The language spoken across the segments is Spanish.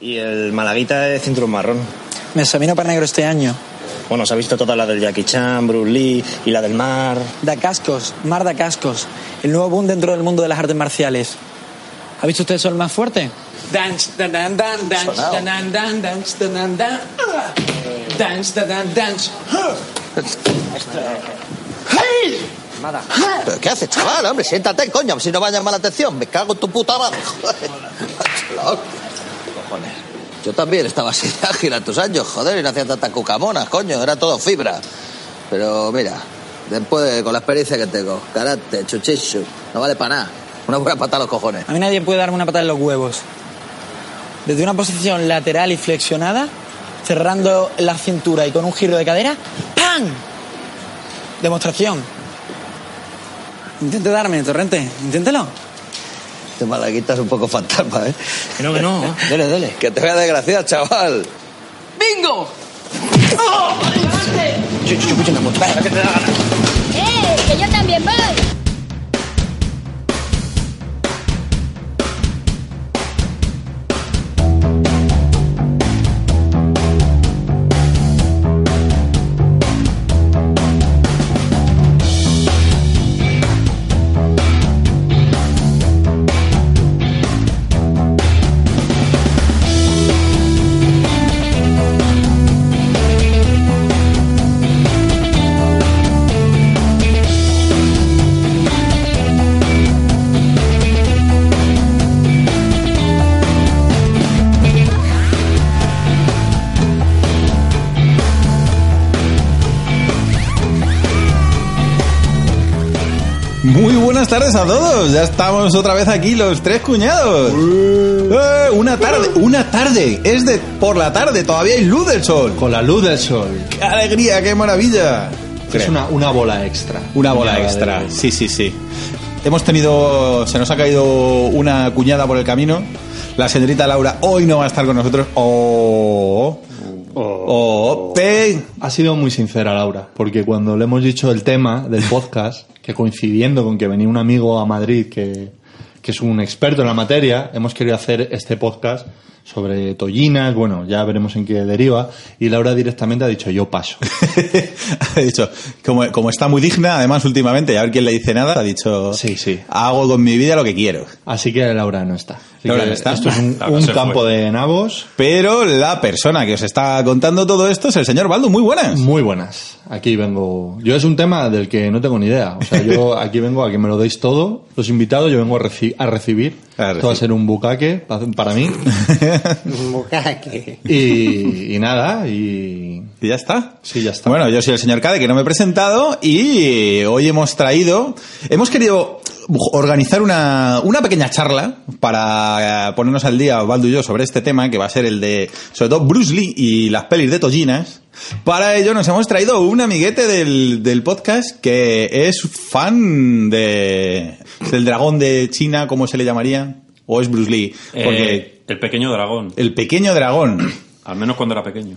Y el malaguita de cinturón marrón. Me examino para negro este año. Bueno, se ha visto toda la del Jackie Chan, Bruce Lee y la del mar. Da cascos, mar da cascos. El nuevo boom dentro del mundo de las artes marciales. ¿Ha visto usted Sol Más Fuerte? Dance, dan, dan, dan, dance, dan, dan, dan, dance, dan, dan, dan. Dance, dan, dan, dance. ¡Hey! ¿Pero qué haces, chaval? Hombre, siéntate, coño, si no va a llamar la atención. Me cago en tu puta madre, joder. Cojones. Yo también estaba así de ágil a tus años, joder, y no hacía tanta cucamona, coño, era todo fibra. Pero mira, después con la experiencia que tengo, karate, chuchichu, no vale para nada. Una buena patada a los cojones. A mí nadie puede darme una patada en los huevos. Desde una posición lateral y flexionada, cerrando la cintura y con un giro de cadera, ¡pam! Demostración. Intente darme, Torrente, inténtelo. Este malaguita es un poco fantasma, ¿eh? Que no. Dele, dele. Que te voy a desgraciar, chaval. ¡Bingo! ¡Oh! ¡Que yo también voy! Muy buenas tardes a todos, ya estamos otra vez aquí los tres cuñados. Una tarde, es de por la tarde, todavía hay luz del sol. Con la luz del sol. ¡Qué alegría, qué maravilla! Es una bola extra. Una bola extra, sí. Se nos ha caído una cuñada por el camino. La señorita Laura hoy no va a estar con nosotros. Ha sido muy sincera Laura, porque cuando le hemos dicho el tema del podcast, que coincidiendo con que venía un amigo a Madrid que es un experto en la materia, hemos querido hacer este podcast sobre tollinas, bueno, ya veremos en qué deriva, y Laura directamente ha dicho, yo paso. Ha dicho, como está muy digna, además últimamente, y a ver quién le dice nada, ha dicho, sí, hago con mi vida lo que quiero. Así que Laura no está. Laura no está. Esto es un campo de nabos. Pero la persona que os está contando todo esto es el señor Baldu. Muy buenas. Muy buenas. Aquí vengo. Yo es un tema del que no tengo ni idea. O sea, yo aquí vengo a que me lo deis todo. Los invitados, yo vengo a recibir. Esto va a ser un bucaque para mí. Un bucaque. Y nada, ¿Y ya está? Sí, ya está. Bueno, yo soy el señor Cade, que no me he presentado, y hoy hemos querido organizar una pequeña charla para ponernos al día, Baldu y yo, sobre este tema, que va a ser el de, sobre todo, Bruce Lee y las pelis de tollinas. Para ello nos hemos traído un amiguete del podcast que es fan del dragón de China, ¿cómo se le llamaría? ¿O es Bruce Lee? Porque el pequeño dragón. El pequeño dragón. Al menos cuando era pequeño.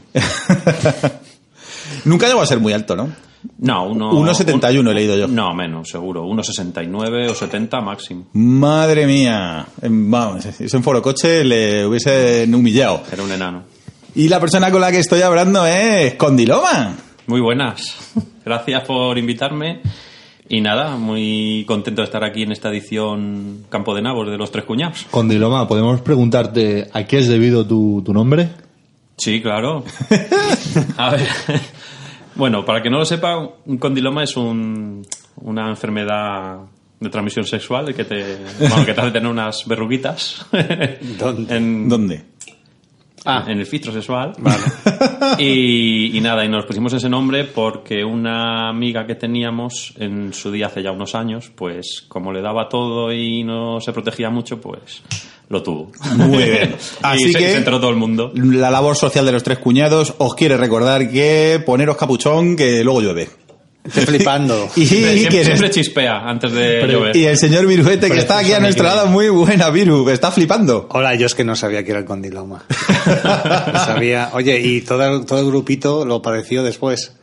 Nunca llegó a ser muy alto, ¿no? No, 1,71 he leído yo. No, menos, seguro. 1,69 o 70 máximo. Madre mía. Vamos, eso en Forocoche le hubiesen humillado. Era un enano. Y la persona con la que estoy hablando es Condiloma. Muy buenas. Gracias por invitarme. Y nada, muy contento de estar aquí en esta edición Campo de Nabos de los Tres Cuñados. Condiloma, ¿podemos preguntarte a qué es debido tu nombre? Sí, claro. A ver... Bueno, para que no lo sepa, un condiloma es una enfermedad de transmisión sexual que te hace tener unas verruguitas. ¿Dónde? En el filtro sexual. Vale. Y nada, y nos pusimos ese nombre porque una amiga que teníamos en su día hace ya unos años, pues como le daba todo y no se protegía mucho, pues lo tuvo. Muy bien. Así que se enteró todo el mundo. La labor social de los tres cuñados os quiere recordar que poneros capuchón, que luego llueve. Estoy flipando. Siempre chispea antes de llover. Y el señor Viruete, que está aquí a nuestro lado, muy buena, Viru, está flipando. Hola, yo es que no sabía que era el condiloma. No sabía. Oye, y todo el grupito lo padeció después.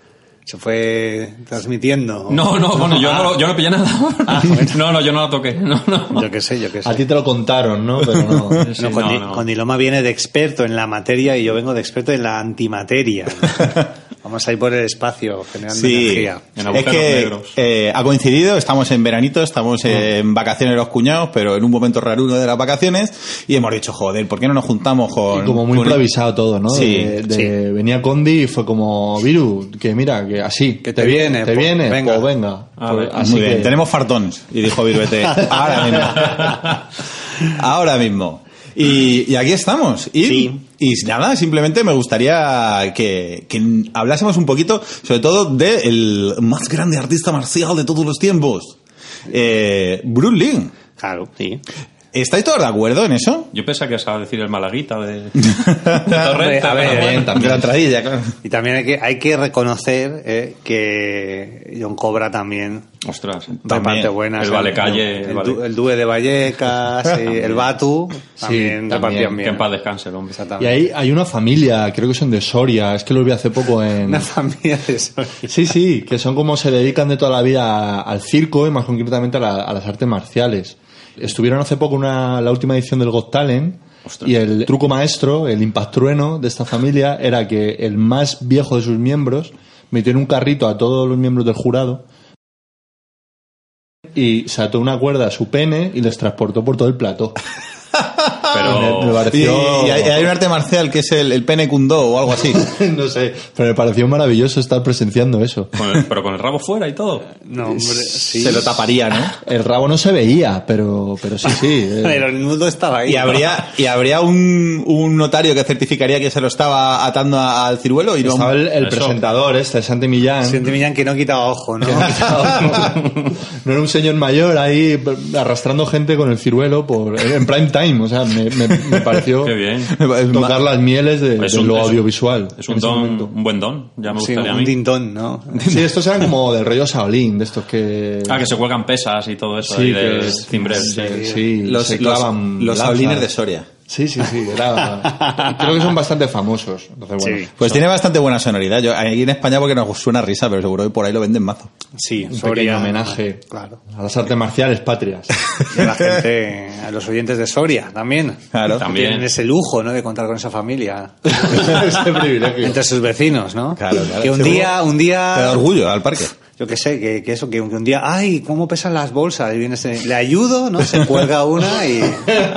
Se fue transmitiendo. No, bueno, yo no pillé nada. Bueno. No, yo no la toqué. No. Yo qué sé. A ti te lo contaron, ¿no? Pero no. Sí, No, Condiloma viene de experto en la materia y yo vengo de experto en la antimateria. Vamos a ir por el espacio generando energía. En Es agujeros que negros. ha coincidido, estamos en veranito, estamos en vacaciones los cuñados, pero en un momento raruno de las vacaciones, y hemos dicho, joder, ¿por qué no nos juntamos con... Y como muy con- improvisado todo, ¿no? Sí, Venía Condi y fue como, Viru, que mira, que así. Que te viene, ¿Te pues, viene? venga. Pues venga. Pues ver, así Muy bien, que- tenemos fartons, y dijo Viruete, ahora mismo. Ahora mismo. Y aquí estamos. Y nada, simplemente me gustaría que hablásemos un poquito, sobre todo, del más grande artista marcial de todos los tiempos. Bruce Lee. Claro, sí. ¿Estáis todos de acuerdo en eso? Yo pensaba que ibas a decir el malaguita de Torrente, Torrente. a ver, pero bueno. De la entradilla, claro. Y también hay que reconocer que John Cobra también Ostras. reparte buenas. El Valecalle. El Dúe de Vallecas, el Batu, también repartían Que bien. en paz descanse el hombre. Y Exactamente. hay una familia, creo que son de Soria, es que lo vi hace poco en... Una familia de Soria. Sí, que son como se dedican de toda la vida al circo y más concretamente a las artes marciales. Estuvieron hace poco la última edición del Got Talent. Ostras. Y el truco maestro, el impactrueno de esta familia era que el más viejo de sus miembros metió en un carrito a todos los miembros del jurado y se ató una cuerda a su pene y les transportó por todo el plató. Pero Me Y, pareció... hay un arte marcial que es el pene kundo o algo así. no sé, pero me pareció maravilloso estar presenciando eso. pero con el rabo fuera y todo. No, hombre, sí. Se lo taparía, ¿no? El rabo no se veía, pero sí. Pero el nudo estaba ahí. Y habría un notario que certificaría que se lo estaba atando al ciruelo y no... Estaba el Eso. presentador, Santi Millán. Siente Millán que no quitaba ojo, ¿no? No era un señor mayor ahí arrastrando gente con el ciruelo en prime time. O sea, me pareció Qué bien. tocar las mieles de lo audiovisual. Es en un ese don, momento. un buen don. Ya me Sí, gustaría a un mí. dintón, ¿no? Sí, estos eran como del rollo Shaolin, de estos que... Que se cuelgan pesas y todo eso Sí, ahí que de es- cimbrel. Sí, se clavan los lanzas. saulines de Soria. Sí, creo que son bastante famosos. Entonces, bueno, Sí. Pues tiene bastante buena sonoridad. Yo aquí en España porque nos suena risa, pero seguro que por ahí lo venden mazo. Sí, un pequeño homenaje Claro. a las artes marciales patrias. Y a la gente, a los oyentes de Soria también. Claro. También. Tienen ese lujo, ¿no? De contar con esa familia. Ese privilegio. Entre sus vecinos, ¿no? Claro, claro. Que un día... Te da orgullo al parque. Yo qué sé, que un día, ay, ¿cómo pesan las bolsas? Y viene le ayudo, ¿no? Se cuelga una y...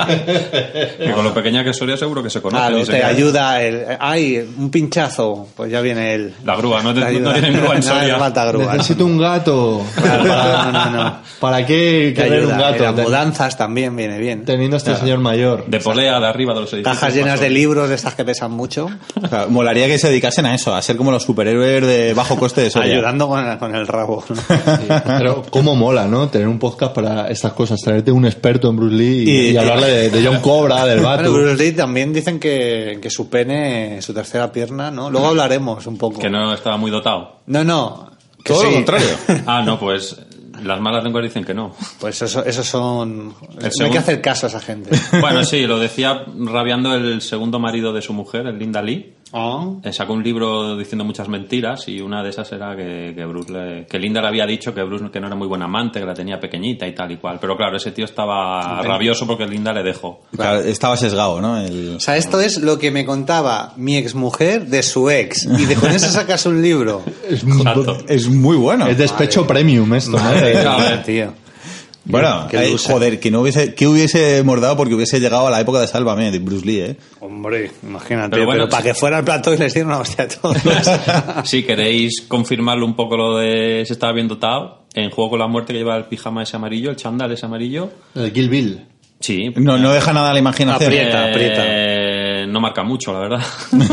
Que con lo pequeña que Soria seguro que se conoce. Claro, te ayuda ay, un pinchazo, pues ya viene él. La grúa, no Te ayuda. tienen grúa en No hace Soria. falta grúa. Necesito un gato. Claro, no. ¿Para qué Te querer un ayuda. gato? Las mudanzas también viene bien. Teniendo a este señor mayor. De polea de arriba de los edificios. Cajas llenas pasó. de libros de estas que pesan mucho, Claro, molaría que se dedicasen a eso, a ser como los superhéroes de bajo coste de Soria. ayudando con el rabo. ¿no? Pero cómo mola, ¿no? Tener un podcast para estas cosas, traerte un experto en Bruce Lee y Y- hablarle de John Cobra, del Bueno, Batu. Bruce Lee también dicen que su pene, su tercera pierna, ¿no? Luego hablaremos un poco. Que no estaba muy dotado. No. Que Todo lo sí. contrario. Ah, no, pues las malas lenguas dicen que no. Pues eso son... No hay que segundo- hacer caso a esa gente. Bueno, sí, lo decía rabiando el segundo marido de su mujer, el Linda Lee. Sacó un libro diciendo muchas mentiras y una de esas era que Linda le había dicho que Bruce que no era muy buen amante, que la tenía pequeñita y tal y cual. Pero claro, ese tío estaba rabioso porque Linda le dejó. Claro, estaba sesgado, ¿no? O sea, esto es lo que me contaba mi exmujer de su ex. Y con eso sacas un libro. Exacto. Es muy bueno. Es despecho premium esto, ¿no? Madre, tío. Bueno, Qué loser. joder, que hubiese mordado porque hubiese llegado a la época de Sálvame, de Bruce Lee, ¿eh? Hombre, imagínate. Pero Pero, bueno, para que fuera al plato y les dieron una hostia a todos. Si queréis confirmarlo un poco lo de si estaba bien dotado, en Juego con la Muerte que lleva el pijama ese amarillo, el chándal ese amarillo, El Kill Bill. sí. No deja nada a la imaginación. Aprieta. No marca mucho, la verdad.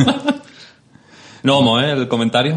No homo, el comentario.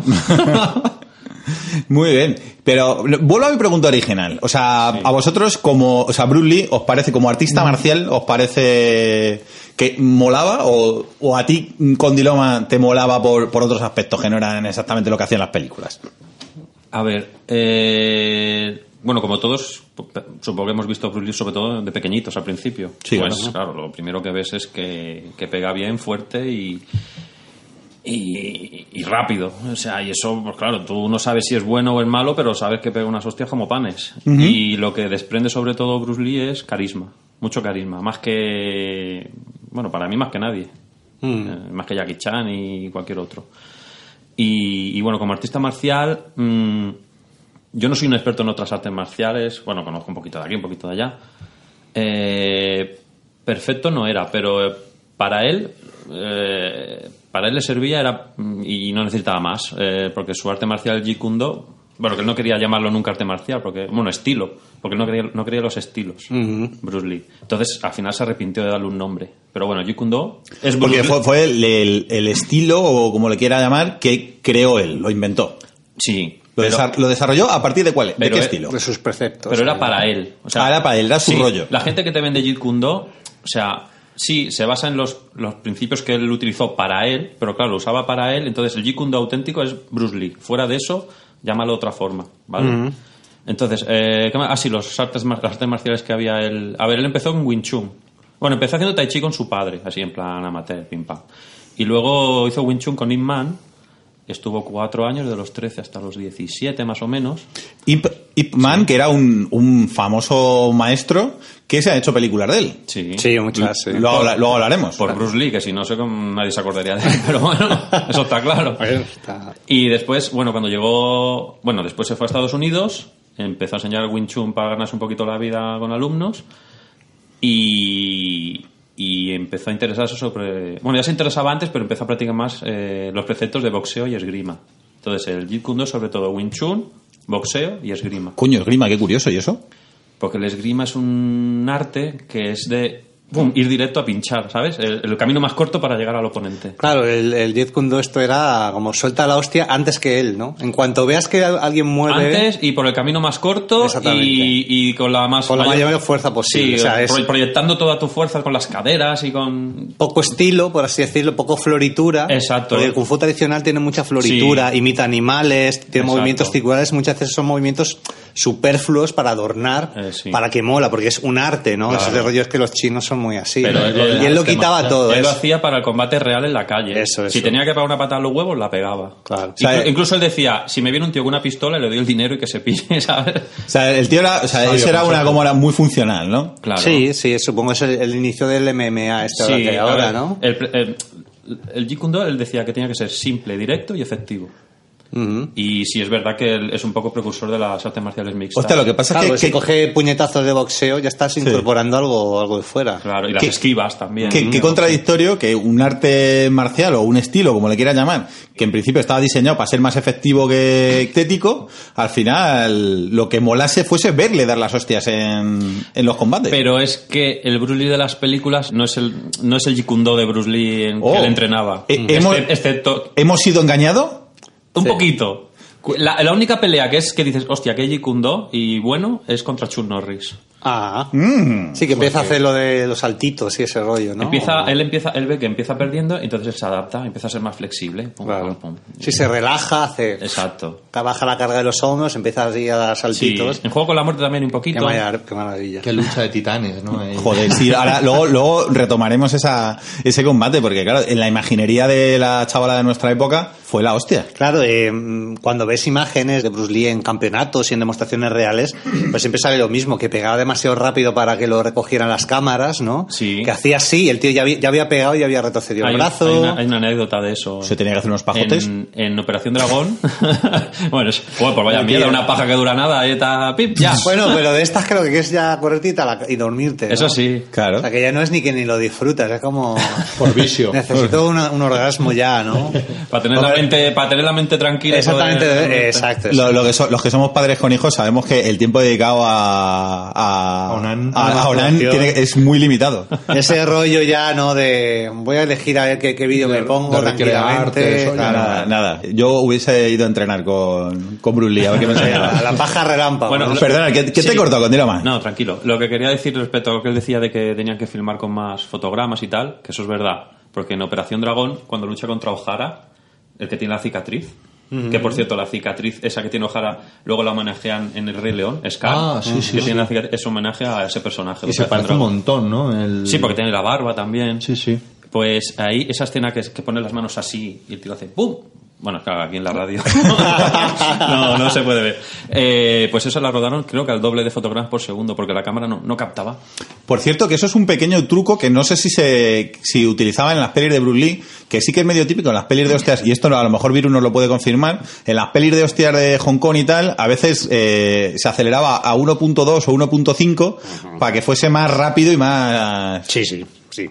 Muy bien, pero vuelvo a mi pregunta original. O sea, a vosotros o sea, Bruce Lee, ¿os parece como artista marcial, os parece que molaba o a ti Condiloma te molaba por otros aspectos que no eran exactamente lo que hacían las películas? A ver, bueno, como todos, supongo que hemos visto Bruce Lee sobre todo de pequeñitos al principio. Sí, pues bueno. claro, lo primero que ves es que pega bien, fuerte y y rápido. O sea, y eso, pues claro, tú no sabes si es bueno o es malo, pero sabes que pega unas hostias como panes. Y lo que desprende sobre todo Bruce Lee es carisma, mucho carisma, más que, bueno, para mí más que nadie, más que Jackie Chan y cualquier otro. Y bueno, como artista marcial, yo no soy un experto en otras artes marciales, bueno, conozco un poquito de aquí, un poquito de allá. Perfecto no era, pero para él le servía y no necesitaba más, porque su arte marcial, el Jeet Kune Do, bueno, que él no quería llamarlo nunca arte marcial, porque, bueno, estilo, porque no quería los estilos, Bruce Lee. Entonces, al final se arrepintió de darle un nombre. Pero bueno, Jeet Kune Do es Bruce Porque fue el estilo, o como le quiera llamar, que creó él, lo inventó. Sí. ¿Lo desarrolló a partir de cuál? ¿De qué estilo? De sus preceptos. Pero era para él. O sea, era para él, era su rollo. La gente que te vende Jeet Kune Do, o sea, sí, se basa en los principios que él utilizó para él, pero claro, lo usaba para él, entonces el Jeet Kune Do auténtico es Bruce Lee. Fuera de eso, llámalo de otra forma, ¿vale? Entonces, ¿qué más? Sí, las artes marciales que había él. A ver, él empezó en Wing Chun. Bueno, empezó haciendo Tai Chi con su padre, así en plan amateur, pim pam. Y luego hizo Wing Chun con Ip Man. Estuvo 4 años, de los 13 hasta los 17 más o menos. Ip Man, que era un famoso maestro que se han hecho películas de él. Sí, muchas. Sí. Luego hablaremos. Por Bruce Lee, que si no sé cómo nadie se acordaría de él, pero bueno, eso está claro. Y después, bueno, después se fue a Estados Unidos, empezó a enseñar Wing Chun para ganarse un poquito la vida con alumnos y empezó a interesarse sobre... Bueno, ya se interesaba antes, pero empezó a practicar más los preceptos de boxeo y esgrima. Entonces, el Jeet Kune Do, sobre todo Wing Chun, boxeo y esgrima. Coño, esgrima, qué curioso, ¿y eso? Porque el esgrima es un arte que es de ir directo a pinchar, ¿sabes? El camino más corto para llegar al oponente. Claro, el Jeet Kune Do esto era como suelta la hostia antes que él, ¿no? En cuanto veas que alguien muere... Antes y por el camino más corto y con la mayor fuerza posible. Sí, o sea, proyectando toda tu fuerza con las caderas y con... Poco estilo, por así decirlo, poco floritura. Exacto. Porque el Kung Fu tradicional tiene mucha floritura, imita animales, tiene movimientos circulares, muchas veces son movimientos superfluos para adornar, para que mola, porque es un arte, ¿no? Claro. Ese rollo es que los chinos son muy así. Pero y él lo quitaba todo. Él lo hacía para el combate real en la calle. Eso. Si tenía que pegar una patada a los huevos, la pegaba. Claro. Incluso él decía, si me viene un tío con una pistola, le doy el dinero y que se pille, ¿sabes? O sea, el tío era, ese era una cámara muy funcional, ¿no? Claro. Sí, supongo es el inicio del MMA ahora, ¿no? El Jeet Kune Do, él decía que tenía que ser simple, directo y efectivo. Y sí, es verdad que él es un poco precursor de las artes marciales mixtas. Hostia, lo que pasa es que si coge puñetazos de boxeo ya estás incorporando algo de fuera. Claro, y las esquivas también. Qué contradictorio que un arte marcial o un estilo, como le quieras llamar, que en principio estaba diseñado para ser más efectivo que estético, al final lo que molase fuese verle dar las hostias en los combates. Pero es que el Bruce Lee de las películas no es el Jeet Kune Do de Bruce Lee que él entrenaba. Excepto... ¿Hemos sido engañados? Un poquito. La única pelea que dices, hostia, que Jeet Kune Do y bueno, es contra Chuck Norris. Sí, que empieza a hacer lo de los saltitos y ese rollo, ¿no? Él ve que empieza perdiendo, entonces él se adapta, empieza a ser más flexible. Sí, se relaja, hace... Exacto. Baja la carga de los hombros, empieza así a dar saltitos. Sí. En Juego con la Muerte también un poquito. Qué maravilla. Qué lucha de titanes, ¿no? Joder, sí, ahora luego retomaremos ese combate, porque claro, en la imaginería de la chavala de nuestra época fue la hostia. Claro, cuando ves imágenes de Bruce Lee en campeonatos y en demostraciones reales, pues siempre sale lo mismo, que pegaba demasiado rápido para que lo recogieran las cámaras, ¿no? Sí. Que hacía así, el tío ya había pegado y había retrocedido el brazo. Hay una anécdota de eso. ¿Se tenía que hacer unos pajotes? En Operación Dragón. Bueno, pues vaya mierda, una paja que dura nada y está pip, ya. Bueno, pero de estas creo que es ya correctita y dormirte, ¿no? Eso sí, claro. O sea, que ya no es ni que ni lo disfrutas, es como... Por vicio. Necesito un orgasmo ya, ¿no? Para tener la mente tranquila. Exactamente, exacto. Los que somos padres con hijos sabemos que el tiempo dedicado a Onan es muy limitado. Ese rollo ya, ¿no? De voy a elegir a ver qué vídeo me pongo tranquilamente. Nada. Yo hubiese ido a entrenar con Bruce Lee a ver qué me enseñaba. La paja relámpago. Bueno, perdona, ¿qué te he cortado? Continúa más. No, tranquilo. Lo que quería decir respecto a lo que él decía de que tenían que filmar con más fotogramas y tal, que eso es verdad. Porque en Operación Dragón, cuando lucha contra O'Hara, el que tiene la cicatriz, que por cierto la cicatriz esa que tiene O'Hara luego la homenajean en El Rey León, Scar, que tiene la cicatriz, es homenaje a ese personaje. Y se parece un montón, ¿no? Sí, porque tiene la barba también. Sí. Pues ahí, esa escena que pone las manos así y el tío hace ¡pum! Bueno, claro, aquí en la radio no se puede ver. Pues eso la rodaron, creo que al doble de fotogramas por segundo, porque la cámara no captaba. Por cierto, que eso es un pequeño truco que no sé si utilizaba en las pelis de Bruce Lee, que sí que es medio típico en las pelis de hostias, y esto a lo mejor Virus nos lo puede confirmar. En las pelis de hostias de Hong Kong y tal, a veces se aceleraba a 1.2 o 1.5 para que fuese más rápido y más... Sí.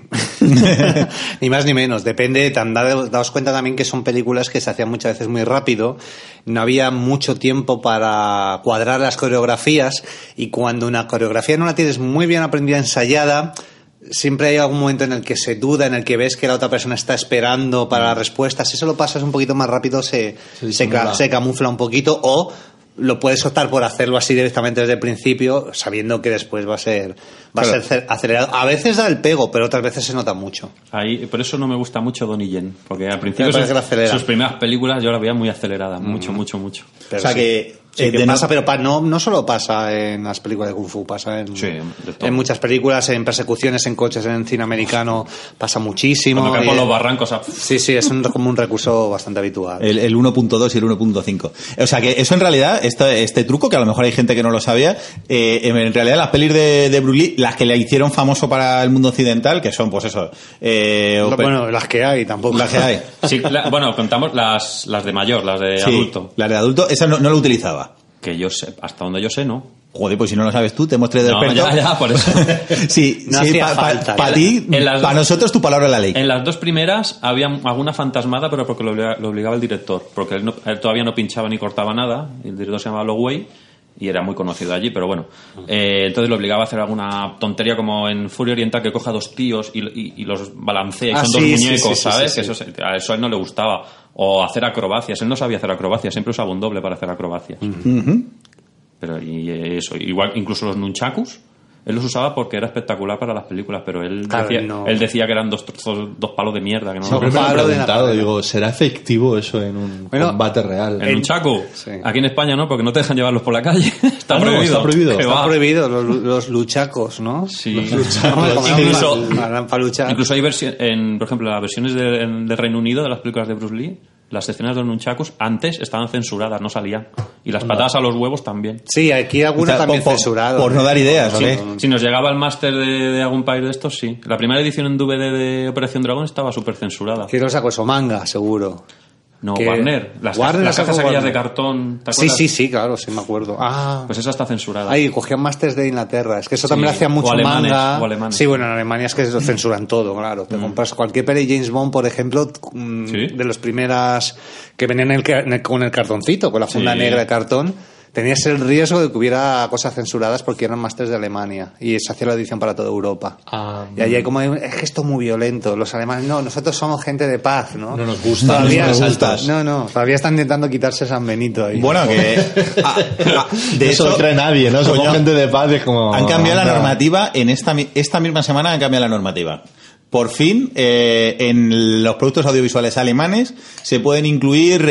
Ni más ni menos. Depende, daos cuenta también que son películas que se hacían muchas veces muy rápido. No había mucho tiempo para cuadrar las coreografías, y cuando una coreografía no la tienes muy bien aprendida, ensayada, siempre hay algún momento en el que se duda, en el que ves que la otra persona está esperando para las respuestas. Si eso lo pasas un poquito más rápido, se camufla un poquito, o lo puedes optar por hacerlo así directamente desde el principio, sabiendo que después va a ser acelerado. A veces da el pego, pero otras veces se nota mucho. Ahí, por eso no me gusta mucho Donnie Yen, porque al principio sus primeras películas yo las veía muy aceleradas, mucho. Pero o sea pasa, pero no solo pasa en las películas de Kung Fu, pasa en muchas películas, en persecuciones en coches, en cine americano pasa muchísimo. Cuando caen por los barrancos. Sí, es como un recurso bastante habitual. El 1.2 y el 1.5. O sea que eso en realidad, este truco, que a lo mejor hay gente que no lo sabía, en realidad las pelis de Bruce Lee, las que le hicieron famoso para el mundo occidental, que son pues eso... bueno, las que hay tampoco. Las que hay. Sí, contamos las de mayor, las de adulto. Las de adulto, esa no lo utilizaba. Que yo sé, hasta donde yo sé, no. Joder, pues si no lo sabes tú, te hemos traído experto. Ya, por eso. Sí, no hacía falta. Para ti, para nosotros, tu palabra es la ley. En las dos primeras había alguna fantasmada, pero porque lo obligaba el director. Porque él todavía no pinchaba ni cortaba nada. El director se llamaba Lo Wei y era muy conocido allí, pero bueno. Entonces lo obligaba a hacer alguna tontería, como en Furia Oriental, que coja dos tíos y los balancea y son dos muñecos, ¿sabes? Que eso a eso a él no le gustaba. O hacer acrobacias. Él no sabía hacer acrobacias, siempre usaba un doble para hacer acrobacias. Pero y eso, igual incluso los nunchakus, él los usaba porque era espectacular para las películas, pero él decía que eran dos palos de mierda. Que no Siempre me he preguntado, digo, ¿será efectivo eso en un combate real? ¿El nunchaku? Sí. Aquí en España no, porque no te dejan llevarlos por la calle. Está prohibido. Está prohibido los luchacos, ¿no? Sí. Los luchacos. Incluso hay por ejemplo, las versiones de Reino Unido de las películas de Bruce Lee, las escenas de los nunchakus antes estaban censuradas, no salían. Y las patadas a los huevos también. Sí, aquí algunas también censuradas. Por no dar ideas, ¿vale? Si nos llegaba el máster de algún país de estos, sí. La primera edición en DVD de Operación Dragón estaba súper censurada. Quiero saco eso, manga, seguro. No, Warner. Las cajas aquellas de cartón. ¿Te acuerdas? Sí, claro, sí me acuerdo. Pues esa está censurada. Ay, cogían másters de Inglaterra. Es que eso también hacía mucho manga. Sí, bueno, en Alemania es que lo censuran todo, claro. Te compras cualquier peli de James Bond, por ejemplo, de las primeras que venían con el cartoncito, con la funda negra de cartón. Tenías el riesgo de que hubiera cosas censuradas porque eran másters de Alemania y se hacía la edición para toda Europa. Y allí hay como es que esto es muy violento. Los alemanes, no, nosotros somos gente de paz, ¿no? No nos gusta. Todavía están intentando quitarse San Benito ahí. Bueno, que de eso no cree nadie, ¿no? Somos gente de paz, es como... Han cambiado la normativa, en esta misma semana han cambiado la normativa. Por fin, en los productos audiovisuales alemanes se pueden incluir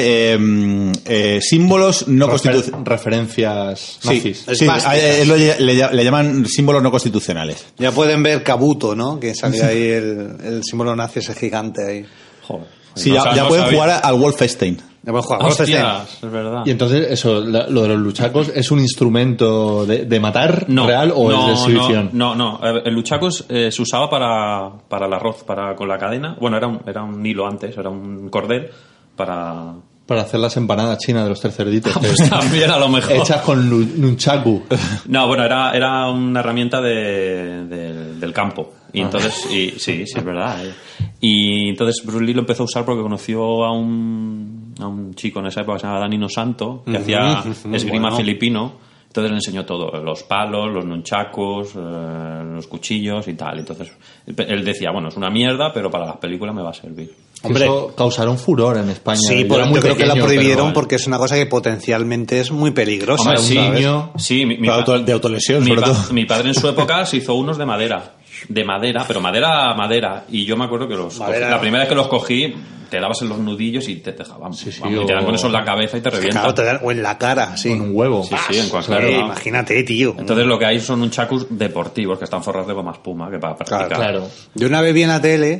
símbolos no constitucionales. Referencias nazis. Sí, le llaman símbolos no constitucionales. Ya pueden ver Kabuto, ¿no? Que salía ahí el símbolo nazi ese gigante ahí. Joder. Sí, ya pueden jugar al Wolfenstein. Hostias, es verdad. Y entonces, eso, lo de los luchacos, ¿es un instrumento de matar real o es de exhibición? No. El luchaco se usaba para el arroz, con la cadena. Bueno, era un hilo antes, era un cordel para hacer las empanadas chinas de los tres cerditos. Pues también a lo mejor. Hechas con nunchaku. No, bueno, era una herramienta del campo. Y entonces, sí, es verdad. Y entonces Bruce Lee lo empezó a usar porque conoció a un chico en esa época que se llamaba Danilo Santo, que hacía esgrima filipino. Entonces le enseñó todo, los palos, los nunchacos, los cuchillos y tal. Entonces él decía, bueno, es una mierda, pero para las películas me va a servir. Hombre, eso causaron furor en España. Sí, yo creo que la prohibieron porque es una cosa que potencialmente es muy peligrosa. Hombre, sí, niño, sí, de autolesión, sobre todo. Mi padre en su época se hizo unos de madera, pero madera. Y yo me acuerdo que la primera vez que los cogí, te dabas en los nudillos y te dejaban. Y te dan con eso en la cabeza y te revientan. Claro, o en la cara, sí. Con un huevo. Sí, en cualquier lado. Imagínate, tío. Entonces lo que hay son nunchakus deportivos que están forrados de goma espuma que para practicar. Claro. Yo una vez vi en la tele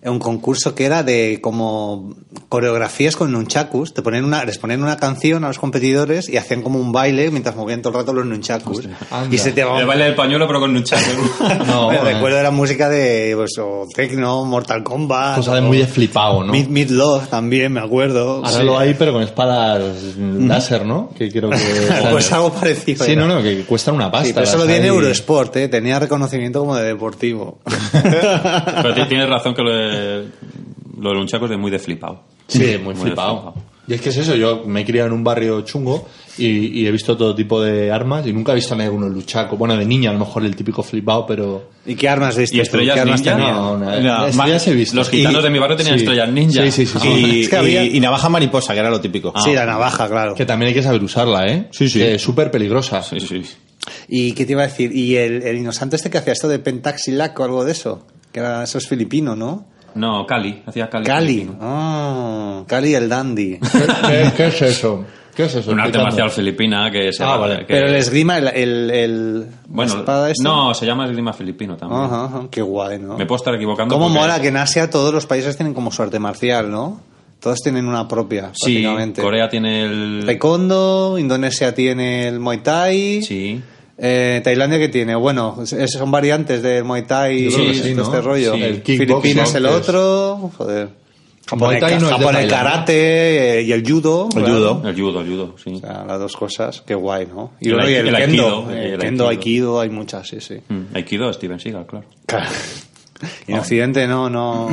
un concurso que era de como coreografías con nunchakus. Les ponían una canción a los competidores y hacían como un baile mientras movían todo el rato los nunchakus. Y se te El baile del pañuelo, pero con nunchakus. recuerdo de la música de pues, Tecno, Mortal Kombat. Cosa de muy de flipado, ¿no? Meat Love también, me acuerdo. Ahora lo hay, pero con espadas láser, ¿no? Que creo que... Pues algo parecido. Sí, era. no, que cuestan una pasta. Sí, pero eso lo las tiene hay. Eurosport, tenía reconocimiento como de deportivo. Pero tienes razón que lo de nunchakus es muy de flipado. Sí, muy flipado. Y es que es eso, yo me he criado en un barrio chungo y he visto todo tipo de armas y nunca he visto a nadie con un luchaco. Bueno, de niño a lo mejor el típico flipado, pero... ¿Y qué armas viste? ¿Y estrellas ¿Qué armas ninja? tenía? No, estrellas he visto. Los gitanos de mi barrio tenían estrellas ninja. Sí. Y, Es que había- y navaja mariposa, que era lo típico. Sí, la navaja, claro. Que también hay que saber usarla, ¿eh? Sí. Es súper peligrosa. Sí. ¿Y qué te iba a decir? ¿Y el Inosanto que hacía esto de Pentaxilac o algo de eso? Que era, eso es filipino, ¿no? No, Cali. Hacía Cali. Cali. filipino. Cali el dandy. ¿Qué es eso? ¿Qué es eso? Un arte Explícame. marcial filipina que se Vale. que- Pero el esgrima, la Bueno, espada esta. no, se llama esgrima filipino también. Ajá, qué guay, ¿no? Me puedo estar equivocando. ¿Cómo porque- mola que en Asia todos los países tienen como su arte marcial, ¿no? Todos tienen una propia, Sí, prácticamente. Corea tiene el... Taekwondo, Indonesia tiene el Muay Thai. Sí. Tailandia que tiene, bueno, son variantes del Muay Thai Yo creo que y sí, todo ¿no? este rollo. Sí. El kickboxing, Filipinas el que es- otro, joder. Muay Thai no es de Japón el Tailandia. karate y el judo. El judo. El judo, sí. O sea, las dos cosas, qué guay, ¿no? Y El luego y el aikido, kendo. el El kendo, aikido. aikido, hay muchas, sí, sí. Aikido, Steven Seagal, claro. Claro. Y en Occidente no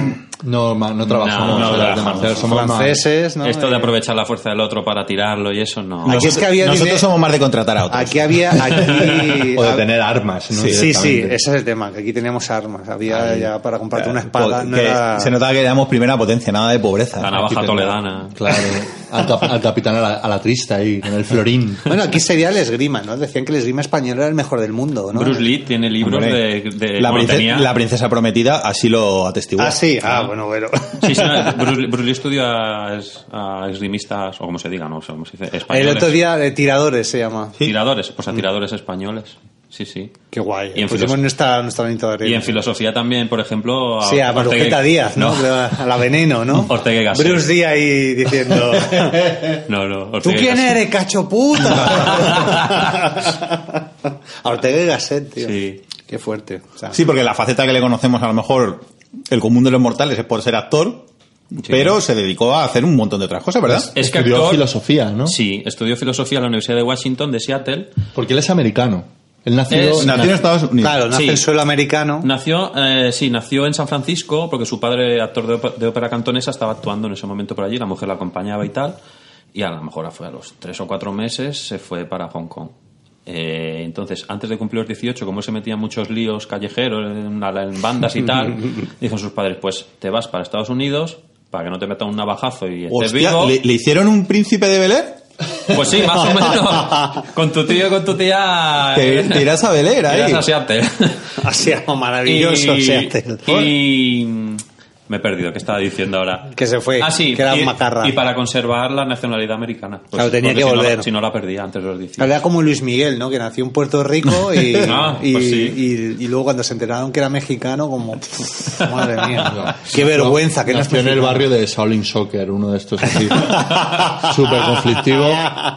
No trabajamos. No en el arte trabajamos. marcial, somos más- franceses, ¿no? Esto de aprovechar la fuerza del otro para tirarlo y eso, no. Aquí es que había Nosotros dinero- somos más de contratar a otros. Aquí había, aquí... O de tener armas, ¿no? Sí, sí, Directamente. ese es el tema, que aquí teníamos armas. Había ya para comprarte una espada, no Que era... se notaba que éramos primera potencia, nada de pobreza. La navaja toledana. Claro, al capitán a la trista ahí, con el florín. Bueno, aquí sería el esgrima, ¿no? Decían que el esgrima español era el mejor del mundo, ¿no? Bruce Lee tiene libros Hombre, de la, bueno, tenía- la princesa prometida así lo atestiguó. Ah, sí, bueno. Sí, no, Bruce Lee estudió a esgrimistas, o como se diga, no sé cómo se dice, El españoles. otro día de tiradores se llama. Tiradores, pues a tiradores españoles. Sí. Qué guay. Y en Pusimos nuestra granito de arena. Y en filosofía también, por ejemplo... Sí, a Marujeta Díaz, ¿no? A la Veneno, ¿no? Ortega y Gasset. Bruce Lee ahí diciendo... No, ¿Tú Ortega y quién Gasset. eres, cacho puta? A Ortega y Gasset, tío. Sí. Qué fuerte. O sea, Sí, porque la faceta que le conocemos a lo mejor el común de los mortales es por ser actor, pero se dedicó a hacer un montón de otras cosas, ¿verdad? Es que Estudió actor... filosofía, ¿no? Sí, estudió filosofía en la Universidad de Washington, de Seattle. Porque él es americano. Él nació... Nació en Estados Unidos. claro, nace Sí. el suelo americano. Nació en San Francisco porque su padre, actor de ópera cantonesa, estaba actuando en ese momento por allí, la mujer la acompañaba y tal, y a lo mejor fue a los 3 o 4 meses se fue para Hong Kong. Entonces, antes de cumplir los 18, como se metía en muchos líos callejeros, en bandas y tal, dijeron sus padres, pues te vas para Estados Unidos para que no te metan un navajazo y estés Hostia, vivo. ¿le hicieron un príncipe de Bel Air? Pues sí, más o menos. Con tu tío y con tu tía... Te irás a Bel Air ahí. irás a Seattle. Así maravilloso, Seattle. y me he perdido, ¿qué estaba diciendo ahora? Que se fue, Ah, sí, que era y, un macarra. y para conservar la nacionalidad americana. Pues, Claro, tenía porque que si no volver. si no la perdía antes de los 18. Era como Luis Miguel, ¿no? Que nació en Puerto Rico y, Pues sí. y luego cuando se enteraron que era mexicano, como... madre mía. Qué vergüenza que no es Nació en el mexicano. barrio de Shaolin Soccer, uno de estos así. Súper conflictivo.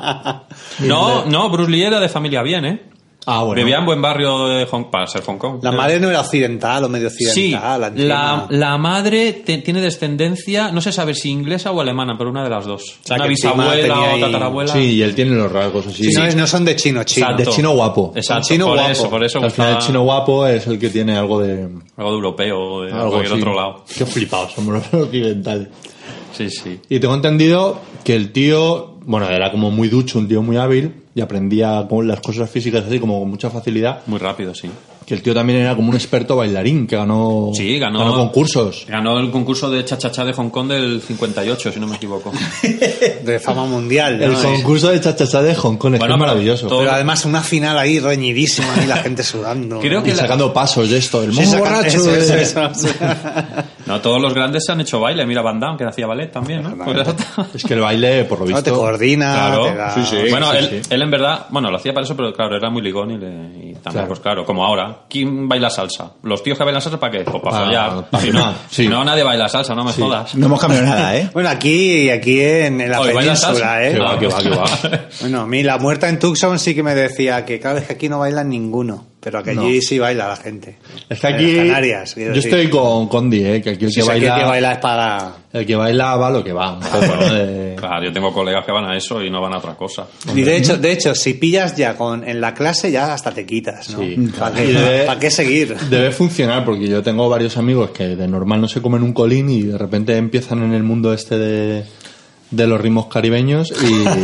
No, Bruce Lee era de familia bien, ¿eh? Ah, bueno. Vivía en buen barrio de para ser Hong Kong. La madre no era occidental o medio Sí, occidental. antigua. la madre tiene descendencia, no sé saber si inglesa o alemana, pero una de las dos. sea, Una que encima bisabuela tenía o ahí- tatarabuela. Sí, y él tiene los rasgos así. Sí, no son de chino. Exacto. De chino guapo. Exacto, Chino por guapo. eso, por eso Al final el gustaba chino guapo es el que tiene algo de... algo de europeo o de Algo cualquier así. otro lado. Qué flipados somos los occidentales. Sí. Y tengo entendido que el tío, bueno, era como muy ducho, un tío muy hábil y aprendía con las cosas físicas así como con mucha facilidad. Muy rápido, sí. Que el tío también era como un experto bailarín que ganó, Sí, ganó concursos. Ganó el concurso de cha-cha-cha de Hong Kong del 58, si no me equivoco. De fama mundial. ¿no? El concurso de cha-cha-cha de Hong Kong es Bueno, que es pero maravilloso. todo- Pero además una final ahí reñidísima y la gente sudando. Creo ¿no? que Y sacando pasos de esto, el Sí, mono sacan- borracho. eso. No, todos los grandes se han hecho baile. Mira Van Damme, que hacía ballet también, ¿no? Pues eso está- Es que el baile, por lo No, visto... te coordina. Claro, te da- Bueno, sí, él en verdad, bueno, lo hacía para eso, pero claro, era muy ligón y Tampoco, pues claro, como ahora. ¿Quién baila salsa? ¿Los tíos que bailan salsa para qué? Pues para follar. para Si fumar, sí. no, nadie baila salsa, no me jodas. No hemos cambiado nada, ¿eh? Bueno, aquí en la Oye, ¿baila salsa? península, ¿eh? Que va. Bueno, a mí la muerta en Tucson sí que me decía que claro, es que aquí no bailan ninguno, pero que allí sí baila la gente. Es que aquí... En Canarias. Yo estoy con Condi, que aquí el Sí, que aquí baila... el que baila es para... El que baila va lo que va, un poco, ¿no? Claro, yo tengo colegas que van a eso y no van a otra cosa. Y de hecho, si pillas ya en la clase ya hasta te quitas, ¿no? Sí. ¿Para Y qué, debe- ¿para qué seguir? Debe funcionar, porque yo tengo varios amigos que de normal no se comen un colín y de repente empiezan en el mundo este de los ritmos caribeños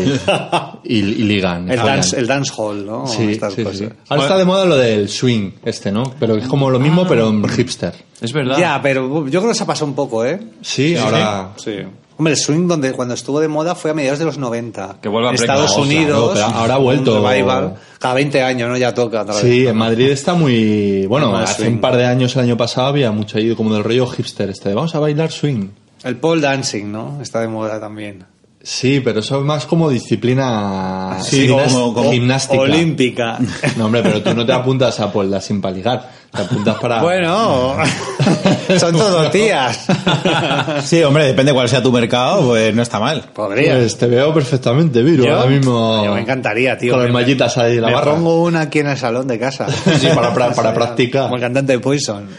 y ligan. El follan. dance hall, ¿no? Sí, Estas sí, cosas. sí. Ahora está de moda lo del swing, ¿no? Pero es como lo mismo, pero en hipster. Es verdad. Ya, pero yo creo que se ha pasado un poco, ¿eh? Sí, ahora... Sí. Hombre, el swing cuando estuvo de moda fue a mediados de los 90. Que vuelva a en Estados Breakdance, Unidos. claro, pero ahora ha vuelto. un revival. Cada 20 años, ¿no? Ya toca otra vez. Sí, en Madrid está muy... Bueno, Muy hace swing. un par de años, el año pasado, había mucho ahí como del rollo hipster de vamos a bailar swing. El pole dancing, ¿no? Está de moda también. Sí, pero eso es más como disciplina Sí, como gimnástica. Olímpica. No, hombre, pero tú no te apuntas a polda sin paligar. Te apuntas para... Bueno, son todos tías. Sí, hombre, depende cuál sea tu mercado, pues no está mal. Podría. Pues te veo perfectamente, Viru, ¿Yo? ahora mismo. Yo me encantaría, tío. Con las mallitas ahí en la Me barra. pongo una aquí en el salón de casa. Sí, para practicar. Como el cantante de Poison.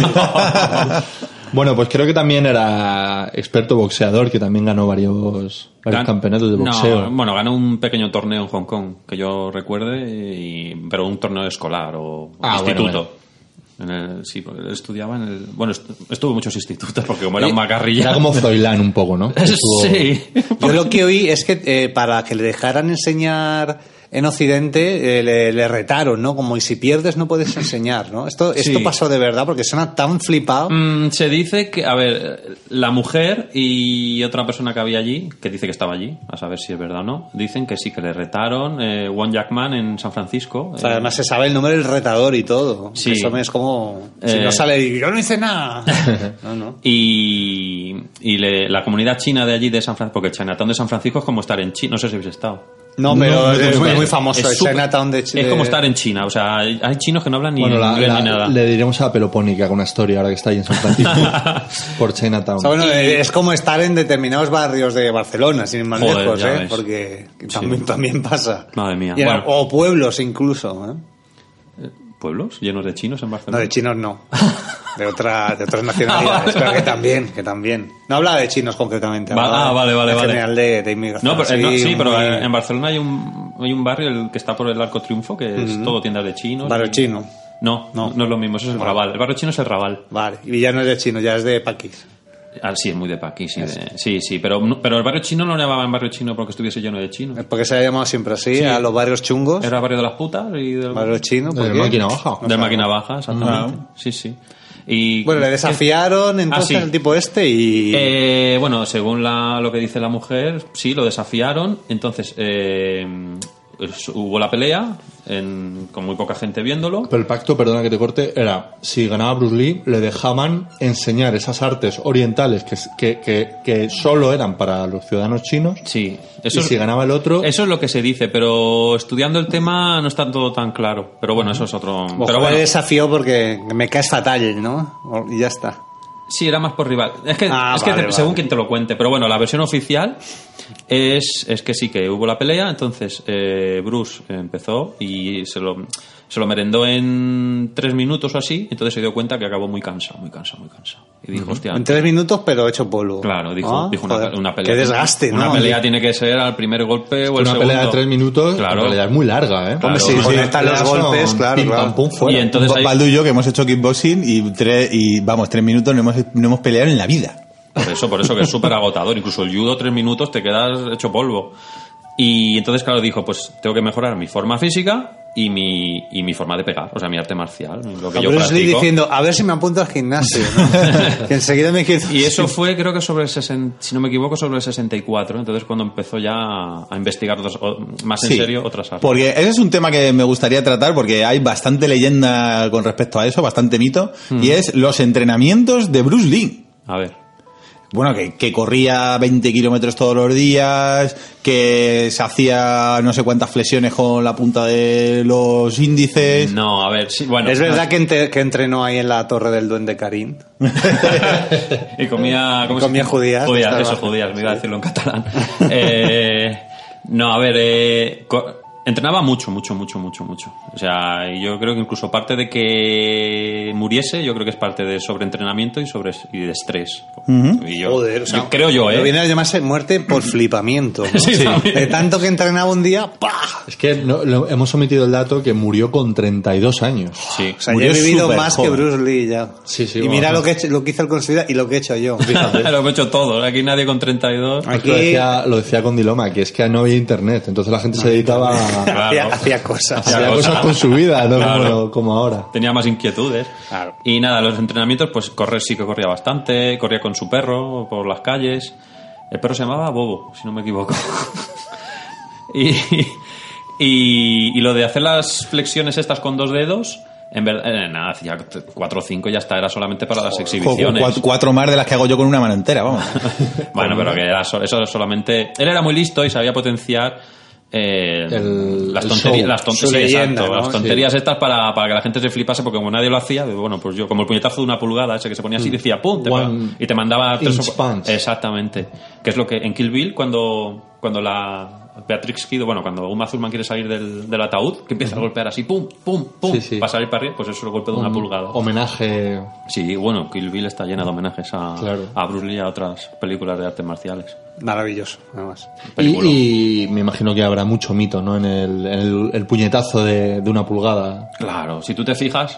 Bueno, pues creo que también era experto boxeador, que también ganó varios campeonatos de boxeo. No, bueno, ganó un pequeño torneo en Hong Kong, que yo recuerde, pero un torneo escolar o instituto. Sí, porque él estudiaba en el... Bueno, estuvo en muchos institutos, porque como era un macarrilla... Era como Froilán un poco, ¿no? Sí. Yo lo que oí es que para que le dejaran enseñar en Occidente le retaron, ¿no? Como y si pierdes no puedes enseñar, ¿no? Esto pasó de verdad porque suena tan flipado. Se dice que, a ver, la mujer y otra persona que había allí, que dice que estaba allí, a saber si es verdad o no, dicen que sí, que le retaron Won Jackman en San Francisco. O sea, además se sabe el nombre del retador y todo. Sí. Eso es como... Si no sale y yo no hice nada. No. Y la comunidad china de allí de San Francisco, porque Chinatown de San Francisco es como estar en China, no sé si habéis estado. No, pero es súper- muy famoso. El súper- Chinatown de Es como estar en China, o sea, hay chinos que no hablan ni inglés ni nada. le diremos a Pelopónica con una historia ahora que está ahí en San Francisco por Chinatown. O sea, bueno, es como estar en determinados barrios de Barcelona, sin ir más Joder, lejos, ya ¿eh? ves. Porque Sí. también pasa. Madre mía. Y Bueno. o pueblos incluso, ¿eh? ¿Pueblos llenos de chinos en Barcelona? No, de chinos no. De otras nacionalidades, pero que también. No hablaba de chinos concretamente. hablaba vale. en general de inmigración. No, pero muy- en Barcelona hay un barrio el que está por el Arco Triunfo que es todo tiendas de chinos. Barrio chino. No es lo mismo, eso es el Raval. El barrio chino es el Raval. Vale, y ya no es de chino, ya es de paquis. Ah, sí, es muy de paqui, sí, pero el barrio chino no lo llamaban barrio chino porque estuviese lleno de chinos. Es porque se ha llamado siempre así, Sí. a los barrios chungos. Era el barrio de las putas y del Barrio chino. ¿por De qué? máquina baja. de máquina baja, exactamente. Sí. Y Bueno, le desafiaron entonces sí. el tipo este y... bueno, según lo que dice la mujer, sí, lo desafiaron. Entonces hubo la pelea con muy poca gente viéndolo. Pero el pacto, perdona que te corte, era si ganaba Bruce Lee, le dejaban enseñar esas artes orientales que solo eran para los ciudadanos chinos. Sí, Y si ganaba el otro... Eso es lo que se dice, pero estudiando el tema no está todo tan claro. Pero bueno, eso es otro. Ojalá Pero bueno, le desafió porque me caes fatal, ¿no? Y ya está. sí, era más por rival. Es que, Vale. según quien te lo cuente. Pero bueno, la versión oficial es que sí, que hubo la pelea. Entonces Bruce empezó y se lo merendó en 3 minutos o así. Entonces se dio cuenta que acabó muy cansado. Y dijo, hostia. En 3 minutos, pero hecho polvo. Claro, dijo joder, una pelea. Qué desgaste, ¿no? Una pelea tiene que ser al primer golpe o el una segundo. pelea de 3 minutos, Claro. en realidad es muy larga, ¿eh? Claro. si conectan los Son golpes, claro, pim, claro. pam, pum, fuera. Y entonces hay- Baldu y yo, que hemos hecho kickboxing y 3 minutos no hemos peleado en la vida. Por eso que es súper agotador. Incluso el judo 3 minutos te quedas hecho polvo. Y entonces, claro, dijo, pues tengo que mejorar mi forma física y mi forma de pegar, o sea, mi arte marcial, lo que yo Bruce Lee practico. diciendo, a ver si me apunto al gimnasio, ¿no? Que enseguida me quedo... Y eso fue, creo que si no me equivoco, sobre el 64. Entonces, cuando empezó ya a investigar más en Sí, serio otras artes. Porque ese es un tema que me gustaría tratar porque hay bastante leyenda con respecto a eso, bastante mito, y es los entrenamientos de Bruce Lee. A ver. bueno, que corría 20 kilómetros todos los días, que se hacía no sé cuántas flexiones con la punta de los índices. No, a ver, sí, bueno. ¿Es verdad que entrenó ahí en la Torre del Duende Karim? Y comía judías. Judías, me iba a decirlo en catalán. No, a ver, entrenaba mucho. O sea, y yo creo que incluso parte de que muriese, yo creo que es parte de sobreentrenamiento y de estrés. Y yo, Joder, o sea, yo creo yo, Lo viene a llamarse muerte por flipamiento, ¿no? Sí, también. De tanto que entrenaba un día, ¡pah! Es que hemos omitido el dato que murió con 32 años. Sí. O sea, Murió yo he vivido súper más joven. que Bruce Lee ya. Sí, y mira lo que hizo el Consolida y lo que he hecho yo. Lo he hecho todo. Aquí nadie con 32. Aquí Lo decía Condiloma, que es que no había internet, entonces la gente se dedicaba a Claro. hacía cosas. hacer cosas con su vida, no Claro. como ahora. Tenía más inquietudes. Claro. Y nada, los entrenamientos, pues correr sí que corría bastante. Corría con su perro por las calles. El perro se llamaba Bobo, si no me equivoco. y lo de hacer las flexiones estas con 2 dedos, en verdad, nada, hacía 4 o 5 y ya está, era solamente para las exhibiciones. 4 más de las que hago yo con una mano entera, vamos. Bueno, pero que era eso solamente... Él era muy listo y sabía potenciar las tonterías, show, su sí, leyenda, exacto, ¿no? las tonterías estas para que la gente se flipase, porque como nadie lo hacía, bueno, pues yo, como el puñetazo de una pulgada, ese que se ponía así, decía ¡pum! Y te mandaba 3 inch punch. Exactamente. Que es lo que en Kill Bill, cuando la Beatrix Kido, bueno, cuando Uma Thurman quiere salir del ataúd, que empieza a golpear así, pum, pum, pum, Sí, sí. para salir para arriba, pues eso es el golpe de una pulgada. Homenaje. Sí, bueno, Kill Bill está llena de homenajes Claro. a Bruce Lee y a otras películas de artes marciales. Maravilloso, además. Y me imagino que habrá mucho mito, ¿no? En el puñetazo de una pulgada. Claro, si tú te fijas,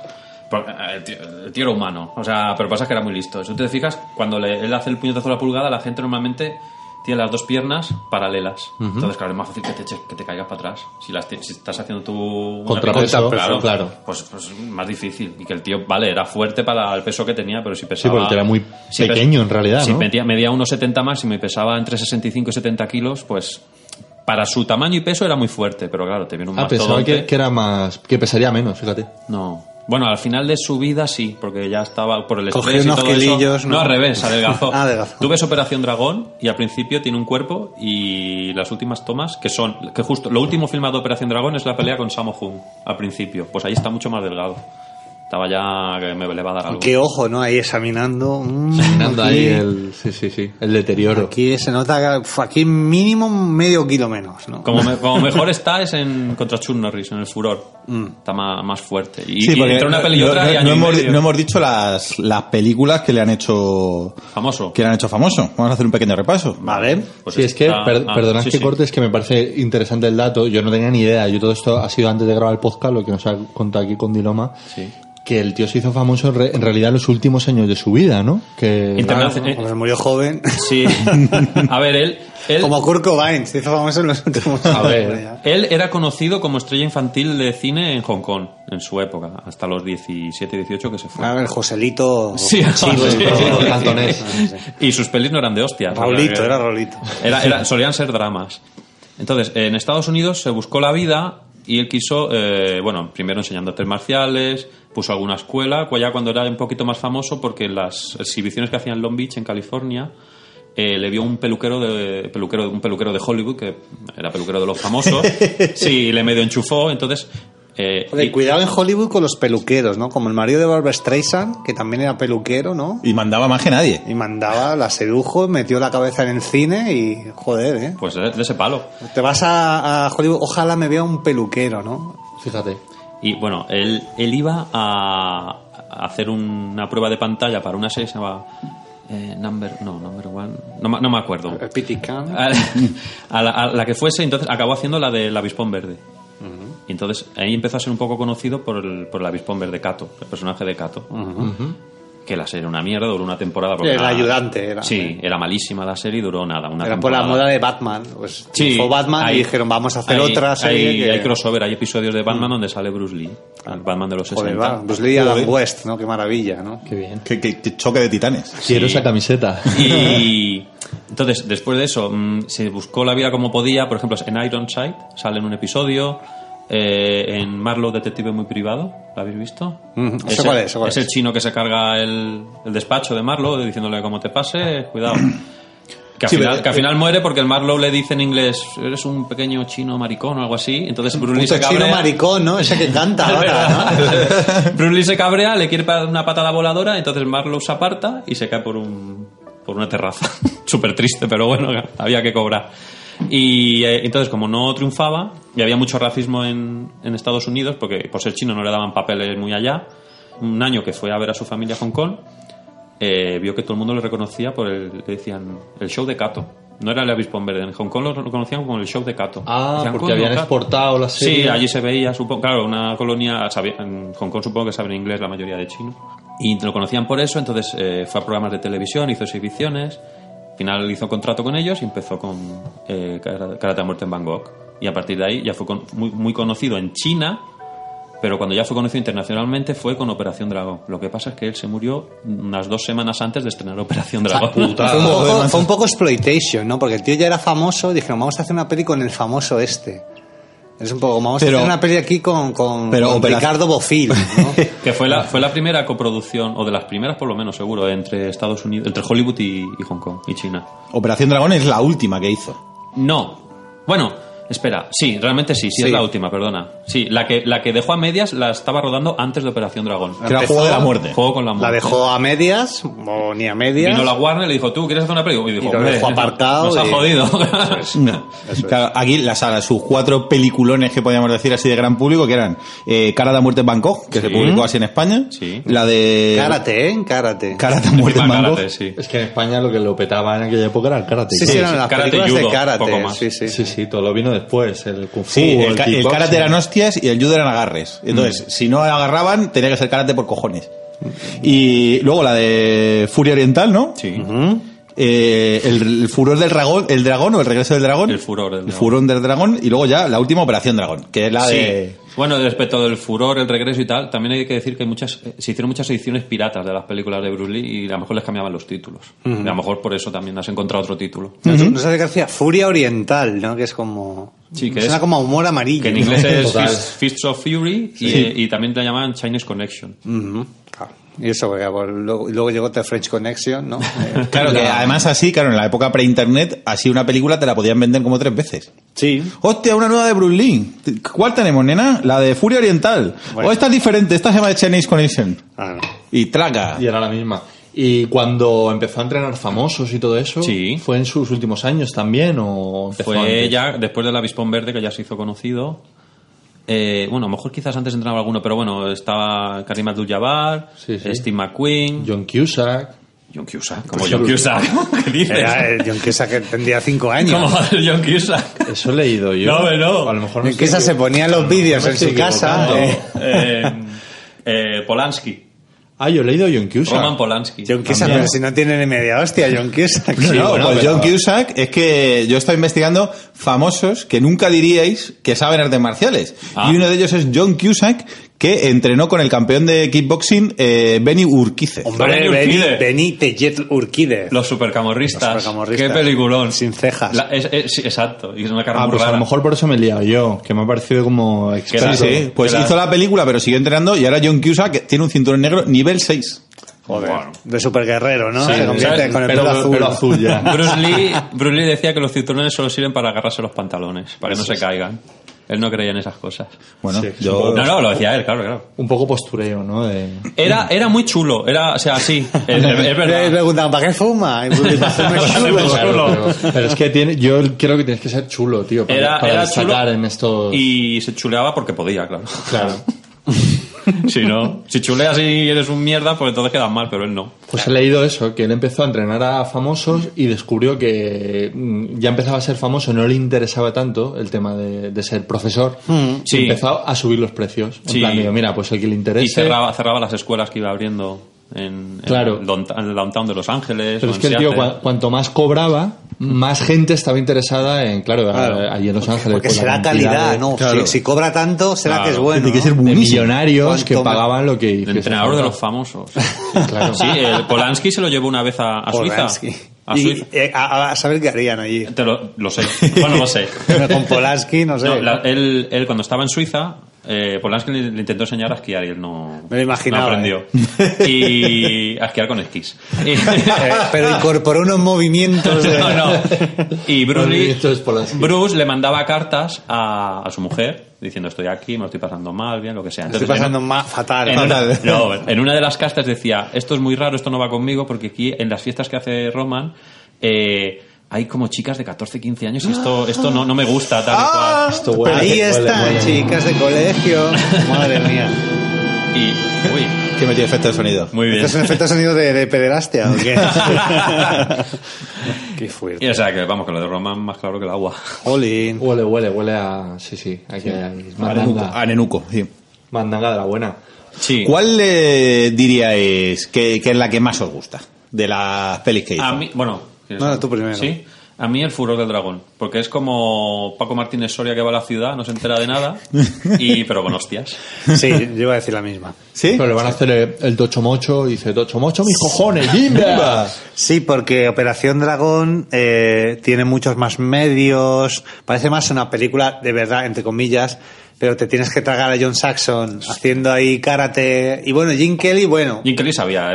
el tío era humano, o sea, pero pasa que era muy listo. Si tú te fijas, cuando él hace el puñetazo a la pulgada, la gente normalmente tiene las 2 piernas paralelas. Entonces, claro, es más fácil que te caigas para atrás. Si estás haciendo tu Contrapeso, claro. Pues más difícil. Y que el tío, vale, era fuerte para el peso que tenía, pero si pesaba... Sí, porque era muy pequeño en realidad, si ¿no? medía unos 70 máximo y pesaba entre 65 y 70 kilos, pues... Para su tamaño y peso era muy fuerte, pero claro, te viene un Pensaba que era más, que pesaría menos, fíjate. No. Bueno, al final de su vida sí, porque ya estaba por el Cogió estrés y unos todo kilillos, eso. ¿no? No, al revés, adelgazó. Adelgazó. Tú ves Operación Dragón y al principio tiene un cuerpo y las últimas tomas, que justo lo último filmado de Operación Dragón es la pelea con Sammo Hung, al principio. Pues ahí está mucho más delgado. Estaba ya que me le va a dar algo. Qué ojo, ¿no? Ahí examinando. Examinando aquí, ahí el deterioro. Aquí se nota que aquí mínimo medio kilo menos, ¿no? Como mejor está es contra Chuck Norris, en El Furor. Está más fuerte. Y entre una peli y otra hay año y medio. no hemos dicho las películas que le han hecho Famoso. famoso. Vamos a hacer un pequeño repaso. Vale. Pues Sí, es que, perdonad sí, que sí. corte, es que me parece interesante el dato. Yo no tenía ni idea. Yo todo esto ha sido antes de grabar el podcast, lo que nos ha contado aquí con Diloma. Sí. Que el tío se hizo famoso en realidad en los últimos años de su vida, ¿no? Que Como murió joven. Sí. A ver, él Como Kurt Cobain, se hizo famoso en los últimos A años. ver. Él era conocido como estrella infantil de cine en Hong Kong, en su época, hasta los 17, 18 que se fue. A ver, Joselito. Sí, Chivo, sí. cantonés. Y sus pelis no eran de hostias. Raulito, O sea, era Raulito. solían ser dramas. Entonces, en Estados Unidos se buscó la vida y él quiso, primero enseñando artes marciales, puso alguna escuela, pues ya cuando era un poquito más famoso, porque en las exhibiciones que hacía en Long Beach, en California, le vio un peluquero de Hollywood, que era peluquero de los famosos, sí, le medio enchufó, entonces... Joder, cuidado en Hollywood con los peluqueros, ¿no? Como el marido de Barbra Streisand, que también era peluquero, ¿no? Y mandaba más que nadie. Y mandaba, la sedujo, metió la cabeza en el cine y, joder, ¿eh? Pues de ese palo. Te vas a Hollywood, ojalá me vea un peluquero, ¿no? Fíjate. Y bueno, él iba a hacer una prueba de pantalla para una serie que se llamaba Number One, no me acuerdo. P.T. Khan. A la que fuese, entonces acabó haciendo la del avispón verde. Y entonces ahí empezó a ser un poco conocido por el avispón verde Kato, el personaje de Kato. Que la serie era una mierda, duró una temporada. Porque El ayudante era. Sí, era malísima la serie y duró nada, una Era por temporada. la moda de Batman. Pues Sí, fue Batman y dijeron, vamos a hacer otra serie. Hay crossover, hay episodios de Batman donde sale Bruce Lee, el Batman de los 60. Joder, va, Bruce Lee y Adam West, ¿no? Qué maravilla, ¿no? Qué bien. Qué choque de titanes. Quiero esa camiseta. Y entonces, después de eso, se buscó la vida como podía. Por ejemplo, en Ironside sale en un episodio. en Marlowe, detective muy privado. ¿Lo habéis visto? Eso cuál es. Es el chino que se carga el despacho de Marlowe diciéndole como te pase, cuidado. Que al final muere porque el Marlowe le dice en inglés, eres un pequeño chino maricón o algo así. Entonces Bruce Lee se cabrea. Chino maricón, ¿no? Ese que canta ahora, ¿no? Bruce Lee se cabrea, le quiere dar una patada voladora, entonces Marlowe se aparta y se cae por una terraza. Súper triste, pero bueno, había que cobrar. Y entonces, como no triunfaba, y había mucho racismo en Estados Unidos, porque por ser chino no le daban papeles muy allá, un año que fue a ver a su familia a Hong Kong, vio que todo el mundo le reconocía le decían el show de Kato. No era el avispón verde, en Hong Kong lo reconocían como el show de Kato. Decían, porque habían exportado la serie. Sí, allí se veía, supongo, claro, una colonia, en Hong Kong supongo que saben inglés la mayoría de chinos. Y lo conocían por eso, entonces fue a programas de televisión, hizo exhibiciones. Al final hizo contrato con ellos y empezó con Karate a muerte en Bangkok. Y a partir de ahí ya fue muy conocido en China, pero cuando ya fue conocido internacionalmente fue con Operación Dragón. Lo que pasa es que él se murió unas 2 semanas antes de estrenar Operación Dragón. Fue un poco exploitation, ¿no? Porque el tío ya era famoso, dijeron, vamos a hacer una peli con el famoso este. Es un poco, vamos a hacer una peli aquí con Ricardo Bofill, ¿no? Que fue la primera coproducción, o de las primeras por lo menos seguro, entre Estados Unidos, entre Hollywood y Hong Kong y China. Operación Dragón es la última que hizo. No. Bueno, espera, sí, realmente sí es la última, perdona. Sí, la que dejó a medias la estaba rodando antes de Operación Dragón. Que era Juego de la Muerte. Juego con la muerte. La dejó a medias, o ni a medias. Vino la Warner y le dijo, ¿tú quieres hacer una película? Y dijo, lo dejó aparcado. Nos ha jodido. Eso es. Claro, aquí la saga, sus 4 peliculones que podríamos decir así de gran público, que eran Karate a muerte en Bangkok, que se publicó así en España. Sí. La de... Karate. Karate a muerte en Bangkok. Sí. Es que en España lo que lo petaba en aquella época era el karate. Sí, eran las karate, películas judo, de karate. poco más. Sí, todo lo vino después. El kung fu, Sí, el kickboxing. karate eran hostias y el judo eran agarres. Entonces, si no agarraban, tenía que ser karate por cojones. Y luego la de Furia Oriental, ¿no? Sí. El furor del dragón, el dragón o el regreso del dragón. El furor del dragón. El furor del dragón. Y luego ya la última Operación Dragón, que es la de... Bueno, respecto del furor, el regreso y tal, también hay que decir que se hicieron muchas ediciones piratas de las películas de Bruce Lee y a lo mejor les cambiaban los títulos. Y a lo mejor por eso también has encontrado otro título. No sé qué hacía, Furia Oriental, ¿no? Que es como... Sí, que suena como humor amarillo. Que en inglés es Fists of Fury y también te llaman Chinese Connection. Y eso, porque luego llegó The French Connection, ¿no? Claro, que además así, claro, en la época pre-internet, así una película te la podían vender como 3 veces. Sí. Hostia, una nueva de Bruce Lee. ¿Cuál tenemos, nena? La de Furia Oriental. Bueno. O esta es diferente, esta se llama Chinese Connection. No. Y traga. Y era la misma. Y cuando empezó a entrenar famosos y todo eso, Sí. ¿fue en sus últimos años también o empezó Fue antes? ya después del Avispón Verde, que ya se hizo conocido. Bueno, a lo mejor quizás antes entrenaba alguno, pero bueno, estaba Karim Abdul-Jabbar, Sí. Steve McQueen, John Cusack. John Cusack. Como John Cusack. ¿Qué dices? Era el John Cusack que tendría 5 años. ¿Cómo va a ser John Cusack? Eso he leído yo. No. A lo mejor no John Cusack se ponía los vídeos me en estoy su casa. Polanski. Ah, yo he leído John Cusack. Roman Polanski. John Cusack, También. pero si no tiene ni media hostia, John Cusack. No, Sí, no, bueno, pues pero- John Cusack es que yo estoy investigando famosos que nunca diríais que saben artes marciales. Ah. Y uno de ellos es John Cusack, que entrenó con el campeón de kickboxing Benny Urquize. Hombre, Urquide. Benny Tejet Urquide. Los supercamorristas. Los supercamorristas. Qué peliculón. Sin cejas. Sí, exacto. Y es una cara muy Pues a rara. lo mejor por eso me he liado yo, que me ha parecido como experto. era- Sí, pues Era- hizo la película, pero siguió entrenando y ahora John Cusack que tiene un cinturón negro nivel 6. Joder. De superguerrero, ¿no? Sí, Se convierte ¿sabes? con el Pero pelo azul. azul ya. Bruce Lee decía que los cinturones solo sirven para agarrarse los pantalones, para que no se caigan. Él no creía en esas cosas. Bueno, Sí, yo... supongo. No, lo decía él, claro. Un poco postureo, ¿no? Era muy chulo, o sea, sí, es Le verdad. preguntaban, ¿para qué fuma? Y Bruce Lee, "Para hacerme chulo". Claro, pero es que yo creo que tienes que ser chulo, tío, para Era destacar chulo en estos... y se chuleaba porque podía, claro. Claro. Si chuleas y eres un mierda, pues entonces quedas mal, pero él no. Pues he leído eso, que él empezó a entrenar a famosos y descubrió que ya empezaba a ser famoso, no le interesaba tanto el tema de ser profesor. Sí. Y empezó a subir los precios. En Sí. plan, digo, mira, pues el que le Y interese... cerraba las escuelas que iba abriendo en Claro. el downtown de Los Ángeles. Pero o es en que el tío, Seattle. cuanto más cobraba, más gente estaba interesada en, claro, allí en Los Ángeles. Porque pues, la será cantidad calidad, de- ¿no? Claro. Si cobra tanto, será Claro. que es bueno. Tiene que ser ¿no? de buenísimo. millonarios que Cuanto más- pagaban lo que El hiciese entrenador de falta. los famosos. Claro. Sí, el Polanski se lo llevó una vez a Suiza. Polanski. A saber qué harían allí. Lo sé. Bueno, lo sé. Con Polanski, no sé. No, él cuando estaba en Suiza, Polanski le intentó enseñar a esquiar y él no, me lo imaginaba, no aprendió. Y a esquiar con esquís. Pero incorporó unos movimientos de... No. Y Bruce le mandaba cartas a su mujer diciendo estoy aquí, me lo estoy pasando mal, bien, lo que sea. Entonces, estoy pasando fatal. En una de las cartas decía, esto es muy raro, esto no va conmigo, porque aquí en las fiestas que hace Roman hay como chicas de 14, 15 años y esto no me gusta tal y cual. Ahí están, chicas de colegio. Madre mía. Y, uy, que metió efecto de sonido. Muy bien. ¿Esto es un efecto de sonido de pederastia o qué? Qué fuerte. Y o sea que vamos, que lo de Roman más claro que el agua. Jolín. Huele a... Sí. Aquí hay mandanga. A nenuco, sí. Mandanga de la buena. Sí. ¿Cuál diríais que es la que más os gusta de las pelis que hizo? A mí, bueno... No, tú primero. Sí. A mí el Furor del Dragón, porque es como Paco Martínez Soria que va a la ciudad, no se entera de nada, pero con hostias. Sí, yo iba a decir la misma. ¿Sí? Pero le van a hacer el Tochomocho y dice, Tochomocho, mis cojones, ¡Jimba! Sí, porque Operación Dragón tiene muchos más medios, parece más una película de verdad, entre comillas, pero te tienes que tragar a John Saxon haciendo ahí karate. Y bueno, Gene Kelly, Jim Kelly sabía,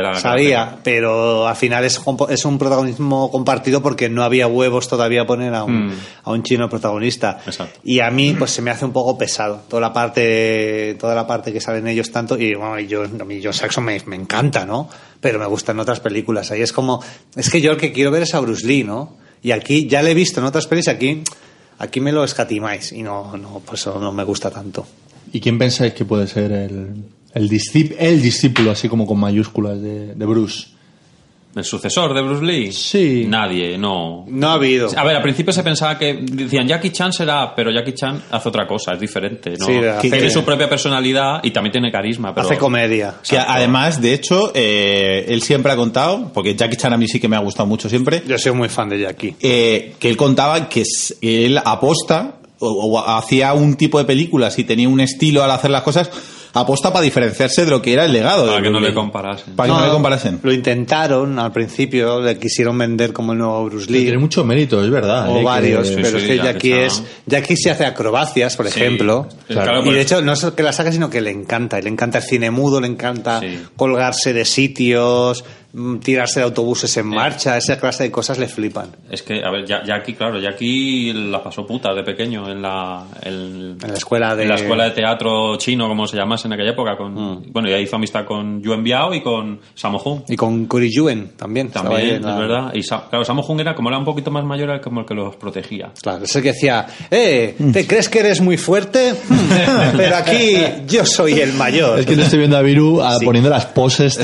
pero al final es un protagonismo compartido porque no había huevos todavía poner a un chino protagonista. Exacto. Y a mí pues se me hace un poco pesado toda la parte que salen ellos tanto. Y bueno, a mí John Saxon me encanta, ¿no? Pero me gustan otras películas. Ahí es que yo el que quiero ver es a Bruce Lee, ¿no? Y aquí ya le he visto en otras pelis, aquí me lo escatimáis y no, por eso no me gusta tanto. ¿Y quién pensáis que puede ser el discípulo, así como con mayúsculas, de Bruce? ¿El sucesor de Bruce Lee? Sí. Nadie, no. No ha habido. A ver, al principio se pensaba que decían Jackie Chan será, pero Jackie Chan hace otra cosa, es diferente, ¿no? Sí, tiene su propia personalidad y también tiene carisma. Pero... hace comedia. Que además, de hecho, él siempre ha contado, porque Jackie Chan a mí sí que me ha gustado mucho siempre. Yo soy muy fan de Jackie. Que él contaba que él aposta o hacía un tipo de películas y tenía un estilo al hacer las cosas, aposta para diferenciarse de lo que era el legado. Para que no le comparasen. Para que no le comparasen. Lo intentaron al principio, le quisieron vender como el nuevo Bruce Lee. Tiene mucho mérito, es verdad. O varios, sí, pero sí, es que Jackie se hace acrobacias, por ejemplo. Claro, y de hecho no es que la saca, sino que le encanta. Y le encanta el cine mudo, le encanta colgarse de sitios, tirarse de autobuses en marcha, esa clase de cosas le flipan. Es que, a ver, Jackie la pasó puta de pequeño en la escuela de teatro chino, como se llamase en aquella época. Bueno, y ahí hizo amistad con Yuen Biao y con Sammo Hung. Y con Curi Yuen también. También, es verdad. Y claro, Sammo Hung era, como era un poquito más mayor, era como el que los protegía. Claro, es el que decía, ¿te crees que eres muy fuerte? Pero aquí yo soy el mayor. Es que te estoy viendo a Viru poniendo las poses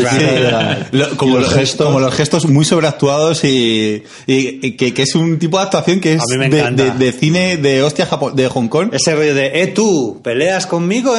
como los gestos muy sobreactuados y que es un tipo de actuación que es de cine de hostia de Hong Kong. Ese rollo de, tú, ¿peleas conmigo,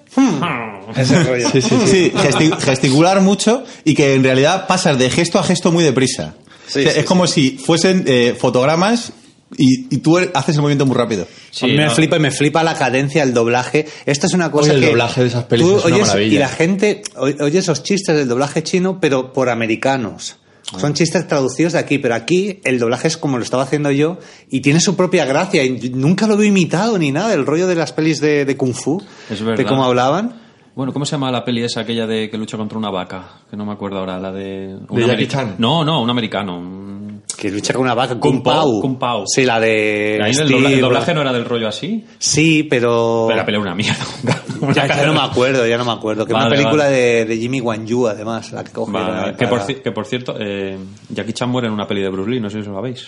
Ese rollo. Sí, gesticular mucho y que en realidad pasas de gesto a gesto muy deprisa. Es como si fuesen fotogramas y tú haces el movimiento muy rápido. Sí, a mí me flipa la cadencia, el doblaje. Esto es una cosa el doblaje de esas pelis es una maravilla. Y la gente oye esos chistes del doblaje chino, pero por americanos. Son chistes traducidos de aquí, pero aquí el doblaje es como lo estaba haciendo yo y tiene su propia gracia. Y nunca lo veo imitado ni nada. El rollo de las pelis de Kung Fu, es verdad. De cómo hablaban. Bueno, ¿cómo se llama la peli esa, aquella de que lucha contra una vaca? Que no me acuerdo ahora, la de... ¿De Jackie Chan? No, un americano. Que lucha con una vaca. Kung Pao. Sí, la de... Ahí el doblaje no era del rollo así. Sí, pero... Pero la pelea era una mierda. ya no me acuerdo. Que es una película de Jimmy Wan Yu, además, la que cogieron. Que por cierto, Jackie Chan muere en una peli de Bruce Lee, no sé si os lo sabéis.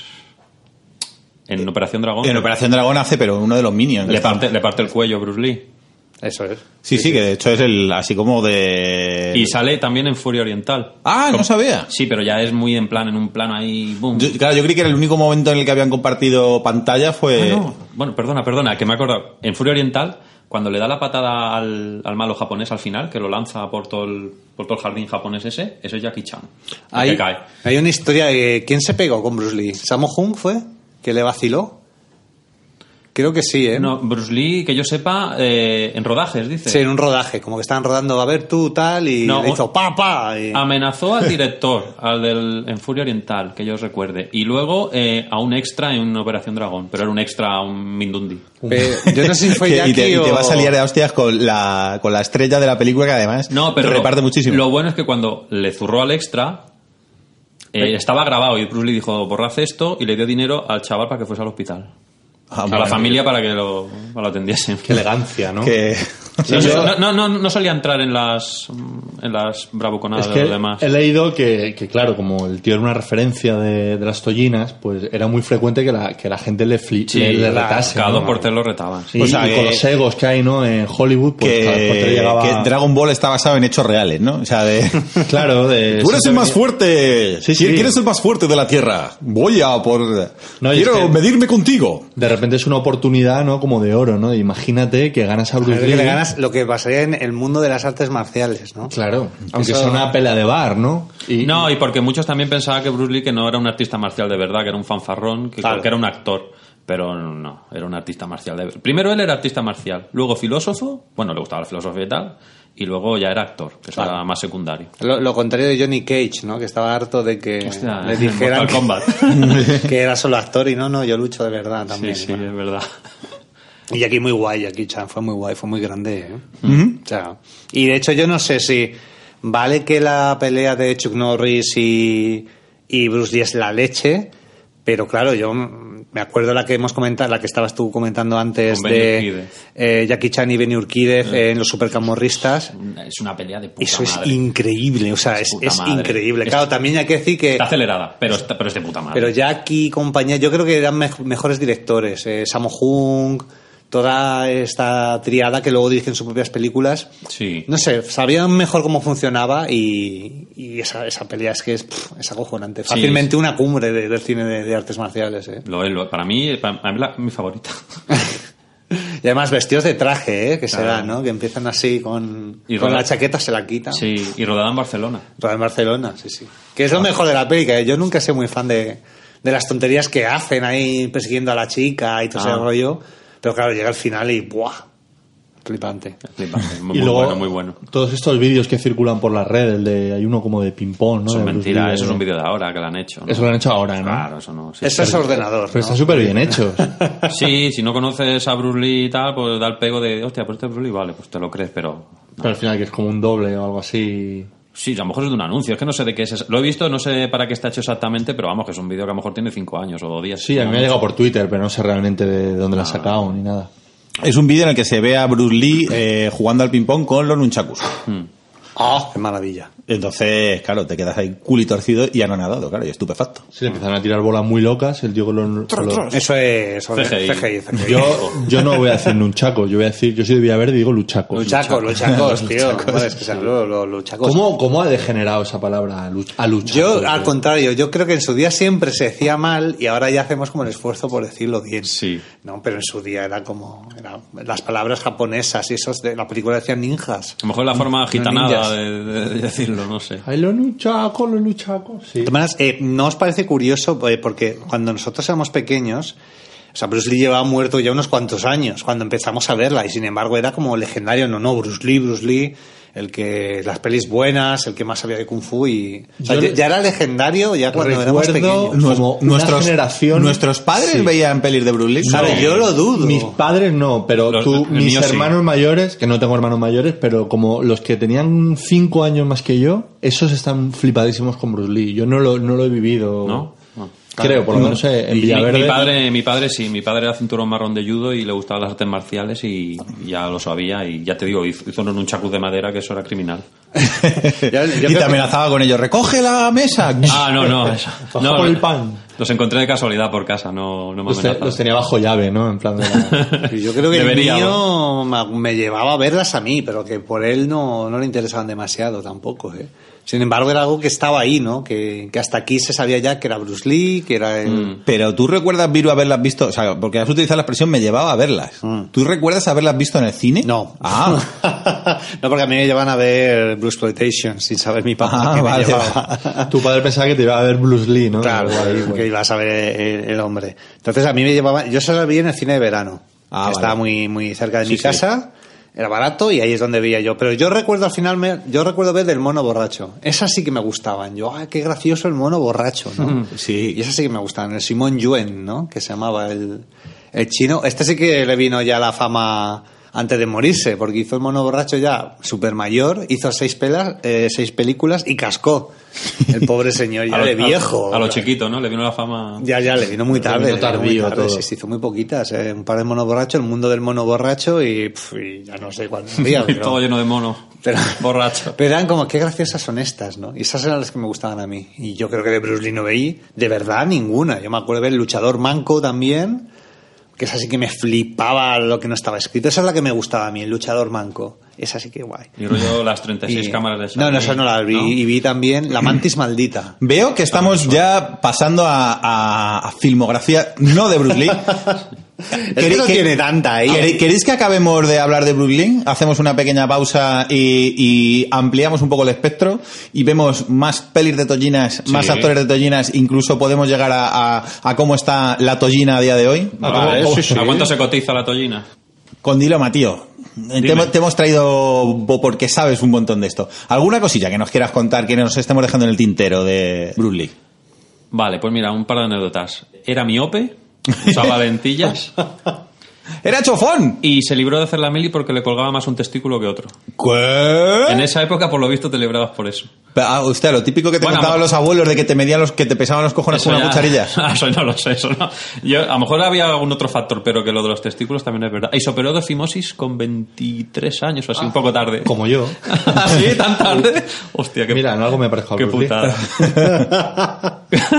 En Operación Dragón. En Operación Dragón hace, pero uno de los Minions. Le parte el cuello a Bruce Lee. Eso es. Sí, que de hecho es así como de... Y sale también en Furia Oriental. Ah, no sabía. Sí, pero ya es muy en un plano ahí, boom. Yo creí que era el único momento en el que habían compartido pantalla fue... no. Bueno, perdona, que me he acordado. En Furia Oriental, cuando le da la patada al malo japonés al final, que lo lanza por todo el jardín japonés eso es Jackie Chan. Hay una historia de... ¿Quién se pegó con Bruce Lee? ¿Sammo Hung fue? ¿Que le vaciló? Creo que sí, ¿eh? No, Bruce Lee, que yo sepa, en rodajes, dice. Sí, en un rodaje, como que estaban rodando, a ver tú, tal, y No, le hizo ¡pa! Y... Amenazó al director, en Furia Oriental, que yo os recuerde. Y luego a un extra en Operación Dragón, pero era un extra, un Mindundi. Yo no sé si fue Que- Jackie y te o... va a salir de hostias con la estrella de la película, que además No, pero reparte muchísimo. Lo bueno es que cuando le zurró al extra, estaba grabado y Bruce Lee dijo, borrad esto, y le dio dinero al chaval para que fuese al hospital. A la familia para que lo atendiesen. Qué elegancia, ¿no? Que... No solía entrar en las bravuconadas Es de que los demás. he leído que, claro, como el tío era una referencia de las tollinas, pues era muy frecuente que la gente le retase. Cada ¿no? 2 por 3 lo retaban. Sí, O sea, y con los egos que hay, ¿no? En Hollywood, pues cada vez por tres llegaba... que Dragon Ball está basado en hechos reales, ¿no? O sea, de... Claro, de... Tú eres el más fuerte. Sí, sí. ¿Quién es el más fuerte de la Tierra? Voy a por... No, y Quiero es que- medirme contigo. De repente es una oportunidad, ¿no? Como de oro, ¿no? Imagínate que ganas a Bruce que Lee. le ganas lo que pasaría en el mundo de las artes marciales, ¿no? Claro, aunque Eso- sea una pelea de bar, ¿no? Y porque muchos también pensaban que Bruce Lee que no era un artista marcial de verdad, que era un fanfarrón, que Claro. era un actor. Pero no, era un artista marcial. Primero él era artista marcial, luego filósofo, bueno, le gustaba la filosofía y tal, y luego ya era actor, que eso Claro. era más secundario. Lo contrario de Johnny Cage, ¿no? Que estaba harto de que Hostia, le dijeran Mortal Kombat. que era solo actor y no, yo lucho de verdad también. Sí, ¿no? es verdad. Y aquí muy guay, Jackie Chan fue muy guay, fue muy grande, ¿eh? O sea, y de hecho yo no sé si vale que la pelea de Chuck Norris y Bruce Lee es la leche, pero claro, yo me acuerdo la que hemos comentado, la que estabas tú comentando antes Con Benny de Jackie Chan y Benny Urquídez en Los Supercamorristas. Es una pelea de puta Eso es madre. increíble, o sea, De es puta madre. increíble. Es- Claro, también hay que decir que... Está acelerada, pero es de puta madre. Pero Jackie y compañía, yo creo que eran mejores directores. Sammo Hung, toda esta triada que luego dirigen sus propias películas. Sí. No sé, sabían mejor cómo funcionaba y esa pelea es que es acojonante. Sí, Fácilmente una cumbre del cine de artes marciales. Para mí mi favorita. Y además vestidos de traje, que se Claro. dan, ¿no? Que empiezan así con Y la rodar- chaqueta, se la quitan. Sí, y rodada en Barcelona. En Barcelona, sí. Que es lo mejor de la peli, que yo nunca soy muy fan de las tonterías que hacen ahí persiguiendo a la chica y todo ese rollo. Pero claro, llega al final y ¡buah! Flipante. Muy, y luego, bueno, muy bueno. todos estos vídeos que circulan por la red, hay uno como de ping-pong, ¿no? Eso es De Bruce mentira, Lee, eso es un vídeo de ahora que lo han hecho, ¿no? Eso lo han hecho ahora, ¿no? Claro, eso no. Sí, Eso es ordenador, Pero ¿no? están súper bien hechos. Sí, si no conoces a Bruce Lee y tal, pues da el pego de, hostia, pues este es Bruce Lee, vale, pues te lo crees, pero... Pero al final que es como un doble o algo así. Sí, a lo mejor es de un anuncio, es que no sé de qué es. Lo he visto, no sé para qué está hecho exactamente, pero vamos, que es un vídeo que a lo mejor tiene 5 años o 10. Sí, a mí me ha llegado por Twitter, pero no sé realmente de dónde lo ha sacado ni nada. Es un vídeo en el que se ve a Bruce Lee jugando al ping-pong con los nunchakus. ¡Oh, qué maravilla! Entonces, claro, te quedas ahí culi torcido y anonadado, claro, y estupefacto. Sí, le empezaron a tirar bolas muy locas, el tío con los... Eso es CGI. CGI. Yo no voy a decir nunchacos, yo voy a decir, yo soy de Villaverde y digo luchacos. Luchacos, tío. Hombre, es que sean los luchacos. ¿Cómo ha degenerado esa palabra a luchacos? Yo, al contrario, yo creo que en su día siempre se decía mal y ahora ya hacemos como el esfuerzo por decirlo bien. Sí. No, pero en su día era como... las palabras japonesas y esos de la película decían ninjas. A lo mejor es la forma gitanada ninjas. de decirlo, no sé. Ay, los luchacos. Sí. De todas maneras, ¿no os parece curioso? Porque cuando nosotros éramos pequeños, o sea, Bruce Lee llevaba muerto ya unos cuantos años cuando empezamos a verla y sin embargo era como legendario. No, Bruce Lee, el que las pelis buenas, el que más sabía de Kung Fu y... O sea, ya era legendario ya cuando éramos Recuerdo pequeños. como una generación... Nuestros padres Sí. veían pelis de Bruce Lee. Claro, No. yo lo dudo. Mis padres no, pero El mis mío sí. hermanos mayores, que no tengo hermanos mayores, pero como los que tenían 5 años más que yo, esos están flipadísimos con Bruce Lee. Yo no lo he vivido. ¿No? No. Creo, por lo menos en Y Villaverde. mi padre sí, mi padre era cinturón marrón de judo y le gustaban las artes marciales y ya lo sabía y ya te digo, hizo unos nunchakus de madera que eso era criminal. Y te amenazaba con ello, recoge la mesa. Ah, no, eso. Baja por el pan. Los encontré de casualidad por casa, no me amenazaban. Los tenía bajo llave, ¿no? En plan de la... Sí, yo creo que Debería, el mío me llevaba a verlas a mí, pero que por él no le interesaban demasiado tampoco, ¿eh? Sin embargo, era algo que estaba ahí, ¿no? Que hasta aquí se sabía ya que era Bruce Lee, que era el... Pero tú recuerdas, Viru, haberlas visto, o sea, porque has utilizado la expresión me llevaba a verlas. ¿Tú recuerdas haberlas visto en el cine? No. Ah. No, porque a mí me llevan a ver Bluesploitation sin saber mi papá que me vale. llevaba. Tu padre pensaba que te iba a ver Bruce Lee, ¿no? Claro, que ibas a ver el hombre. Entonces a mí me llevaba... Yo solo vi en el cine de verano. Que vale. estaba muy, muy cerca de mi casa. Era barato y ahí es donde veía yo. Pero yo recuerdo al final, yo recuerdo ver del mono borracho. Esas sí que me gustaban. Yo, qué gracioso el mono borracho, ¿no? Sí. Y esas sí que me gustaban. El Simón Yuen, ¿no? Que se llamaba el chino. Este sí que le vino ya la fama antes de morirse, porque hizo el mono borracho ya súper mayor, hizo 6 películas y cascó. El pobre señor ya de viejo. A lo chiquito, ¿no? Le vino la fama... Ya, le vino muy tarde. vino tardío todo. Se hizo muy poquitas. Un par de monos borrachos, el mundo del mono borracho y ya no sé cuándo. Todo lleno de mono borracho. Pero eran como, qué graciosas son estas, ¿no? Y esas eran las que me gustaban a mí. Y yo creo que de Bruce Lee no veí de verdad ninguna. Yo me acuerdo de ver El Luchador Manco también, que esa sí que me flipaba lo que no estaba escrito. Esa es la que me gustaba a mí, El Luchador Manco. Esa sí que guay. Y rollo las 36 cámaras de No, esa no la vi. ¿No? Y vi también La Mantis Maldita. Veo que estamos ya pasando a filmografía, no de Bruce Lee. Es que no tiene tanta ahí. ¿Queréis que acabemos de hablar de Bruce Lee? Hacemos una pequeña pausa y ampliamos un poco el espectro y vemos más pelis de tollinas, más actores de tollinas, incluso podemos llegar a cómo está la tollina a día de hoy. Vale, ¿a cuánto se cotiza la tollina? Con dilema, tío. Te hemos traído porque sabes un montón de esto. ¿Alguna cosilla que nos quieras contar que nos estemos dejando en el tintero de Bruce Lee? Vale, pues mira, un par de anécdotas. Era miope, usaba lentillas. ¡Era chofón! Y se libró de hacer la mili porque le colgaba más un testículo que otro. ¿Qué? En esa época, por lo visto, te librabas por eso. Hostia, lo típico que te contaban los abuelos de que te medían que te pesaban los cojones con una cucharilla. Eso no lo sé, eso no. Yo, a lo mejor había algún otro factor, pero que lo de los testículos también es verdad. Y se operó de fimosis con 23 años o así, un poco tarde. Como yo. ¿Sí? ¿Tan tarde? Hostia, que... Mira, no algo me parezco a qué Bruce Lee. putada.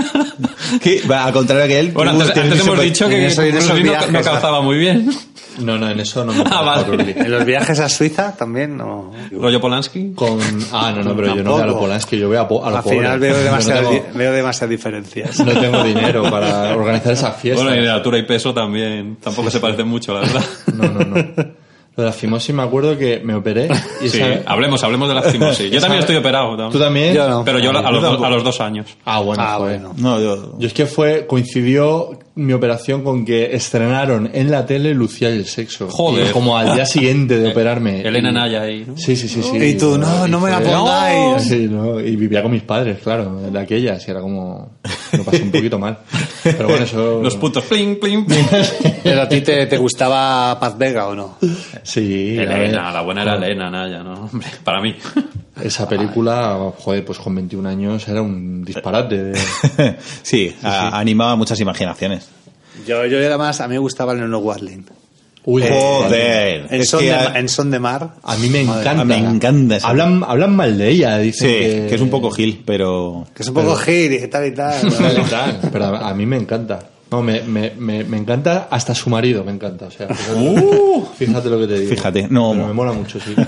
Al contrario que él. Bueno, antes hemos dicho que Bruce Lee no calzaba muy bien. No, en eso no me vale. En los viajes a Suiza también no. ¿Rollo Polanski? No, pero yo no veo a lo Polanski, yo veo a lo Al final veo demasiadas diferencias. No tengo dinero para organizar esas fiestas. Bueno, y de altura y peso también. Tampoco se parecen mucho, la verdad. No. Lo de la fimosis me acuerdo que me operé. Y sí, hablemos de la fimosis. Yo también estoy operado. ¿Tú también? Yo no. Pero yo a los 2 años. Bueno. No, yo es que coincidió mi operación con que estrenaron en la tele Lucía y el sexo. Joder. Y como al día siguiente de operarme. Elena Naya ahí, ¿no? Sí. Y tú, no me la pongáis. Sí, no. Y vivía con mis padres, claro, de aquellas. Y era como... Lo pasé un poquito mal. Pero bueno, eso... Los puntos, pling, pling, pling. ¿Pero a ti te gustaba Paz Vega o no? Sí. Elena, la buena era Elena Naya, ¿no? Hombre, para mí. Esa película, joder, pues con 21 años era un disparate. Sí, animaba muchas imaginaciones. Yo era más, a mí me gustaba el Leonard Watling. Uy, joder. En Son de Mar. A mí me encanta. Me encanta esa. Hablan mal de ella, dicen. Sí, que es un poco gil, pero... Que es un poco gil y tal y tal. Pero a mí me encanta. No, me encanta hasta su marido, me encanta. O sea, fíjate lo que te digo. Fíjate, no. Pero me mola mucho, sí.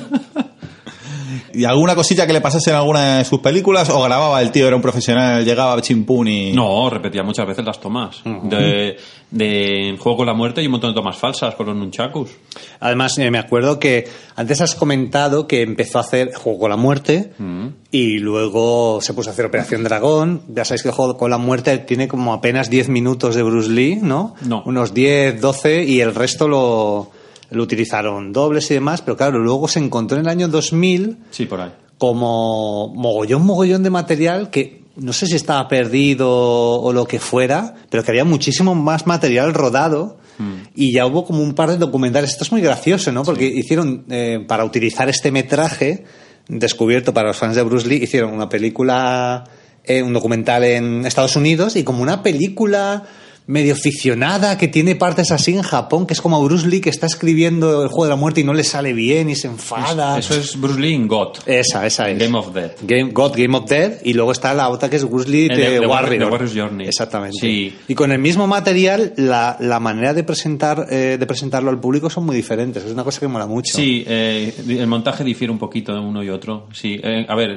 ¿Y alguna cosilla que le pasase en alguna de sus películas? ¿O grababa el tío, era un profesional, llegaba chimpún y...? No, repetía muchas veces las tomas. De Juego con la Muerte y un montón de tomas falsas con los nunchakus. Además, me acuerdo que antes has comentado que empezó a hacer Juego con la Muerte y luego se puso a hacer Operación Dragón. Ya sabéis que Juego con la Muerte tiene como apenas 10 minutos de Bruce Lee, ¿no? No. Unos 10, 12 y el resto lo utilizaron dobles y demás, pero claro, luego se encontró en el año 2000 sí, por ahí. como mogollón de material que no sé si estaba perdido o lo que fuera, pero que había muchísimo más material rodado y ya hubo como un par de documentales. Esto es muy gracioso, ¿no? Porque hicieron, para utilizar este metraje descubierto para los fans de Bruce Lee, hicieron una película, un documental en Estados Unidos y como una película medio ficcionada que tiene partes así en Japón, que es como Bruce Lee que está escribiendo el Juego de la Muerte y no le sale bien y se enfada. Eso es Bruce Lee en God. Esa es. Game of Death. Game of Death, y luego está la otra que es Bruce Lee de Warrior. The Warrior's Journey. Exactamente. Sí. Y con el mismo material, la manera de presentarlo al público son muy diferentes. Es una cosa que mola mucho. Sí, el montaje difiere un poquito de uno y otro. Sí, a ver,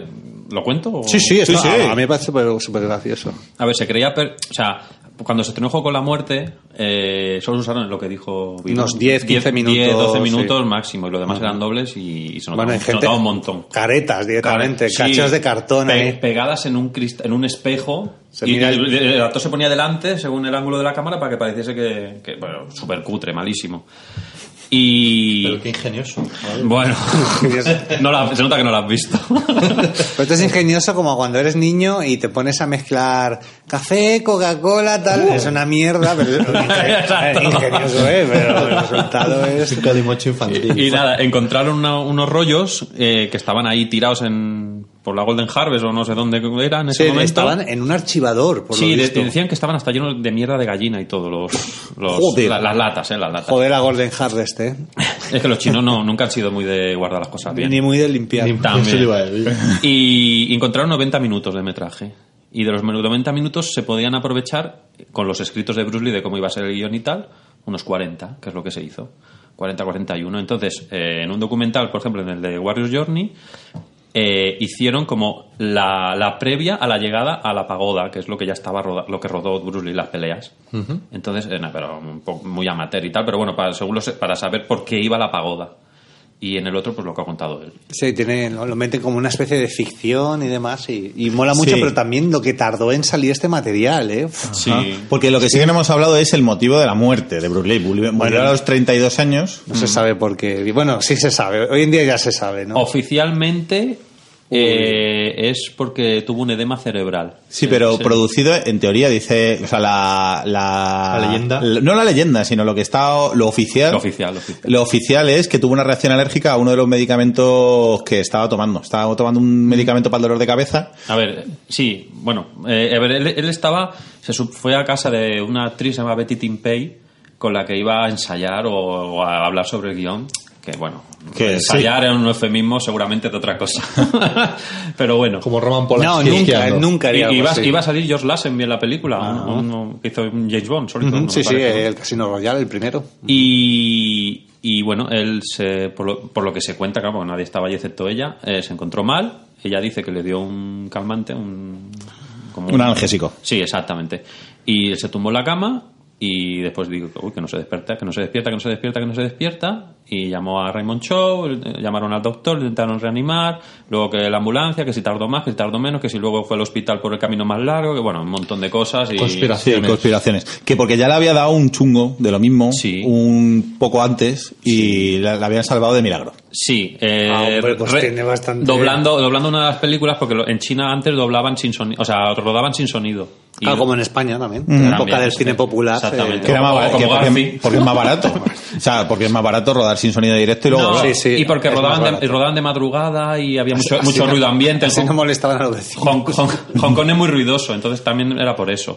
¿Lo cuento? O... Sí, a mí me parece súper gracioso. A ver, se creía... o sea, cuando se estrenó Juego con la Muerte, solo usaron lo que dijo... Unos 10, 15 minutos. 10, 12 minutos máximo, y lo demás eran dobles y se notaba un montón. Caretas directamente, cachos de cartón ahí. Pegadas en un espejo, y el actor se ponía delante, según el ángulo de la cámara, para que pareciese que bueno, súper cutre, malísimo. Pero qué ingenioso. Bueno, se nota que no lo has visto. Pero esto es ingenioso como cuando eres niño y te pones a mezclar café, Coca-Cola, tal. Es una mierda, pero es ingenioso, pero el resultado es... Un calimocho infantil. Y nada, encontraron unos rollos que estaban ahí tirados por la Golden Harvest o no sé dónde eran en ese momento. Estaban en un archivador, por lo visto. Decían que estaban hasta llenos de mierda de gallina y todo, las latas, las latas. Joder, la Golden Harvest, Es que los chinos nunca han sido muy de guardar las cosas bien. Ni muy de limpiar. También. Y encontraron 90 minutos de metraje. Y de los 90 minutos se podían aprovechar, con los escritos de Bruce Lee de cómo iba a ser el guión y tal, unos 40, que es lo que se hizo. 40-41. Entonces, en un documental, por ejemplo, en el de Warrior's Journey, hicieron como la previa a la llegada a la pagoda, que es lo que ya estaba lo que rodó Bruce Lee, las peleas. Entonces, pero un poco muy amateur y tal, pero bueno, para saber por qué iba a la pagoda. Y en el otro, pues lo que ha contado él. Sí, lo meten como una especie de ficción y demás, y mola mucho, pero también lo que tardó en salir este material, Sí. Porque lo que sí que no hemos hablado es el motivo de la muerte de Bruce Lee. Murió a los 32 años. No se sabe por qué. Bueno, sí se sabe. Hoy en día ya se sabe, ¿no? Oficialmente... es porque tuvo un edema cerebral. Sí, pero producido, en teoría, dice... O sea, la leyenda. No la leyenda, sino lo que está... Lo oficial. Lo oficial es que tuvo una reacción alérgica a uno de los medicamentos que estaba tomando. Estaba tomando un medicamento para el dolor de cabeza. A ver, sí, bueno... él fue a casa de una actriz llamada Betty Timpey, con la que iba a ensayar o a hablar sobre el guión. Que bueno, que ensayar es un eufemismo seguramente de otra cosa. Pero bueno. Como Roman Polanski. No, nunca haría iba a salir George Lazenby en la película, que hizo un James Bond solito. Sí, el Casino Royale, el primero. Y bueno, él por lo que se cuenta, claro, nadie estaba allí excepto ella, se encontró mal. Ella dice que le dio un calmante, un analgésico. Sí, exactamente. Y él se tumbó en la cama. Y después digo, que no se despierta, y llamó a Raymond Chow, llamaron al doctor, le intentaron reanimar, luego que la ambulancia, que si tardó más, que si tardó menos, que si luego fue al hospital por el camino más largo, que bueno, un montón de cosas. Y conspiraciones. Que porque ya le había dado un chungo de lo mismo un poco antes y la habían salvado de milagro. Sí, pues tiene bastante... doblando una de las películas, porque en China antes doblaban sin sonido, o sea, rodaban sin sonido. Claro, como en España también. En la época del cine popular. Exactamente. Que era más barato, porque es más barato. O sea, porque es más barato rodar sin sonido directo y luego... Y porque rodaban de madrugada y había mucho ruido ambiente. Así no molestaban a los vecinos. Hong Kong es muy ruidoso, entonces también era por eso.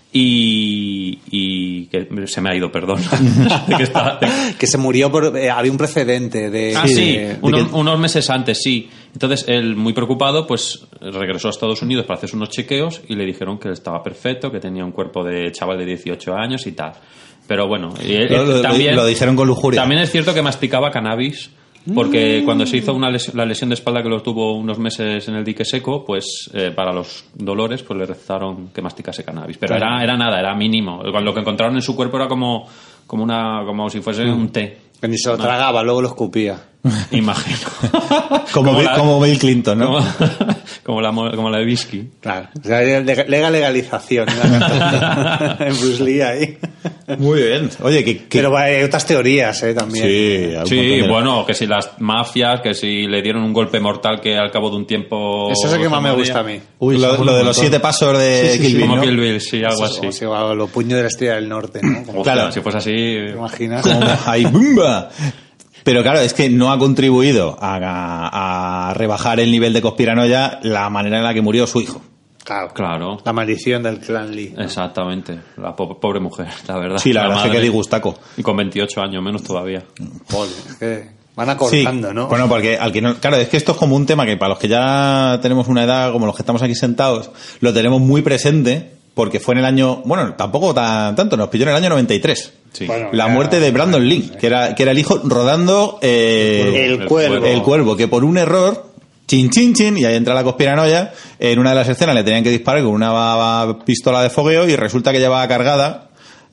Y que se me ha ido, perdón. Que se murió había un precedente de... unos meses antes, sí. Entonces él, muy preocupado, pues regresó a Estados Unidos para hacerse unos chequeos y le dijeron que estaba perfecto, que tenía un cuerpo de chaval de 18 años y tal. Pero bueno, también lo dijeron con lujuria. También es cierto que masticaba cannabis, porque cuando se hizo la lesión de espalda, que lo tuvo unos meses en el dique seco, pues para los dolores pues le recetaron que masticase cannabis. Pero era nada, era mínimo. Lo que encontraron en su cuerpo era como si fuese un té. Que ni se lo tragaba, luego lo escupía. Imagino. como Bill Clinton, ¿no? Como la de whisky. Claro. O sea, legalización. En Bruce Lee ahí. Muy bien. Oye, Pero hay otras teorías, también. Sí, bueno, que si las mafias, que si le dieron un golpe mortal que al cabo de un tiempo... Eso es el que más me gusta a mí. Lo de los 7 pasos de Kill Bill, como ¿no? Kill Bill, sí, algo así. O los puños de la Estrella del Norte, ¿no? Claro, si fuese así... ¿Te imaginas? Ahí, ¡bumba! Pero claro, es que no ha contribuido a rebajar el nivel de conspiranoia la manera en la que murió su hijo. Claro. La maldición del clan Lee. Exactamente. La pobre mujer, la verdad. Sí, la verdad es que disgustaco. Y con 28 años, menos todavía. Joder, es que van acortando, ¿no? Bueno, porque claro, es que esto es como un tema que para los que ya tenemos una edad, como los que estamos aquí sentados, lo tenemos muy presente, porque fue en el año, bueno, tampoco tanto, nos pilló en el año 93. Sí. Bueno, la muerte de Brandon Lee, que era el hijo rodando el cuervo, que por un error chin, chin, chin, y ahí entra la conspiranoia. En una de las escenas le tenían que disparar con una pistola de fogueo y resulta que llevaba cargada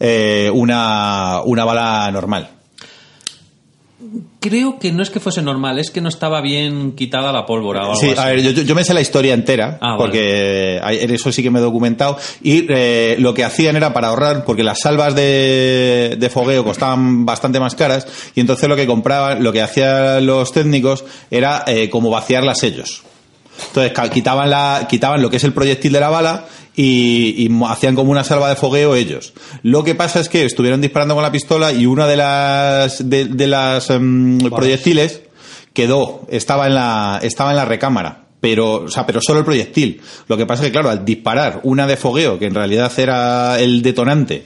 una bala normal. Creo que no es que fuese normal, es que no estaba bien quitada la pólvora o algo Sí, así. a ver, yo me sé la historia entera, porque eso sí que me he documentado, y lo que hacían era para ahorrar, porque las salvas de fogueo costaban bastante más caras, y entonces lo que hacían los técnicos era como vaciarlas ellos. Entonces quitaban lo que es el proyectil de la bala y hacían como una salva de fogueo ellos. Lo que pasa es que estuvieron disparando con la pistola y una de las proyectiles estaba en la recámara. Pero solo el proyectil. Lo que pasa es que, claro, al disparar una de fogueo, que en realidad era el detonante,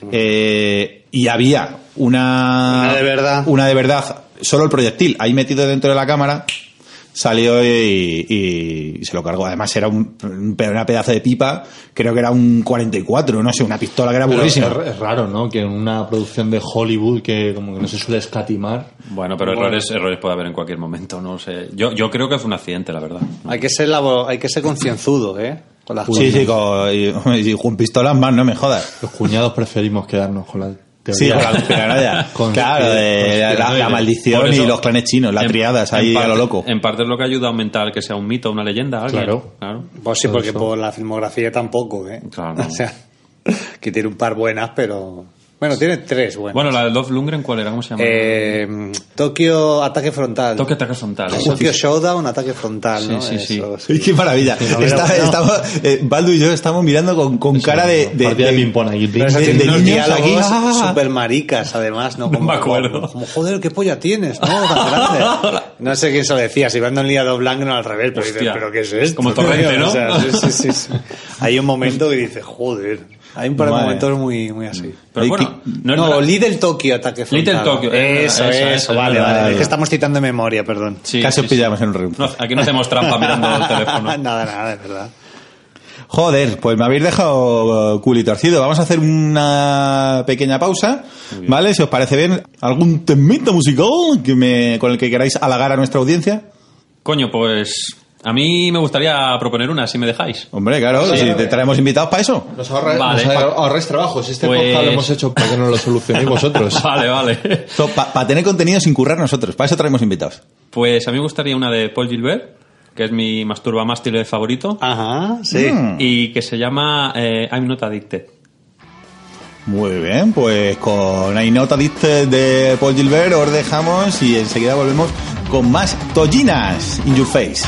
y había una de verdad, solo el proyectil ahí metido dentro de la cámara, salió y se lo cargó. Además era una pedazo de pipa, creo que era un 44, no sé, una pistola que era burrísima. Es raro, ¿no? Que en una producción de Hollywood que como que no se suele escatimar. Bueno, pero errores puede haber en cualquier momento, no sé. Yo creo que fue un accidente, la verdad. Hay que ser concienzudo, con las cosas. Sí, con pistolas más, no me jodas. Los cuñados preferimos quedarnos con la Sí, con la conspiranoia. Claro, la maldición y los clanes chinos, las triadas ahí a lo loco. En parte es lo que ayuda a aumentar que sea un mito, una leyenda. ¿Alguien? Claro. Pues sí, porque por la filmografía tampoco, Claro. No. O sea, que tiene un par buenas, pero... Bueno, tiene 3 buenas. Bueno, la de Dolph Lundgren, ¿cuál era? ¿Cómo se llama? Tokio Ataque Frontal. Ataque Frontal. Tokio Showdown, Ataque Frontal, ¿no? Sí. ¡Qué maravilla! Baldu y yo estamos mirando con cara de ping-pong aquí. De niños aquí super maricas, además, ¿no? No me acuerdo. Como, joder, qué polla tienes, ¿no? Tan grande. No sé quién se lo decía, si Brandon Lee a Dolph Lundgren al revés, pero dices, ¿pero qué es esto? Como Torrente, ¿no? O sea, sí. Hay un momento que dices, joder... Hay un par de momentos muy así. Pero bueno, Little Tokyo Ataque Frontal. Little Tokyo. Eso, vale. Es que estamos citando de memoria, perdón. Casi os pillamos en un ring. No, aquí no hacemos trampa mirando el teléfono. Nada, es verdad. Joder, pues me habéis dejado culi torcido. Vamos a hacer una pequeña pausa, ¿vale? Si os parece bien, ¿algún temita musical con el que queráis halagar a nuestra audiencia? Coño, pues... A mí me gustaría proponer una, si me dejáis. Hombre, claro, si te traemos invitados para eso. Nos ahorráis trabajo. Si este podcast lo hemos hecho para que nos lo solucionéis vosotros. Vale. Para tener contenido sin currar nosotros. Para eso traemos invitados. Pues a mí me gustaría una de Paul Gilbert, que es mi masturbamástile favorito. Ajá, sí. Y que se llama I'm Not Addicted. Muy bien, pues con I'm Not Addicted de Paul Gilbert os dejamos y enseguida volvemos con más Tollinas in Your Face.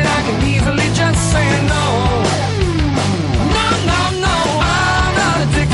Easily just say no. No, I'm not addicted.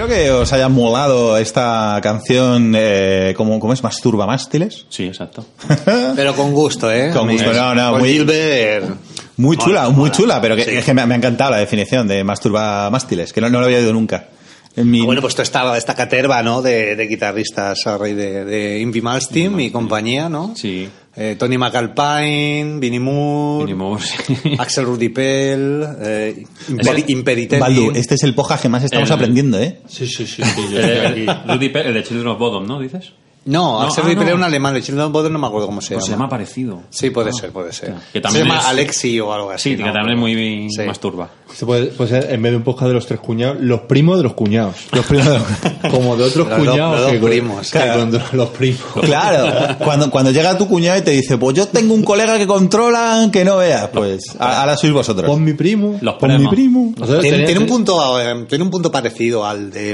Espero que os haya molado esta canción, ¿cómo es? ¿Masturba Mástiles? Sí, exacto. Pero con gusto, ¿eh? Con gusto, no, Con muy- Gilbert. Muy chula, muy chula, pero Sí. es que me ha encantado la definición de Masturba Mástiles, que no lo había oído nunca. En mi... Bueno, pues esta caterva, ¿no? De guitarristas a raíz de Yngwie Malmsteen y compañía, ¿no? Sí. Tony McAlpine, Vinnie Moore, Vinnie Moore, sí. Axel Rudipel, Imperitelli. Baldu, este es el podcast que más estamos aprendiendo, ¿eh? Sí. Yo estoy aquí. Rudy Pell, el de Children of Bodom, ¿no? ¿Dices? No, Axel Rudipel no. era un alemán, el Children of Bodom no me acuerdo cómo se Pues se llama. llama parecido. Sí, puede ser. Que también se llama es- Alexi o algo así. Sí, ¿no? que también es muy Sí. masturba. Esto puede ser, en vez de un podcast de los tres cuñados, los primos de los cuñados. Los primeros... Como de otros Los dos- cuñados los que dos primos. que los primos. Claro, cuando llega tu cuñado y te dice, pues yo tengo un colega que controla que no veas, pues ahora sois vosotros. Pon mi primo. Los Pon mi primos. primo. Nosotros Tiene teníamos- un punto parecido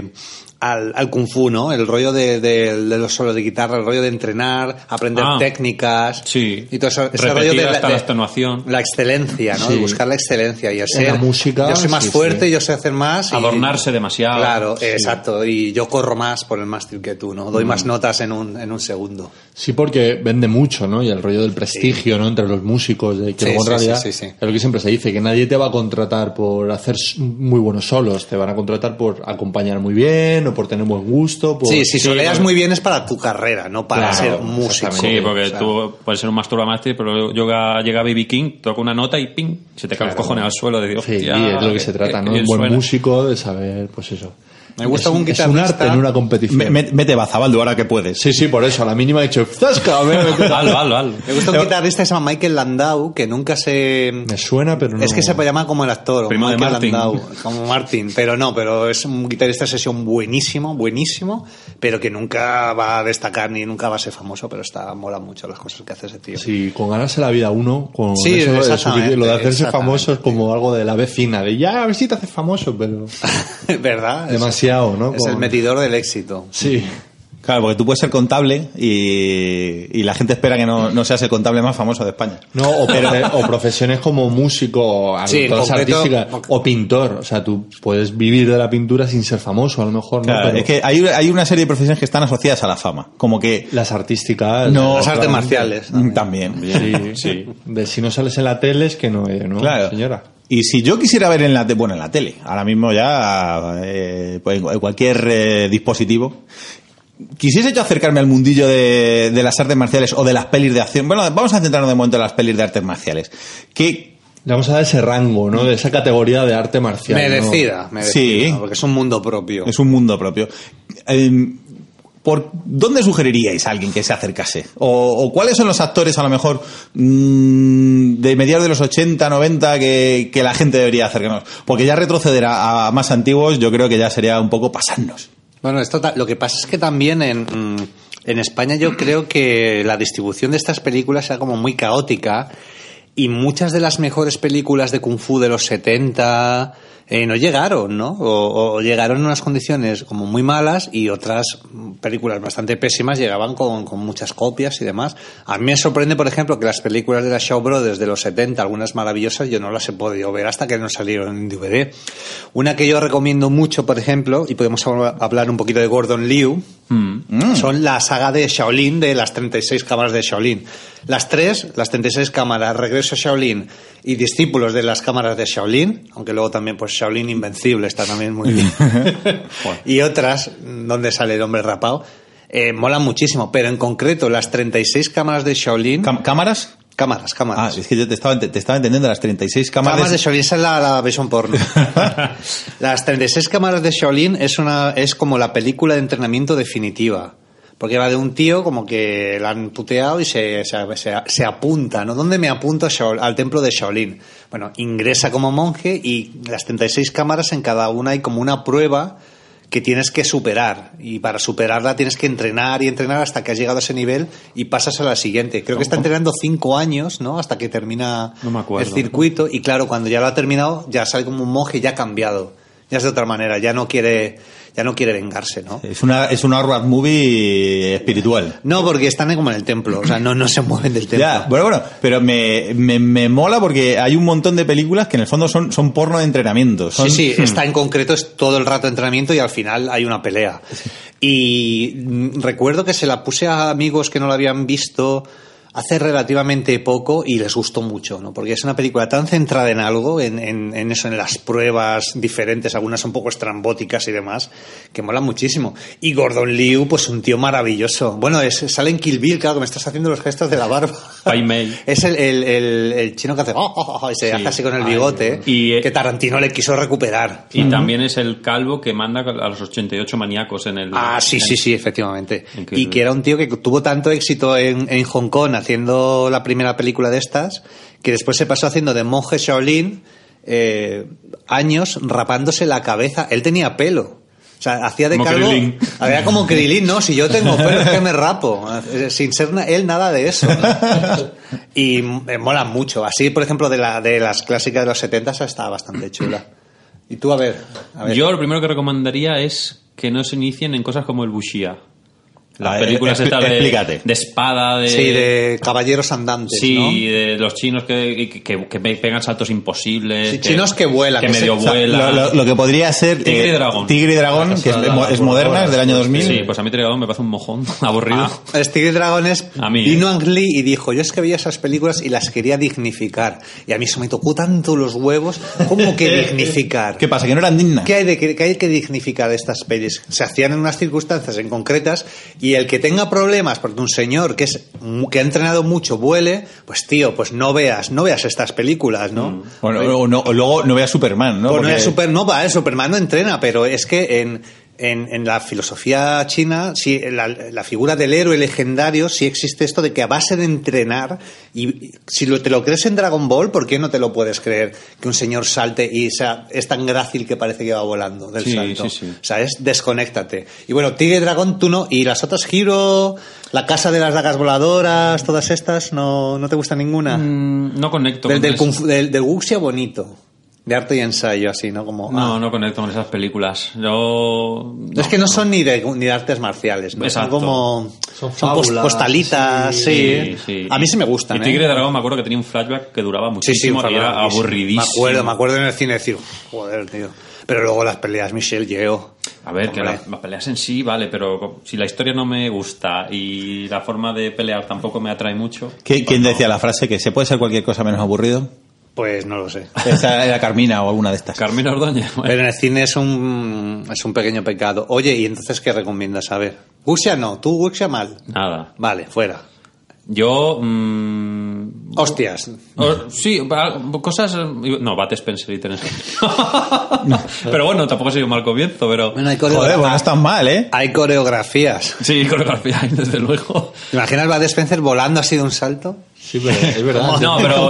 al Kung Fu, ¿no? El rollo de los solos de guitarra, el rollo de entrenar, aprender técnicas. Sí. Y todo eso, ese Repetir rollo de hasta la extenuación. La excelencia, ¿no? Sí. De buscar la excelencia y el En ser. la música, yo soy más sí, fuerte, sí. yo sé hacer más. y- Adornarse demasiado. Claro, Sí. exacto. Y yo corro más por el mástil que tú, ¿no? Doy más notas en un segundo. Sí, porque vende mucho, ¿no? Y el rollo del prestigio, ¿no? Entre los músicos, de que Sí, luego en sí, realidad sí, sí. es lo que siempre se dice, que nadie te va a contratar por hacer muy buenos solos, te van a contratar por acompañar muy bien o por tener buen gusto. Sí, si soleas porque- muy bien es para tu carrera, no para Claro, ser músico. exactamente. Sí, porque O sea, tú puedes ser un masturba máster, pero llega Baby King, toca una nota y ping, se te caen los cojones al suelo de Dios. Sí, es lo que se trata, ¿no? Un buen músico, de saber, pues eso. Me gusta es, un es un guitarrista. arte en una competición. Mete baza, Baldu, ahora que puedes. Sí, por eso, a la mínima he dicho, ¡zasca! Algo. Me gusta un guitarrista que se llama Michael Landau, que nunca se... Me suena, pero no. Es que se llama como el actor, Primo de Michael Martin. Landau, como Martin, pero es un guitarrista de sesión buenísimo, pero que nunca va a destacar ni nunca va a ser famoso, pero mola mucho las cosas que hace ese tío. Sí, con ganarse la vida uno, con Sí, eso, exactamente, lo de hacerse exactamente. famoso es como algo de la vecina, de ya, a ver si te haces famoso, pero ¿Verdad? demasiado, ¿no? Es el metidor del éxito. Sí. Claro, porque tú puedes ser contable y la gente espera que no seas el contable más famoso de España. No, o profesiones como músico, Sí, en todas concreto- artísticas, o pintor. O sea, tú puedes vivir de la pintura sin ser famoso, a lo mejor, ¿no? Claro, Pero es que hay una serie de profesiones que están asociadas a la fama. Como que... las artísticas... No, Las artes claramente. marciales. También. Sí. De si no sales en la tele es que no, ¿no? Claro. Señora. Y si yo quisiera ver en la tele, ahora mismo ya pues en cualquier dispositivo, quisiese yo acercarme al mundillo de las artes marciales o de las pelis de acción. Bueno, vamos a centrarnos de momento en las pelis de artes marciales. Que Le vamos a dar ese rango, ¿no? De esa categoría de arte marcial. ¿no? Merecida, Sí. porque es un mundo propio. es un mundo propio. ¿Por dónde sugeriríais a alguien que se acercase? ¿O cuáles son los actores, a lo mejor, de mediados de los 80, 90, que la gente debería acercarnos? Porque ya retroceder a más antiguos, yo creo que ya sería un poco pasarnos. Bueno, lo que pasa es que también en España yo creo que la distribución de estas películas era como muy caótica y muchas de las mejores películas de Kung Fu de los 70 no llegaron, ¿no? O llegaron en unas condiciones como muy malas y otras películas bastante pésimas llegaban con muchas copias y demás. A mí me sorprende, por ejemplo, que las películas de la Shaw Brothers de los 70, algunas maravillosas, yo no las he podido ver hasta que no salieron en DVD. Una que yo recomiendo mucho, por ejemplo, y podemos hablar un poquito de Gordon Liu, son la saga de Shaolin, de las 36 cámaras de Shaolin. Las 36 cámaras, Regreso a Shaolin y Discípulos de las cámaras de Shaolin, aunque luego también pues Shaolin Invencible está también muy bien. Y otras, donde sale el hombre rapado, molan muchísimo, pero en concreto las 36 cámaras de Shaolin... ¿Cámaras? Cámaras. Ah, es que yo te estaba entendiendo las 36 cámaras. Cámaras de Shaolin, esa es la versión porno. Las 36 cámaras de Shaolin es como la película de entrenamiento definitiva. Porque va de un tío como que la han puteado y se apunta, ¿no? ¿Dónde me apunto al templo de Shaolin? Bueno, ingresa como monje y las 36 cámaras en cada una hay como una prueba que tienes que superar. Y para superarla tienes que entrenar y entrenar hasta que has llegado a ese nivel y pasas a la siguiente. Creo que está entrenando 5 años, ¿no? Hasta que termina No me acuerdo. el circuito. Y claro, cuando ya lo ha terminado, ya sale como un monje ya cambiado. Ya es de otra manera, ya no quiere vengarse, ¿no? Es una road movie espiritual. No, porque están como en el templo, o sea, no se mueven del templo. Ya, bueno, pero me mola porque hay un montón de películas que en el fondo son porno de entrenamiento. Sí, esta en concreto es todo el rato entrenamiento y al final hay una pelea. Y recuerdo que se la puse a amigos que no la habían visto hace relativamente poco y les gustó mucho, ¿no? Porque es una película tan centrada en algo, en eso, en las pruebas diferentes, algunas un poco estrambóticas y demás, que mola muchísimo. Y Gordon Liu, pues un tío maravilloso. Bueno, sale en Kill Bill, claro, que me estás haciendo los gestos de la barba. Pai Mei. Es el chino que hace y se hace así con el bigote, que Tarantino le quiso recuperar. Y también es el calvo que manda a los 88 maníacos en el... Sí, efectivamente. Y que era un tío que tuvo tanto éxito en Hong Kong haciendo la primera película de estas, que después se pasó haciendo de monje Shaolin años rapándose la cabeza. Él tenía pelo. O sea, hacía de como calvo. Krilin. Había como Krilin, ¿no? Si yo tengo pelo es que me rapo. Sin ser él nada de eso, ¿no? Y me mola mucho. Así, por ejemplo, de las clásicas de los 70 está bastante chula. Y tú, a ver. Yo lo primero que recomendaría es que no se inicien en cosas como el Wuxia. Las películas estas de espada, de caballeros andantes, sí, ¿no? de los chinos que pegan saltos imposibles. Sí, chinos que vuelan. Que medio vuelan. Lo que podría ser Tigre y Dragón. Tigre y Dragón, que es moderna, es del año 2000. Sí, pues a mí Tigre y Dragón me parece un mojón aburrido. Tigre y Dragón vino Ang Lee y dijo, yo es que veía esas películas y las quería dignificar. Y a mí eso me tocó tanto los huevos. ¿Cómo que dignificar? ¿Qué pasa? ¿Que no eran dignas? ¿Qué hay que dignificar de estas pelis? Se hacían en unas circunstancias en concretas. Y el que tenga problemas porque un señor que ha entrenado mucho vuele, pues tío, pues no veas estas películas, ¿no? Bueno, luego no veas Superman, ¿no? Pues porque... Superman no entrena, pero es que en la filosofía china, sí, la figura del héroe legendario, sí existe esto de que a base de entrenar, y si te lo crees en Dragon Ball, ¿por qué no te lo puedes creer? Que un señor salte y es tan grácil que parece que va volando del salto. Sí. O sea, desconéctate. Y bueno, Tigre y Dragón, tú no. Y las otras, Hero, La Casa de las Dagas Voladoras, todas estas, ¿no te gusta ninguna? No conecto del Wuxia bonito. De arte y ensayo, así, ¿no? Como, no conecto con esas películas. Es que no son ni de artes marciales, ¿no? Exacto. Son como... Son postalitas, sí. Sí. A mí sí me gustan, Y Tigre y Dragón me acuerdo que tenía un flashback que duraba muchísimo y era aburridísimo. Me acuerdo en el cine decir, joder, tío. Pero luego las peleas, Michelle Yeoh. A ver, que las peleas en sí, vale, pero si la historia no me gusta y la forma de pelear tampoco me atrae mucho... ¿Quién decía la frase que se puede ser cualquier cosa menos aburrido? Pues no lo sé. Esa era Carmina o alguna de estas. Carmina Ordóñez. Bueno. Pero en el cine es un pequeño pecado. Oye, ¿y entonces qué recomiendas? A ver. Wuxia no, tú Wuxia mal. Nada. Vale, fuera. Yo... Hostias. Sí, cosas... No, Bud Spencer y Terence Hill. Pero bueno, tampoco ha sido un mal comienzo, pero... Bueno, joder, no es tan mal, ¿eh? Hay coreografías. Sí, coreografía, desde luego. ¿Te imaginas Bud Spencer volando así de un salto? Sí, pero es verdad. No, pero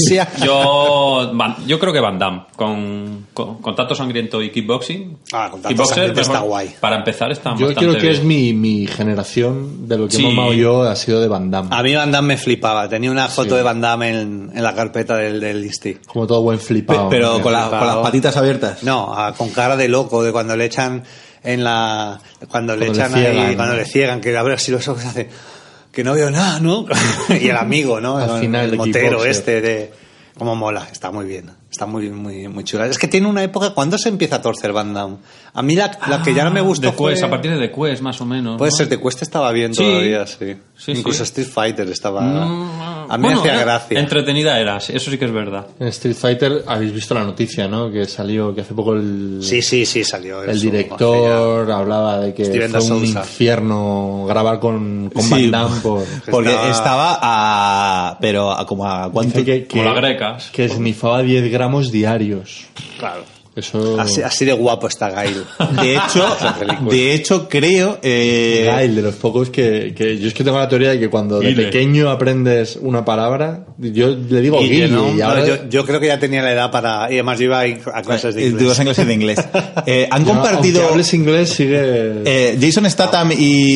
yo creo que Van Damme con Contacto Sangriento y Kickboxing. Contacto Sangriento está guay. Para empezar está yo bastante creo que bien. es mi generación de lo que hemos mamado yo ha sido de Van Damme. A mí Van Damme me flipaba. Tenía una foto de Van Damme en la carpeta del Listi. Como todo buen flipado. Pero con las patitas abiertas. No, con cara de loco, de cuando le echan cuando le ciegan, que a ver si los ojos hace que no veo nada, ¿no? Y el amigo, ¿no? Al final el motero de cómo mola, está muy bien, está muy muy chula. Es que tiene una época, ¿cuándo se empieza a torcer Van Damme? A mí la que ya no me gustó fue a partir de The Quest, más o menos. Puede ¿no? ser, The Quest estaba bien todavía, sí. Incluso Street Fighter estaba... a mí me hacía gracia. Entretenida era, eso sí que es verdad. En Street Fighter habéis visto la noticia, ¿no? Que salió, que hace poco el... Sí, salió. El director hablaba de que Steven fue un Sousa. infierno grabar con Van Damme porque estaba como a ¿cuánto? Como las grecas. Que esnifaba 10 gramos diarios. Claro. Eso... Así de guapo está Gail. De hecho creo... Gail, de los pocos que yo es que tengo la teoría de que cuando de pequeño aprendes una palabra, yo le digo Guille, ¿no? y ahora... yo creo que ya tenía la edad para... Y además yo iba a clases de inglés. Tú vas a clases de inglés. Han compartido... Aunque hables inglés, sigue... Jason Statham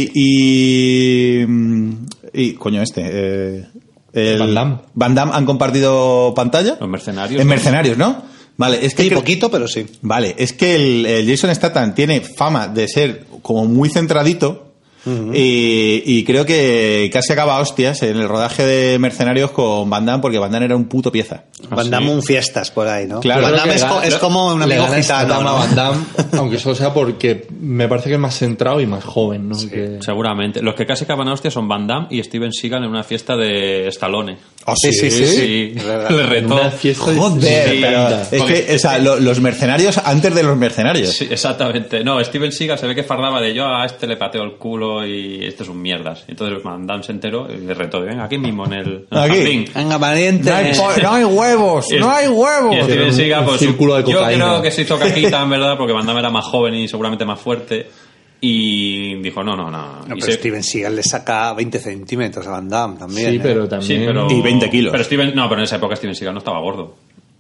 y coño Van Damme han compartido pantalla. Los Mercenarios. En Mercenarios, ¿no? Vale, es que... Sí, poquito, pero sí. Vale, es que el Jason Statham tiene fama de ser como muy centradito. Y creo que casi acaba a hostias en el rodaje de Mercenarios con Van Damme, porque Van Damme era un puto pieza. Van Damme un fiestas por ahí, ¿no? Claro. Van Damme es como un amigo gitano, ¿no? Van Damme, aunque solo sea porque me parece que es más centrado y más joven, ¿no? Sí, que... seguramente. Los que casi acaban a hostia son Van Damme y Steven Seagal en una fiesta de Stallone. Oh, Sí. Le retó. Una fiesta de- Joder, Sí, pero es porque- que, o sea, los mercenarios antes de los mercenarios. Sí, exactamente. No, Steven Seagal se ve que fardaba de yo a este le pateo el culo y este es un mierdas. Entonces Van Damme se enteró y le retó. Venga, aquí mismo en el Aquí. jardín. Venga, valiente. No hay huevos, Y- no hay Y huevos. Steven un Seagal, pues, círculo de yo cocaína. creo que se hizo caquita, en verdad, porque Van Damme era más joven y seguramente más fuerte. Y dijo, no. No, Y pero Steven Seagal le saca 20 centímetros a Van Damme también. Sí, ¿eh? pero también... Sí, pero... Y 20 kilos. Pero pero en esa época Steven Seagal no estaba gordo.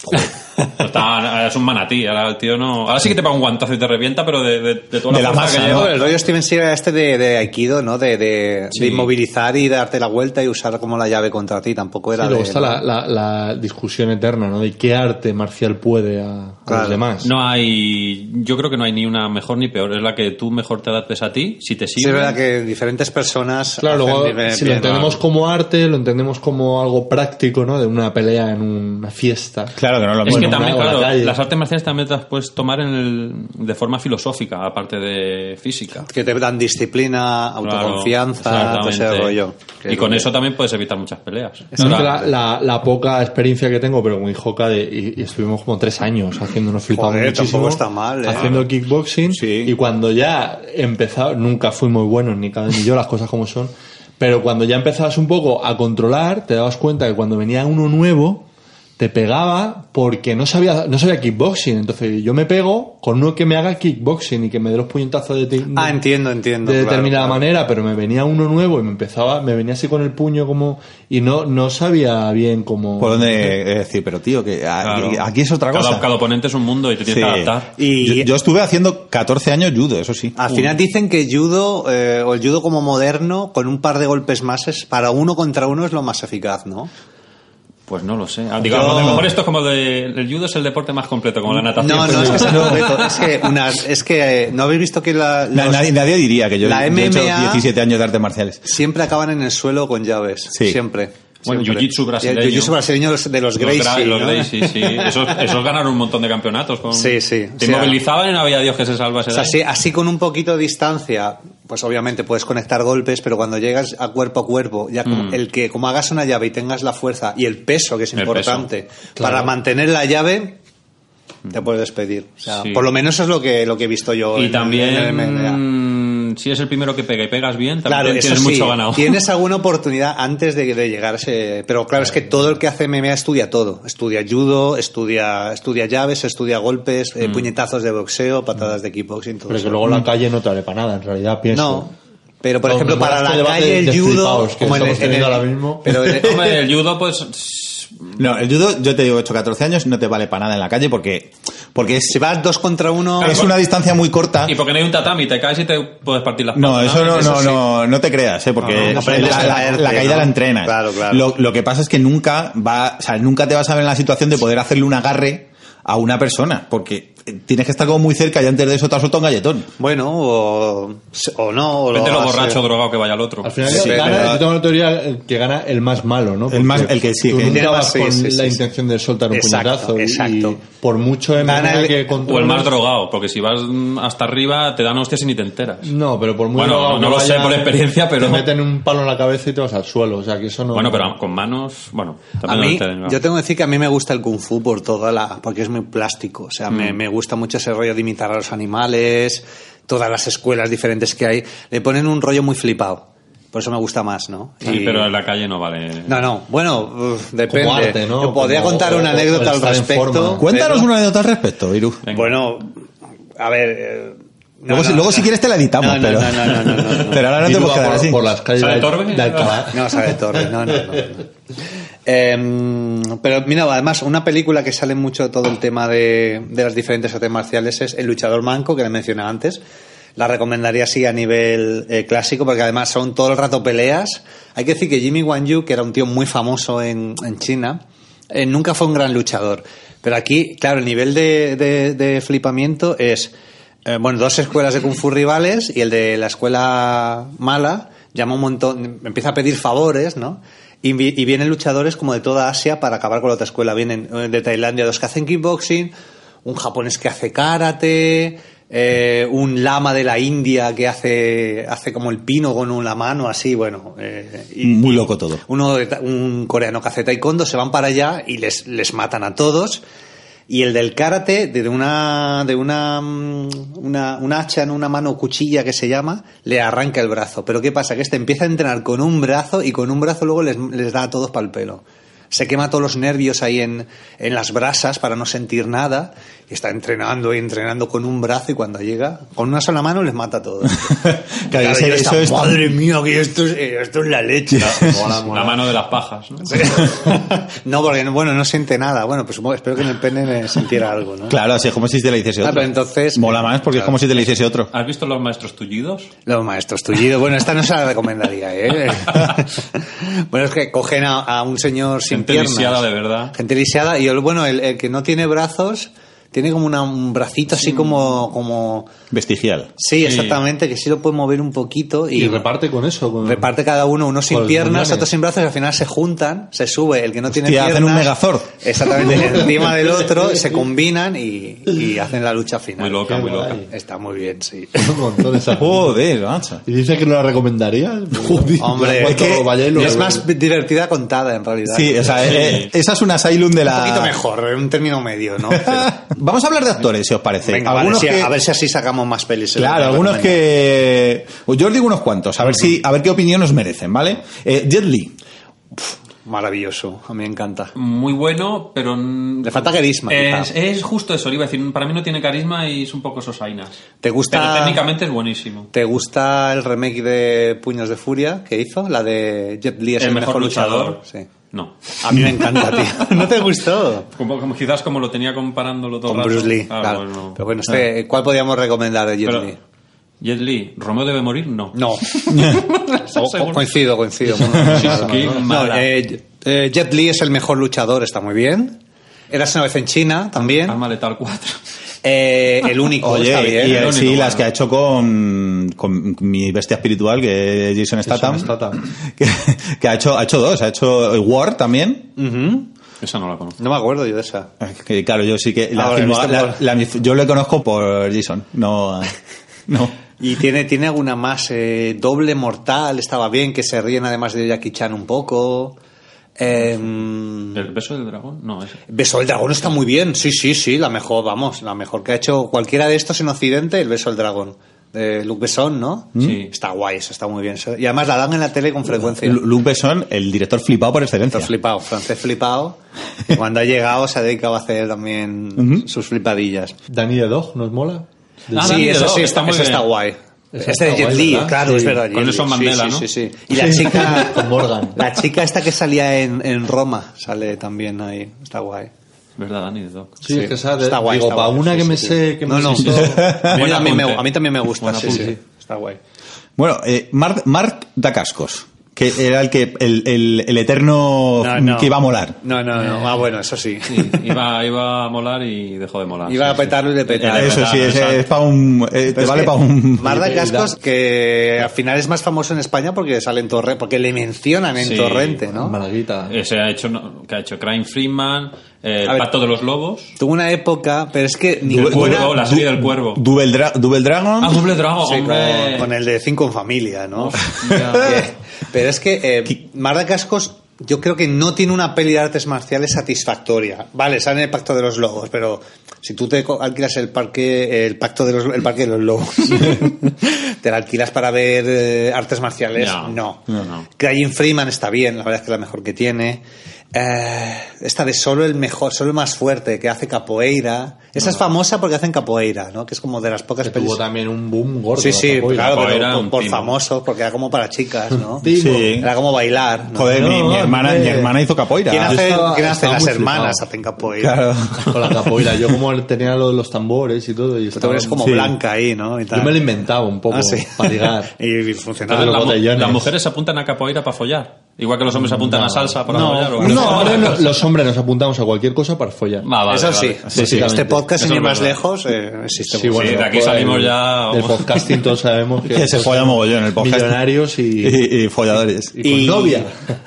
No estaba, es un manatí. Ahora el tío no. Ahora sí que te pega un guantazo y te revienta, pero de toda De la fuerza masa, que ¿no? lleva. El rollo Steven Seagal era este de Aikido, ¿no? De Sí. inmovilizar y darte la vuelta y usar como la llave contra ti. Tampoco Sí, era luego de... está la discusión eterna, ¿no? De qué arte marcial puede a Claro. los demás. No hay. Yo creo que no hay ni una mejor ni peor. Es la que tú mejor te adaptes a ti. Si te Sí, sirve. es verdad que diferentes personas... Claro, luego, hacen si lo bien, entendemos ¿no? como arte, lo entendemos como algo práctico, ¿no? De una pelea en una fiesta. Claro que no es lo Es mismo. que Bueno, también, o la claro, calle. las artes marciales también te las puedes tomar de forma filosófica, aparte de física. Que te dan disciplina, autoconfianza, Claro, todo ese exactamente. rollo. Y con eso también puedes evitar muchas peleas. Es que Ahora, la poca experiencia que tengo, pero con Hijoka, y estuvimos como 3 años haciéndonos flipar Joder, muchísimo. tampoco está mal, ¿eh? Haciendo kickboxing. Sí. Y cuando ya empezaba, nunca fui muy bueno, ni cada ni yo, las cosas como son. Pero cuando ya empezabas un poco a controlar, te dabas cuenta que cuando venía uno nuevo, te pegaba porque no sabía kickboxing. Entonces yo me pego con uno que me haga kickboxing y que me dé los puñetazos Entiendo. de claro, determinada claro. manera, pero me venía uno nuevo y me venía así con el puño como y no sabía bien cómo. Por dónde decir, pero tío, que claro, aquí es otra cosa. Cada oponente es un mundo y te tienes Sí. que adaptar. Y Yo estuve haciendo 14 años judo, eso sí. al final dicen que judo, o el judo como moderno, con un par de golpes más, para uno contra uno es lo más eficaz, ¿no? Pues no lo sé. Digamos, a lo mejor esto es como el judo es el deporte más completo, como la natación. No, es que sea completo. Es que ¿no habéis visto que Nadie diría que yo la he hecho MMA 17 años de artes marciales. siempre acaban en el suelo con llaves? Sí. Siempre. Bueno, Siempre. jiu-jitsu brasileño. El jiu-jitsu brasileño de los Gracie. Los ¿no? Gracie, sí. Esos ganaron un montón de campeonatos. Sí. Te O sea, inmovilizaban y no había Dios que se salvase O de sea, ahí. así con un poquito de distancia, pues obviamente puedes conectar golpes, pero cuando llegas a cuerpo, ya como hagas una llave y tengas la fuerza y el peso, que es El importante, peso. para Claro. mantener la llave, te puedes despedir. O sea, Sí. por lo menos eso es lo que he visto yo. Y en también, el MMA. si es el primero que pega y pegas bien, también Claro, eso tienes sí, mucho ganado. tienes alguna oportunidad antes de llegar a ese... Pero claro, es que todo el que hace MMA estudia todo. Estudia judo, estudia llaves, estudia golpes, puñetazos de boxeo, patadas de kickboxing, todo Pero eso. que luego la calle no te vale para nada, en realidad pienso. No, pero por No, ejemplo, pues para este la debate calle el de judo... flipaos que como estamos teniendo ahora mismo. Pero Hombre, el judo, pues... No, el judo, yo te digo, he hecho 14 años, no te vale para nada en la calle porque si vas 2 contra 1... es una distancia muy corta. Y porque no hay un tatami, te caes y te puedes partir las No, patas. eso no te creas, porque No, aprendes a caerte, la caída ¿no? la entrenas. Claro. Lo que pasa es que nunca te vas a ver en la situación de poder hacerle un agarre a una persona, porque tienes que estar como muy cerca y antes de eso te has soltado un galletón. Bueno, o no. O Depende de lo hagas, borracho o drogado que vaya al otro. Al final Sí, gana, pero- yo tengo la teoría que gana el más malo, ¿no? El Porque que sí, tú que nunca tiene vas más- sí, con sí, la sí. intención de soltar un Exacto, puñetazo. exacto. Y por mucho Gana MMA el- que O el controles... más drogado, porque si vas hasta arriba te dan hostias y ni te enteras. No, pero por muy Bueno, drogado no que lo sé vayas, por experiencia, pero- te meten un palo en la cabeza y te vas al suelo, o sea que eso no... Bueno, pero con manos, bueno, A también mí, no te- yo tengo que decir que a mí me gusta el kung fu porque es muy plástico. O sea, me gusta mucho ese rollo de imitar a los animales, todas las escuelas diferentes que hay. Le ponen un rollo muy flipado. Por eso me gusta más, ¿no? Sí, pero en la calle no vale. No. Bueno, depende. Como arte, ¿no? Yo podría Como- contar una o anécdota al estar en respecto. forma. Cuéntanos pero- una anécdota al respecto, Viru. Venga. Bueno, a ver... Luego si quieres te la editamos, pero... No. Pero ahora no Y te tú puedes vas quedar así. por las calles ¿Sabe de Torbe? Alcalá. No, sabe Torres, no. Pero mira, además, una película que sale mucho todo el tema de las diferentes artes marciales es El luchador manco, que le mencioné antes. La recomendaría así a nivel clásico, porque además son todo el rato peleas. Hay que decir que Jimmy Wang Yu, que era un tío muy famoso en China, nunca fue un gran luchador. Pero aquí, claro, el nivel de flipamiento es, bueno, 2 escuelas de Kung Fu rivales y el de la escuela mala llama un montón, empieza a pedir favores, ¿no? Y vienen luchadores como de toda Asia para acabar con la otra escuela. Vienen de Tailandia 2 que hacen kickboxing, un japonés que hace karate, un lama de la India que hace como el pino con la mano, así, bueno. Muy loco todo. Un coreano que hace taekwondo, se van para allá y les matan a todos. Y el del karate, de una hacha en una mano, cuchilla que se llama, le arranca el brazo. Pero ¿qué pasa? Que empieza a entrenar con un brazo y con un brazo luego les da a todos para el pelo. Se quema todos los nervios ahí en las brasas para no sentir nada. Y está entrenando y entrenando con un brazo y cuando llega, con una sola mano les mata a todos. Claro, eso es madre mía, que esto es la leche. La mano de las pajas, ¿no? Sí. No, porque bueno, no siente nada. Bueno, pues espero que en el pene me sintiera algo, ¿no? Claro, así es como si te le hiciese otro. Pero entonces, mola más porque es como si te le hiciese otro. ¿Has visto Los Maestros Tullidos? Los Maestros Tullidos. Bueno, esta no se la recomendaría, ¿eh? Bueno, es que cogen a un señor sin Gente piernas. lisiada, de verdad. Gente lisiada. Y el que no tiene brazos tiene como un bracito así como... Vestigial. Sí, exactamente, que sí lo puede mover un poquito. Y reparte con eso. Reparte cada uno sin piernas, otros sin brazos, y al final se juntan, se sube el que no tiene piernas. Hacen un Megazord. Exactamente, encima del otro, se combinan y hacen la lucha final. Muy loca, muy loca. Está muy bien, sí. Un montón esa. Joder, macho. ¿Y dice que no la recomendarías? Hombre, es más divertida contada, en realidad. Sí, o sea, esa es una Asylum de la... Un poquito mejor, un término medio, ¿no? Vamos a hablar de actores, si os parece. Venga, algunos a ver si así sacamos más pelis. Claro, algunos que... Yo os digo unos cuantos, a ver qué opinión nos merecen, ¿vale? Jet Li. Maravilloso, a mí me encanta. Muy bueno, pero... Le falta carisma. Es justo eso, le iba a decir. Para mí no tiene carisma y es un poco sosainas. ¿Te gusta? Pero técnicamente es buenísimo. ¿Te gusta el remake de Puños de Furia que hizo? La de Jet Li es el mejor luchador. Sí. No. A mí me encanta, tío. ¿No te gustó? Quizás como lo tenía comparándolo todo con Bruce Lee, claro. Bueno. Pero bueno, ¿cuál podríamos recomendar de Jet Li? Jet Li, ¿Romeo debe morir? No. Coincido. Jet Li es el mejor luchador, está muy bien. Érase una vez en China, también. Arma Letal 4. El único, oye, está bien. Y el único, sí, las que ha hecho con mi bestia espiritual, que es Jason Statham. Que ha hecho 2. Ha hecho War también. Esa no la conozco. No me acuerdo yo de esa. Claro, yo sí que... yo le conozco por Jason. No. Y tiene alguna más. Doble Mortal, estaba bien, que se ríen además de Jackie Chan un poco. ¿El beso del dragón? No, ese. Beso del dragón está muy bien, sí, la mejor que ha hecho cualquiera de estos en Occidente, el beso del dragón. De Luc Besson, ¿no? Sí. Está guay, eso está muy bien. Y además la dan en la tele con frecuencia. Luc Besson, el director flipado por excelencia. Francés flipado. Y cuando ha llegado se ha dedicado a hacer también sus flipadillas. Dani de Dog, ¿nos mola? Sí, eso sí, está guay. Este de Jet Li, claro, sí, es verdad. Con Nelson Mandela, ¿no? Sí. Y la chica... Con Morgan. La chica esta que salía en Roma, sale también ahí. Está guay. ¿Verdad, Dani de Doc? Sí, es que está guay. Digo, para una que me sé... Que no. A mí también me gusta. Sí. Está guay. Bueno, Marc Dacascos, que era el eterno que iba a molar. No. Bueno, eso sí. Iba a molar y dejó de molar. Iba a petarlo y de petar. Eso sí, es para un... te vale para un... Marc Dacascos, que al final es más famoso en España porque sale en Torrente, porque le mencionan en Torrente, ¿no? Malaguita. Que ha hecho Crime Freeman, el Pacto de los Lobos. Tuvo una época, pero es que... La serie del Cuervo. Double Dragon. Double Dragon, sí, hombre. Con el de 5 en familia, ¿no? Pero es que Marc Dacascos, yo creo que no tiene una peli de artes marciales satisfactoria. Vale, sale en el Pacto de los Lobos, pero si tú te alquilas el parque de los Lobos, te lo alquilas para ver artes marciales, no. Crying Freeman está bien, la verdad es que es la mejor que tiene. Esta de solo el más fuerte, que hace capoeira. Esa es famosa porque hacen capoeira, ¿no? Que es como de las pocas pelis. Tuvo también un boom gordo. Sí, claro, pero por famoso, porque era como para chicas, ¿no? Sí. Era como bailar, ¿no? Joder, mi hermana hizo capoeira. ¿Quién hace las hermanas? Hacen capoeira. Claro. Con la capoeira. Yo como tenía los tambores y todo. Y tú eres como blanca ahí, ¿no? Y tal. Yo me lo inventaba un poco para ligar. Y funcionaba. Las mujeres se apuntan a capoeira para follar. Igual que los hombres apuntan a salsa para No, follar. Los hombres nos apuntamos a cualquier cosa para follar. Eso sí. Este podcast, sin ir más verdad. lejos, existe. Sí, bueno, de aquí pues, salimos ya... Del podcasting todos sabemos Que se folla mogollón el podcast. millonarios Y folladores. y con novia.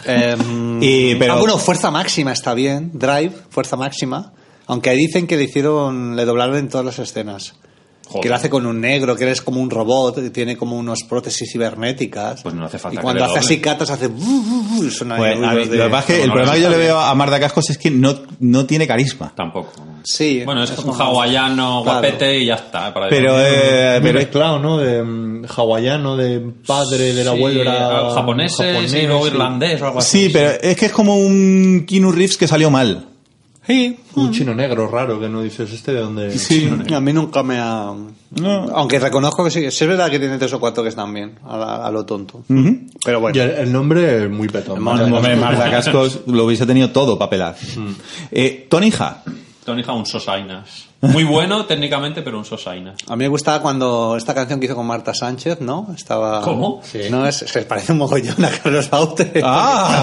Pero Bueno, Fuerza Máxima está bien. Drive, Fuerza Máxima. Aunque ahí dicen que le doblaron en todas las escenas. Joder. Que lo hace con un negro, que eres como un robot, que tiene como unos prótesis cibernéticas. Pues no hace falta Y que cuando le hace doble. así catas, hace... suena pues, ruidos a mí, de- lo que pasa es que el No, problema no que yo está le bien. veo a Marta Cascos es que no tiene carisma. Tampoco. Sí. Bueno, es un hawaiano Claro. guapete y ya está. Para Pero, Muy pero mezclado, ¿no? De hawaiano, de padre, del abuelo era japonés y luego irlandés o algo así. sí, pero es que es como un Keanu Reeves que salió mal. Sí. Un chino negro raro que no dices este de dónde. Sí. A mí nunca me ha... No. Aunque reconozco que sí es verdad que tiene 3 o 4 que están bien, a lo tonto. Pero bueno. Y el nombre es muy petón. Hombre, Marta Cascos lo hubiese tenido todo para pelar. Tony Ha. Tony Ha, un Sosainas. Muy bueno técnicamente, pero un Sosainas. A mí me gustaba cuando esta canción que hizo con Marta Sánchez, ¿no? Estaba... ¿Cómo? Sí. No, se parece un mogollón a Carlos Baute. ¡Ah!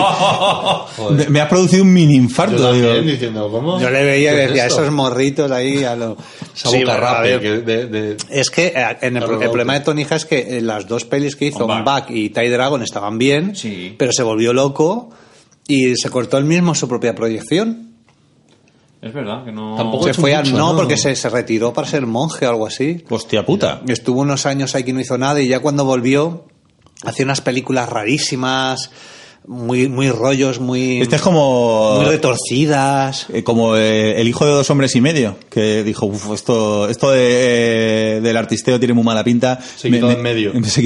Joder. Me ha producido un mini infarto. Yo también digo. diciendo, ¿cómo? Yo le veía y ¿Qué es decía, esto? esos morritos ahí a lo... Esa Sí, boca a rape ver, que de- Es que el Carlos problema Baute. de Tony Ha es que las dos pelis que hizo, On On Back y Ty Dragon, estaban bien, Sí. pero se volvió loco y se cortó él mismo su propia proyección. Es verdad que no... Tampoco Se hecho fue mucho, no, ¿no? porque se retiró para ser monje o algo así. Hostia puta. Estuvo unos años ahí que no hizo nada y ya cuando volvió hacía unas películas rarísimas, muy rollos, muy, Este es como muy retorcidas. como el hijo de 2 hombres y medio, que dijo, "Uf, esto del artisteo tiene muy mala pinta. Se quitó de en medio. Sí,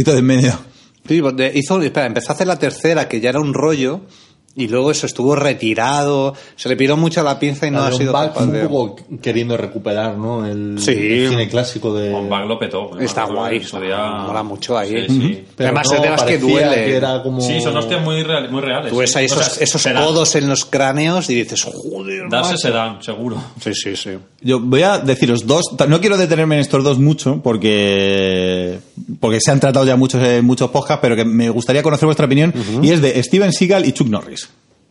empezó a hacer la tercera, que ya era un rollo, y luego eso estuvo retirado, se le piró mucho la pinza y no ha sido capaz un de... poco queriendo recuperar, ¿no? El cine clásico de... On Back lo petó. Está Me acuerdo guay, en su día- mola mucho ahí. Sí, sí. Pero Además, no, es de las que parecía duele. que era como... Sí, son hostias muy reales. Tú ves ahí Sí. O sea, esos se dan. codos en los cráneos y dices, joder, Darse macho. se dan, seguro. Sí, sí, sí. Yo voy a deciros dos, no quiero detenerme en estos dos mucho porque se han tratado ya muchos en muchos podcasts, pero que me gustaría conocer vuestra opinión, y es de Steven Seagal y Chuck Norris.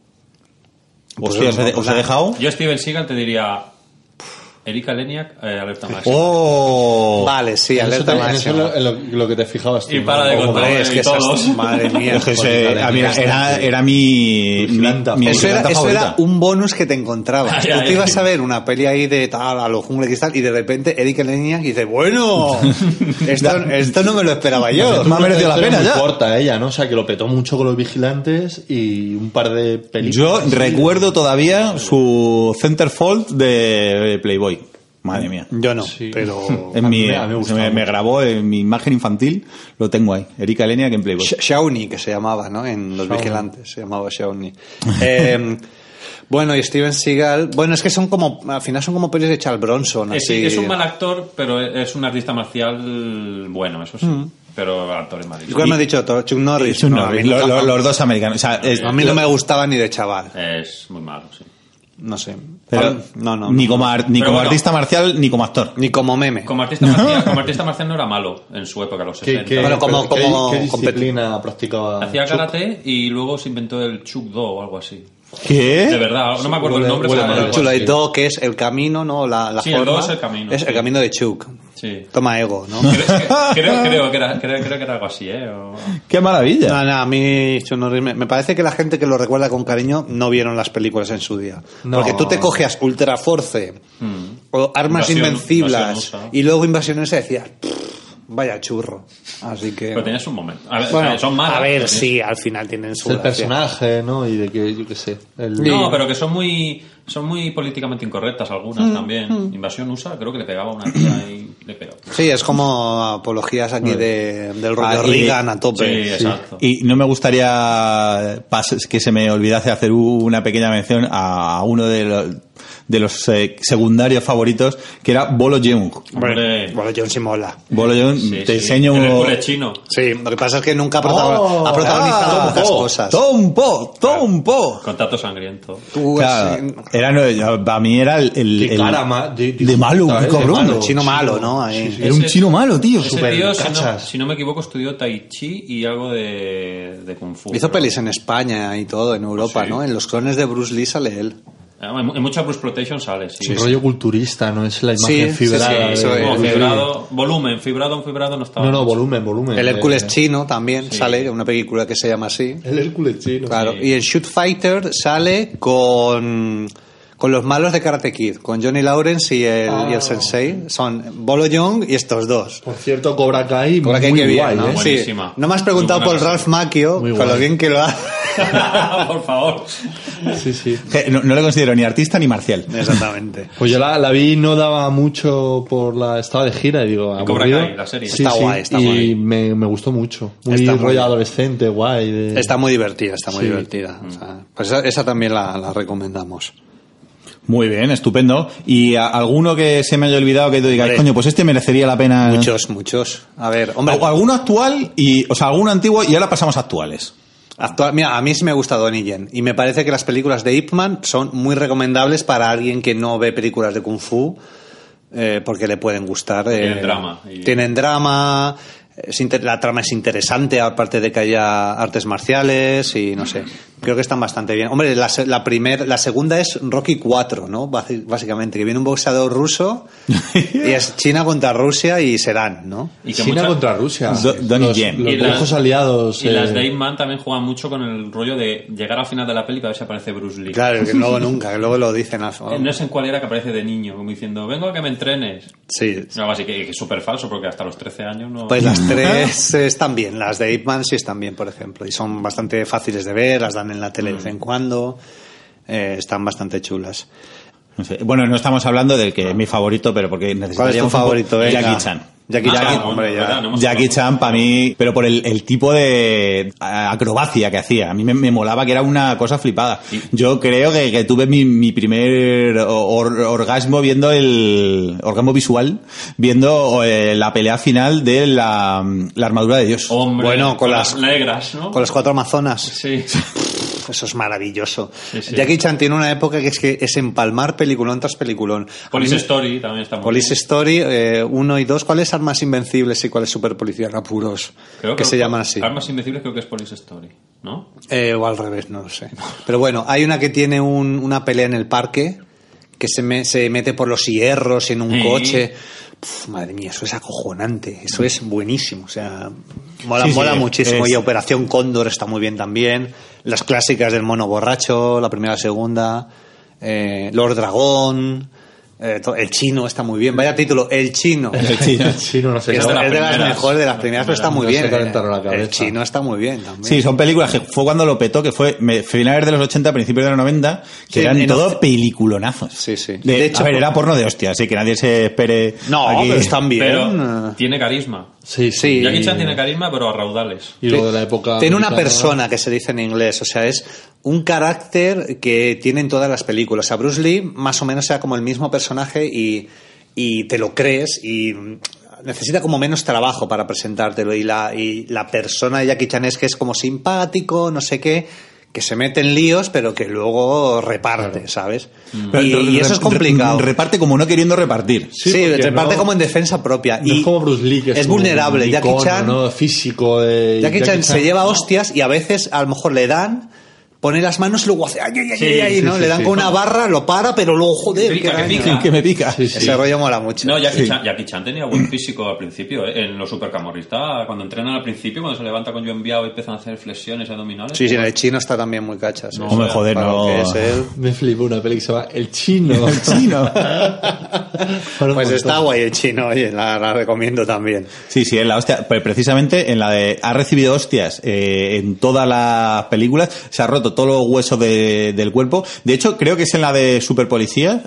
Hostia, os he dejado. Yo, Steven Seagal, te diría... Erika Leniak, Alerta Máxima. ¡Oh! Vale, sí, En eso alerta te- en máxima. eso es lo que te fijabas tú. Y para de ¿no? contar. Hombre, es que todos. madre mía. Es que a mí era mi Vigilanta. mi Eso era favorita. un bonus que te encontrabas. Ay, Tú ay, te ibas ay. a ver una peli ahí de tal, a lo Jungle Cristal, y de repente Eric Leniak dice, bueno, esto no me lo esperaba yo. Me ha merecido la pena muy ya. corta ella, ¿no? O sea, que lo petó mucho con Los Vigilantes y un par de Yo películas. así. recuerdo todavía su centerfold de Playboy. Madre mía. Yo no, Sí. pero... En mi, a mí me gustaba me mucho. grabó en mi imagen infantil, lo tengo ahí. Erika Leniak en Playboy. Shawnee, que se llamaba, ¿no? En Los Vigilantes, se llamaba Shawnee. Bueno, y Steven Seagal... Bueno, es que son como... Al final son como pelis de Charles Bronson, así... Es un mal actor, pero es un artista marcial bueno, eso sí. Pero actor es ¿Y malísimo. cuál me has dicho? Chuck Norris. Chuck No, a mí Norris, nunca- los dos americanos. O sea, a mí no me gustaba ni de chaval. Es muy malo, sí. No sé. pero No. ni como, ni Pero como bueno. artista marcial ni como actor. Ni como meme. Como artista marcial no era malo en su época, los 60. Bueno, como- ¿qué como disciplina practicaba? Hacía Chuck? karate y luego se inventó el Chuk-Do o algo así. De ¿Qué? verdad, no me acuerdo el Huele- nombre. huele pero mal. era El algo así. Chulaido, que es el camino, ¿no? La Sí, el forma. do es el camino, Es sí. el camino de Chuck. Sí. Toma ego, ¿no? Creo que era algo así, ¿eh? ¡Qué maravilla! No, a mí Chuck Norris me parece que la gente que lo recuerda con cariño no vieron las películas en su día. No. Porque tú te cogías Ultra Force o Armas Invencibles Invasión USA. y luego Invasiones y decías, vaya churro. Así que... Pero tenías un momento. A ver, Bueno, son malas. a ver, pero sí, al final tienen su Es el gracia. personaje, ¿no? Y de que, yo qué sé. No, pero que son muy políticamente incorrectas algunas también. Invasión USA, creo que le pegaba a una tía y le pegó. Sí, es como apologías aquí del rollo y- Reagan a tope. Sí, exacto. Y no me gustaría que se me olvidase hacer una pequeña mención a uno de de los secundarios favoritos, que era Bolo Yeung. Hombre. Bueno, John sí mola. Bolo Yeung, Sí, te sí. enseño El uno... Hércules chino. Sí, lo que pasa es que nunca ha protagonizado muchas cosas. Tompo. Contacto sangriento. Claro, para mí era Qué cara de malo, puta, qué cabrón. El chino malo, ¿no? Ahí. Era un chino malo, tío. Ese Súper tío, cachas. si no me equivoco, estudió Tai Chi y algo de Kung Fu. Hizo pero- pelis en España y todo, en Europa, Sí. ¿no? En los clones de Bruce Lee sale él. En mucha Bruceploitation sale, sí. Es un rollo culturista, no es la imagen Sí, fibrada. sí, de- eso es. Como de- fibrado, volumen, fibrado no estaba. No, mucho. volumen. El Hércules Eh, chino también Sí. sale, una película que se llama así. El Hércules chino. Claro. Sí. Y en Shoot Fighter sale con los malos de Karate Kid, con Johnny Lawrence y el Sensei. Son Bolo Young y estos dos. Por cierto, Cobra Kai, Cobra Kai muy que bien, guay, ¿no? ¿eh? Sí. Buenísima. No me has preguntado Muy por buena Ralph Macchio, Muy con lo guay. bien que lo hace. Por favor. Sí. No le considero ni artista ni marcial. Exactamente. Pues yo la vi, no daba mucho estaba de gira y digo, Y Cobra aburrido. Kai, la serie. Sí, Está sí, guay, está y guay. me gustó mucho. Muy Está muy rollo bien. adolescente, guay. Está muy divertida, está muy Sí. divertida. O sea, pues esa también la recomendamos. Muy bien, estupendo. ¿Y alguno que se me haya olvidado que tú digas, Hombre. coño, pues este merecería la pena? Muchos. A ver, hombre, Alguno actual, alguno antiguo y ahora pasamos a actuales. mira, a mí sí me gusta Donnie Yen y me parece que las películas de Ip Man son muy recomendables para alguien que no ve películas de Kung Fu, porque le pueden gustar. Tienen drama. Tienen drama, la trama es interesante, aparte de que haya artes marciales y no sé. Creo que están bastante bien. Hombre, la segunda es Rocky 4, ¿no? Básicamente, que viene un boxeador ruso y es China contra Rusia y se dan, ¿no? Y que China muchas- contra Rusia. Donnie Yen. Los Y las- viejos aliados. Y las de Ip Man también juegan mucho con el rollo de llegar al final de la película a ver si aparece Bruce Lee. Claro, que luego nunca, que luego lo dicen. No sé en cuál era que aparece de niño, como diciendo, vengo a que me entrenes. Sí. No, así que es súper falso porque hasta los 13 años no... Pues las tres están bien, las de Ip Man sí están bien, por ejemplo, y son bastante fáciles de ver, las dan en la tele de vez en cuando, están bastante chulas. No sé. Bueno, no estamos hablando del que es mi favorito, pero porque ¿Cuál es tu necesitaríamos favorito? Venga. Jackie Chan. Jackie Ah, Chan, bueno, hombre, ya. verdad, no hemos Jackie hablado. Chan para mí, pero por el tipo de acrobacia que hacía. A mí me molaba, que era una cosa flipada. Yo creo que tuve mi primer orgasmo viendo orgasmo visual, viendo la pelea final de la armadura de Dios. Hombre, Bueno, con las- negras, ¿no? Con las 4 amazonas. Sí. Eso es maravilloso. Sí. Jackie Chan tiene una época que es empalmar peliculón tras peliculón. Police A mí- Story también está muy Police bien. Story 1 y 2. ¿Cuáles Armas Invencibles y cuáles Super Policía en Apuros? Creo que se llaman así. Armas Invencibles creo que es Police Story, ¿no? O al revés, no lo sé. Pero bueno, hay una que tiene una pelea en el parque que se mete por los hierros en un Sí. coche. Madre mía, eso es acojonante. Eso es buenísimo. O sea, mola Sí, sí, muchísimo. es- Y Operación Cóndor está muy bien también. Las clásicas del mono borracho, la primera, la segunda. Lord Dragón. El chino está muy bien. Vaya título, El chino. El chino. El chino, no sé. Es de las de las primeras. mejores, de las primeras, pero está muy No bien. se calentaron la cabeza. El chino está muy bien también. Sí, son películas que fue cuando lo petó, que fue finales de los 80, principios de los 90, que Sí, eran en todo Oce- peliculonazos. Sí, sí. De De hecho, a ver, era porno de hostia, así que nadie se espere. No, aquí. pero están bien. Pero tiene carisma. Sí, Sí. Jackie Chan tiene carisma, pero a raudales. Y luego de la época. Tiene una americana- persona que se dice en inglés, o sea, es un carácter que tiene en todas las películas. O sea, Bruce Lee más o menos sea como el mismo personaje y te lo crees y necesita como menos trabajo para presentártelo. Y la persona de Jackie Chan es que es como simpático, no sé qué, que se mete en líos, pero que luego reparte, ¿sabes? Y eso es complicado. Reparte como no queriendo repartir. Sí, porque reparte no- como en defensa propia. No es como Bruce Lee, que es como vulnerable. un Jackie icono, Chan, ¿no? Físico. Jackie Chan se lleva hostias y a veces a lo mejor le dan, pone las manos y luego hace ay, Sí, ¿no? sí, Le dan sí. con una barra, lo para, pero luego joder, Pica, qué que daño. pica. Que me pica. Sí, sí. Ese rollo mola mucho. No, Sí. Jackie Chan tenía buen físico al principio, ¿eh? En los supercamorristas, cuando entrenan al principio, cuando se levanta con Joan Biao y empiezan a hacer flexiones abdominales. Sí, el chino está también muy cachas. No, eso, hombre, joder, para no. lo que es él. Me flipó una peli que se llama El Chino. El chino. Pues está guay el chino, oye, la recomiendo también. Sí, sí, en la hostia. Pues precisamente en la de. Ha recibido hostias en todas las películas. Se ha roto todos los huesos del cuerpo. De hecho, creo que es en la de Superpolicía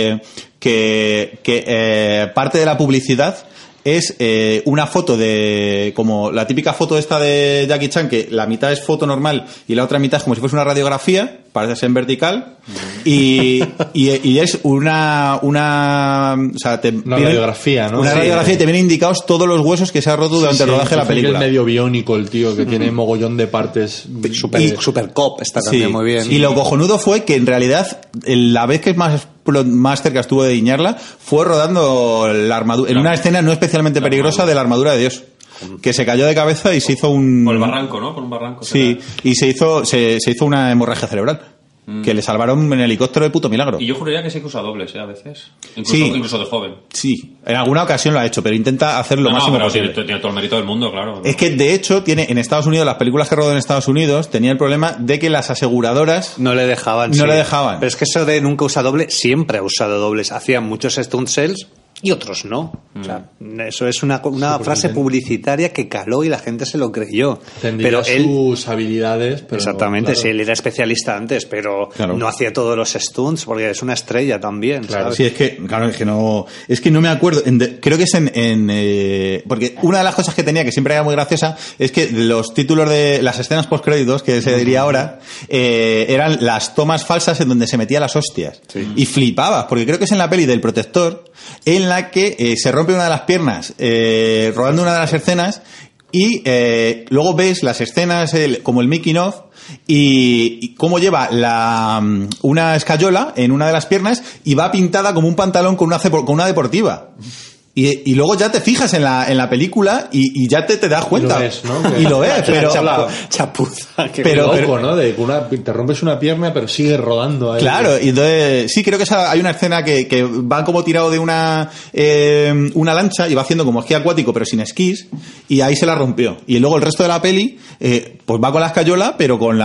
que parte de la publicidad es una foto de. Como la típica foto esta de Jackie Chan, que la mitad es foto normal y la otra mitad es como si fuese una radiografía, parece ser en vertical. Y es una o sea, una radiografía, ¿no? Una radiografía y te vienen indicados todos los huesos que se ha roto durante el rodaje de la película. Es medio biónico el tío, que tiene mogollón de partes. Super cop está también muy bien. Y lo cojonudo fue que en realidad la vez que más cerca estuvo de guiñarla fue rodando la armadura, en una escena no especialmente peligrosa de la armadura de Dios, que se cayó de cabeza y se hizo un... Por el barranco, ¿no? Por un barranco. Sí, y se hizo una hemorragia cerebral. Que le salvaron en helicóptero de puto milagro. Y yo juraría que sí que usa dobles, a veces. Incluso de joven. Sí, en alguna ocasión lo ha hecho, pero intenta hacer lo máximo posible. Tiene todo el mérito del mundo, claro. Es que, de hecho, en Estados Unidos, las películas que rodó en Estados Unidos, tenía el problema de que las aseguradoras... No le dejaban. Pero es que eso de nunca usa doble, siempre ha usado dobles. Hacían muchos stunt sales y otros no. O sea, eso es una frase publicitaria que caló y la gente se lo creyó. Tendría sus habilidades, pero exactamente, claro. sí, él era especialista antes, pero no hacía todos los stunts porque es una estrella también. Claro, ¿sabes? sí, es que no me acuerdo. Creo que es porque una de las cosas que tenía que siempre era muy graciosa es que los títulos de las escenas postcréditos, que se diría ahora, eran las tomas falsas en donde se metía las hostias. Sí. Y flipabas, porque creo que es en la peli del Protector, en la que se rompe una de las piernas rodando una de las escenas y luego ves las escenas como el making of y cómo lleva una escayola en una de las piernas y va pintada como un pantalón con una deportiva. Y luego ya te fijas en la película y ya te das cuenta. Y lo ves, ¿no? Y lo ves, pero... Chapuza. Pero loco, ¿no? Te rompes una pierna, pero sigue rodando ahí. Claro, y entonces... Sí, creo que hay una escena que va como tirado de una lancha y va haciendo como esquí acuático, pero sin esquís, y ahí se la rompió. Y luego el resto de la peli, pues va con la escayola, pero con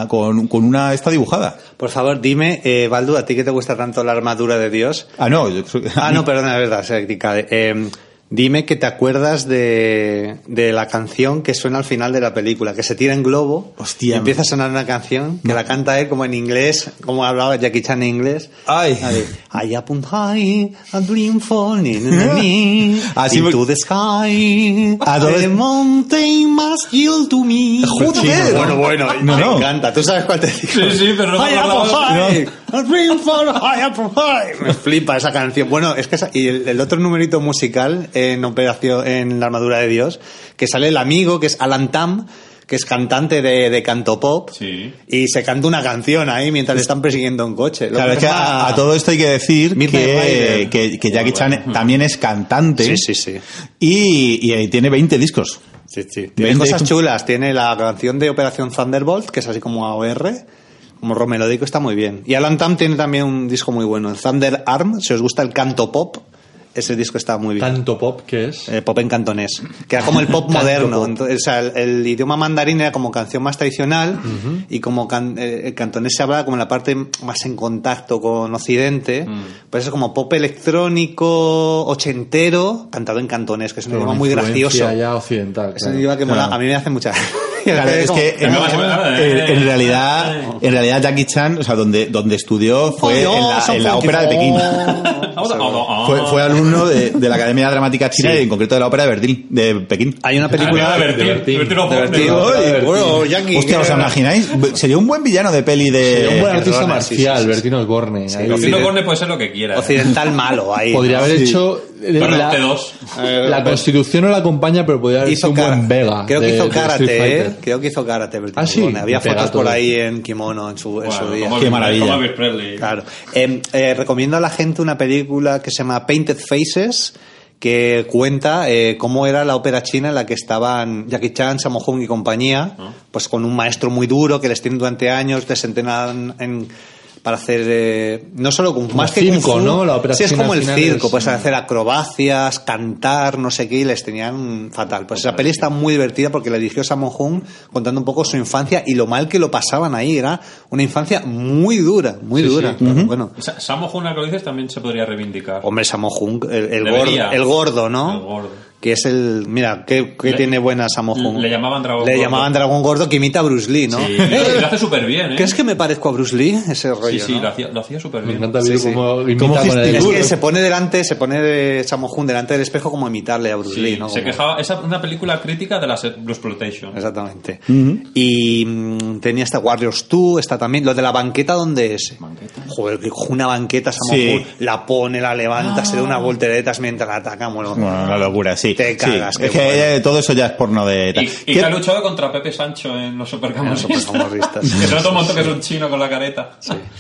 una esta dibujada. Por favor, dime, Baldu, ¿a ti que te gusta tanto la armadura de Dios? No, perdona, es verdad, dime que te acuerdas de la canción que suena al final de la película, que se tira en globo. Hostia. Y empieza a sonar una canción que la canta él como en inglés, como hablaba Jackie Chan en inglés. Ay. I up on high, a dream falling into the sky. The mountain must yield to me. ¡Joder! Bueno, me encanta. ¿Tú sabes cuál te digo? Sí, pero no. High up on high, a dream falling high up on high. Me flipa esa canción. Bueno, es que y el otro numerito musical en la armadura de Dios, que sale el amigo, que es Alan Tam, que es cantante de canto pop, sí. Y se canta una canción ahí mientras le están persiguiendo en coche. Claro, es que a todo esto hay que decir que Jackie Chan también es cantante. Sí. Y tiene 20 discos. Sí. Tiene cosas chulas. Tiene la canción de Operación Thunderbolt, que es así como AOR, como rock melódico, está muy bien. Y Alan Tam tiene también un disco muy bueno, el Thunder Arm, si os gusta el canto pop. Ese disco está muy bien. ¿Canto pop qué es? Pop en cantonés. Que era como el pop moderno. Entonces, o sea, el idioma mandarín era como canción más tradicional, y como el cantonés se hablaba como en la parte más en contacto con Occidente. Pues es como pop electrónico ochentero cantado en cantonés, que es un idioma muy gracioso. Ya occidental. Es un idioma que mola. A mí me hace mucha... Claro, es que en realidad Jackie Chan, o sea, donde estudió fue en la ópera de Pekín. Fue alumno de la Academia Dramática China, y en concreto de la ópera de Pekín. Hay una película Hostia, ¿os imagináis? Sería un buen villano de peli de... Sería un buen artista marcial, Bertino Osborne. Bertino Osborne puede ser lo que quiera. Occidental malo ahí. Podría haber hecho... La Constitución no la acompaña, pero podría haber hecho un buen Vega. Creo que hizo karate, Creo que hizo karate. Sí, había fotos por ahí en kimono en su día. Qué maravilla. Claro. Recomiendo a la gente una película que se llama Painted Faces, que cuenta cómo era la ópera china en la que estaban Jackie Chan, Sammo Hung y compañía, pues con un maestro muy duro que les tiene durante años, les entrenan para hacer no solo Kung Fu, más que Kung Fu, ¿no? La ópera sí, es como el circo, es... pues hacer acrobacias, cantar, no sé qué, y les tenían fatal. Pues esa peli está muy divertida porque la dirigió Sammo Hung contando un poco su infancia y lo mal que lo pasaban ahí. Era una infancia muy dura, muy dura. Sí. Pero bueno. Sammo Hung, lo dices, también se podría reivindicar. Hombre, Sammo Hung, el gordo, ¿no? El gordo. que es el... Mira, que tiene buena Sammo Hung. Le llamaban Dragón Le Gordo. llamaban Dragón Gordo, que imita a Bruce Lee, ¿no? Sí, lo hace súper bien, ¿eh? ¿Crees que me parezco a Bruce Lee? Ese rollo, Sí, ¿no? lo hacía súper Me bien. encanta Sí, ver sí. cómo imita ¿Cómo con el... Es gesticula? que se pone de Sammo Hung delante del espejo como a imitarle a Bruce Sí, Lee, ¿no? se Como- quejaba. Es una película crítica de la Bluesploitation. Exactamente. Y tenía esta Warriors 2, está también. Lo de la banqueta, ¿dónde es? ¿Banqueta? Joder, que coge una banqueta, Sammo Sí. Hung, la pone, la levanta, se da unas volteretas mientras la ataca. Bueno, Bueno, una locura, sí. Te cagas, Sí, qué es que bueno. todo eso ya es porno de... tal. Y ¿Qué- que ha luchado contra Pepe Sancho en los Supercamorristas. Supercamorristas. Que se nota un montón que es un chino con la careta.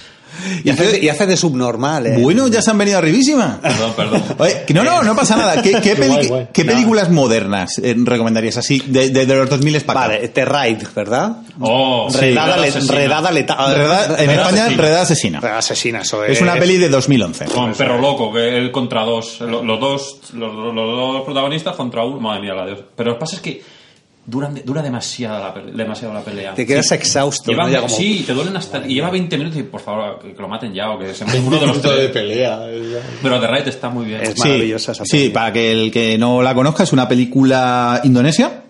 Y hace de subnormal, ¿eh? Bueno, ya se han venido arribísima. Perdón. Oye, que no pasa nada. ¿Qué guay. qué películas modernas recomendarías así de los 2000 para acá? Vale, The Raid, ¿verdad? Oh, Redada, sí, asesina. redada letal. En España, asesina. Redada asesina. Redada asesina, eso es. Es una peli de 2011. Con Perro Loco, que él contra dos. Los dos protagonistas contra uno. Madre mía, la Dios. Pero lo que pasa es que dura demasiado la pelea. Te quedas exhausto, Lleva- ¿no? Ya como- Sí, te duelen hasta... Y lleva 20 minutos y, por favor, que lo maten ya o que se uno de los tres. pelea. Pero The Raid está muy bien. Es maravillosa esa Sí, peli. para que el que no la conozca, es una película indonesia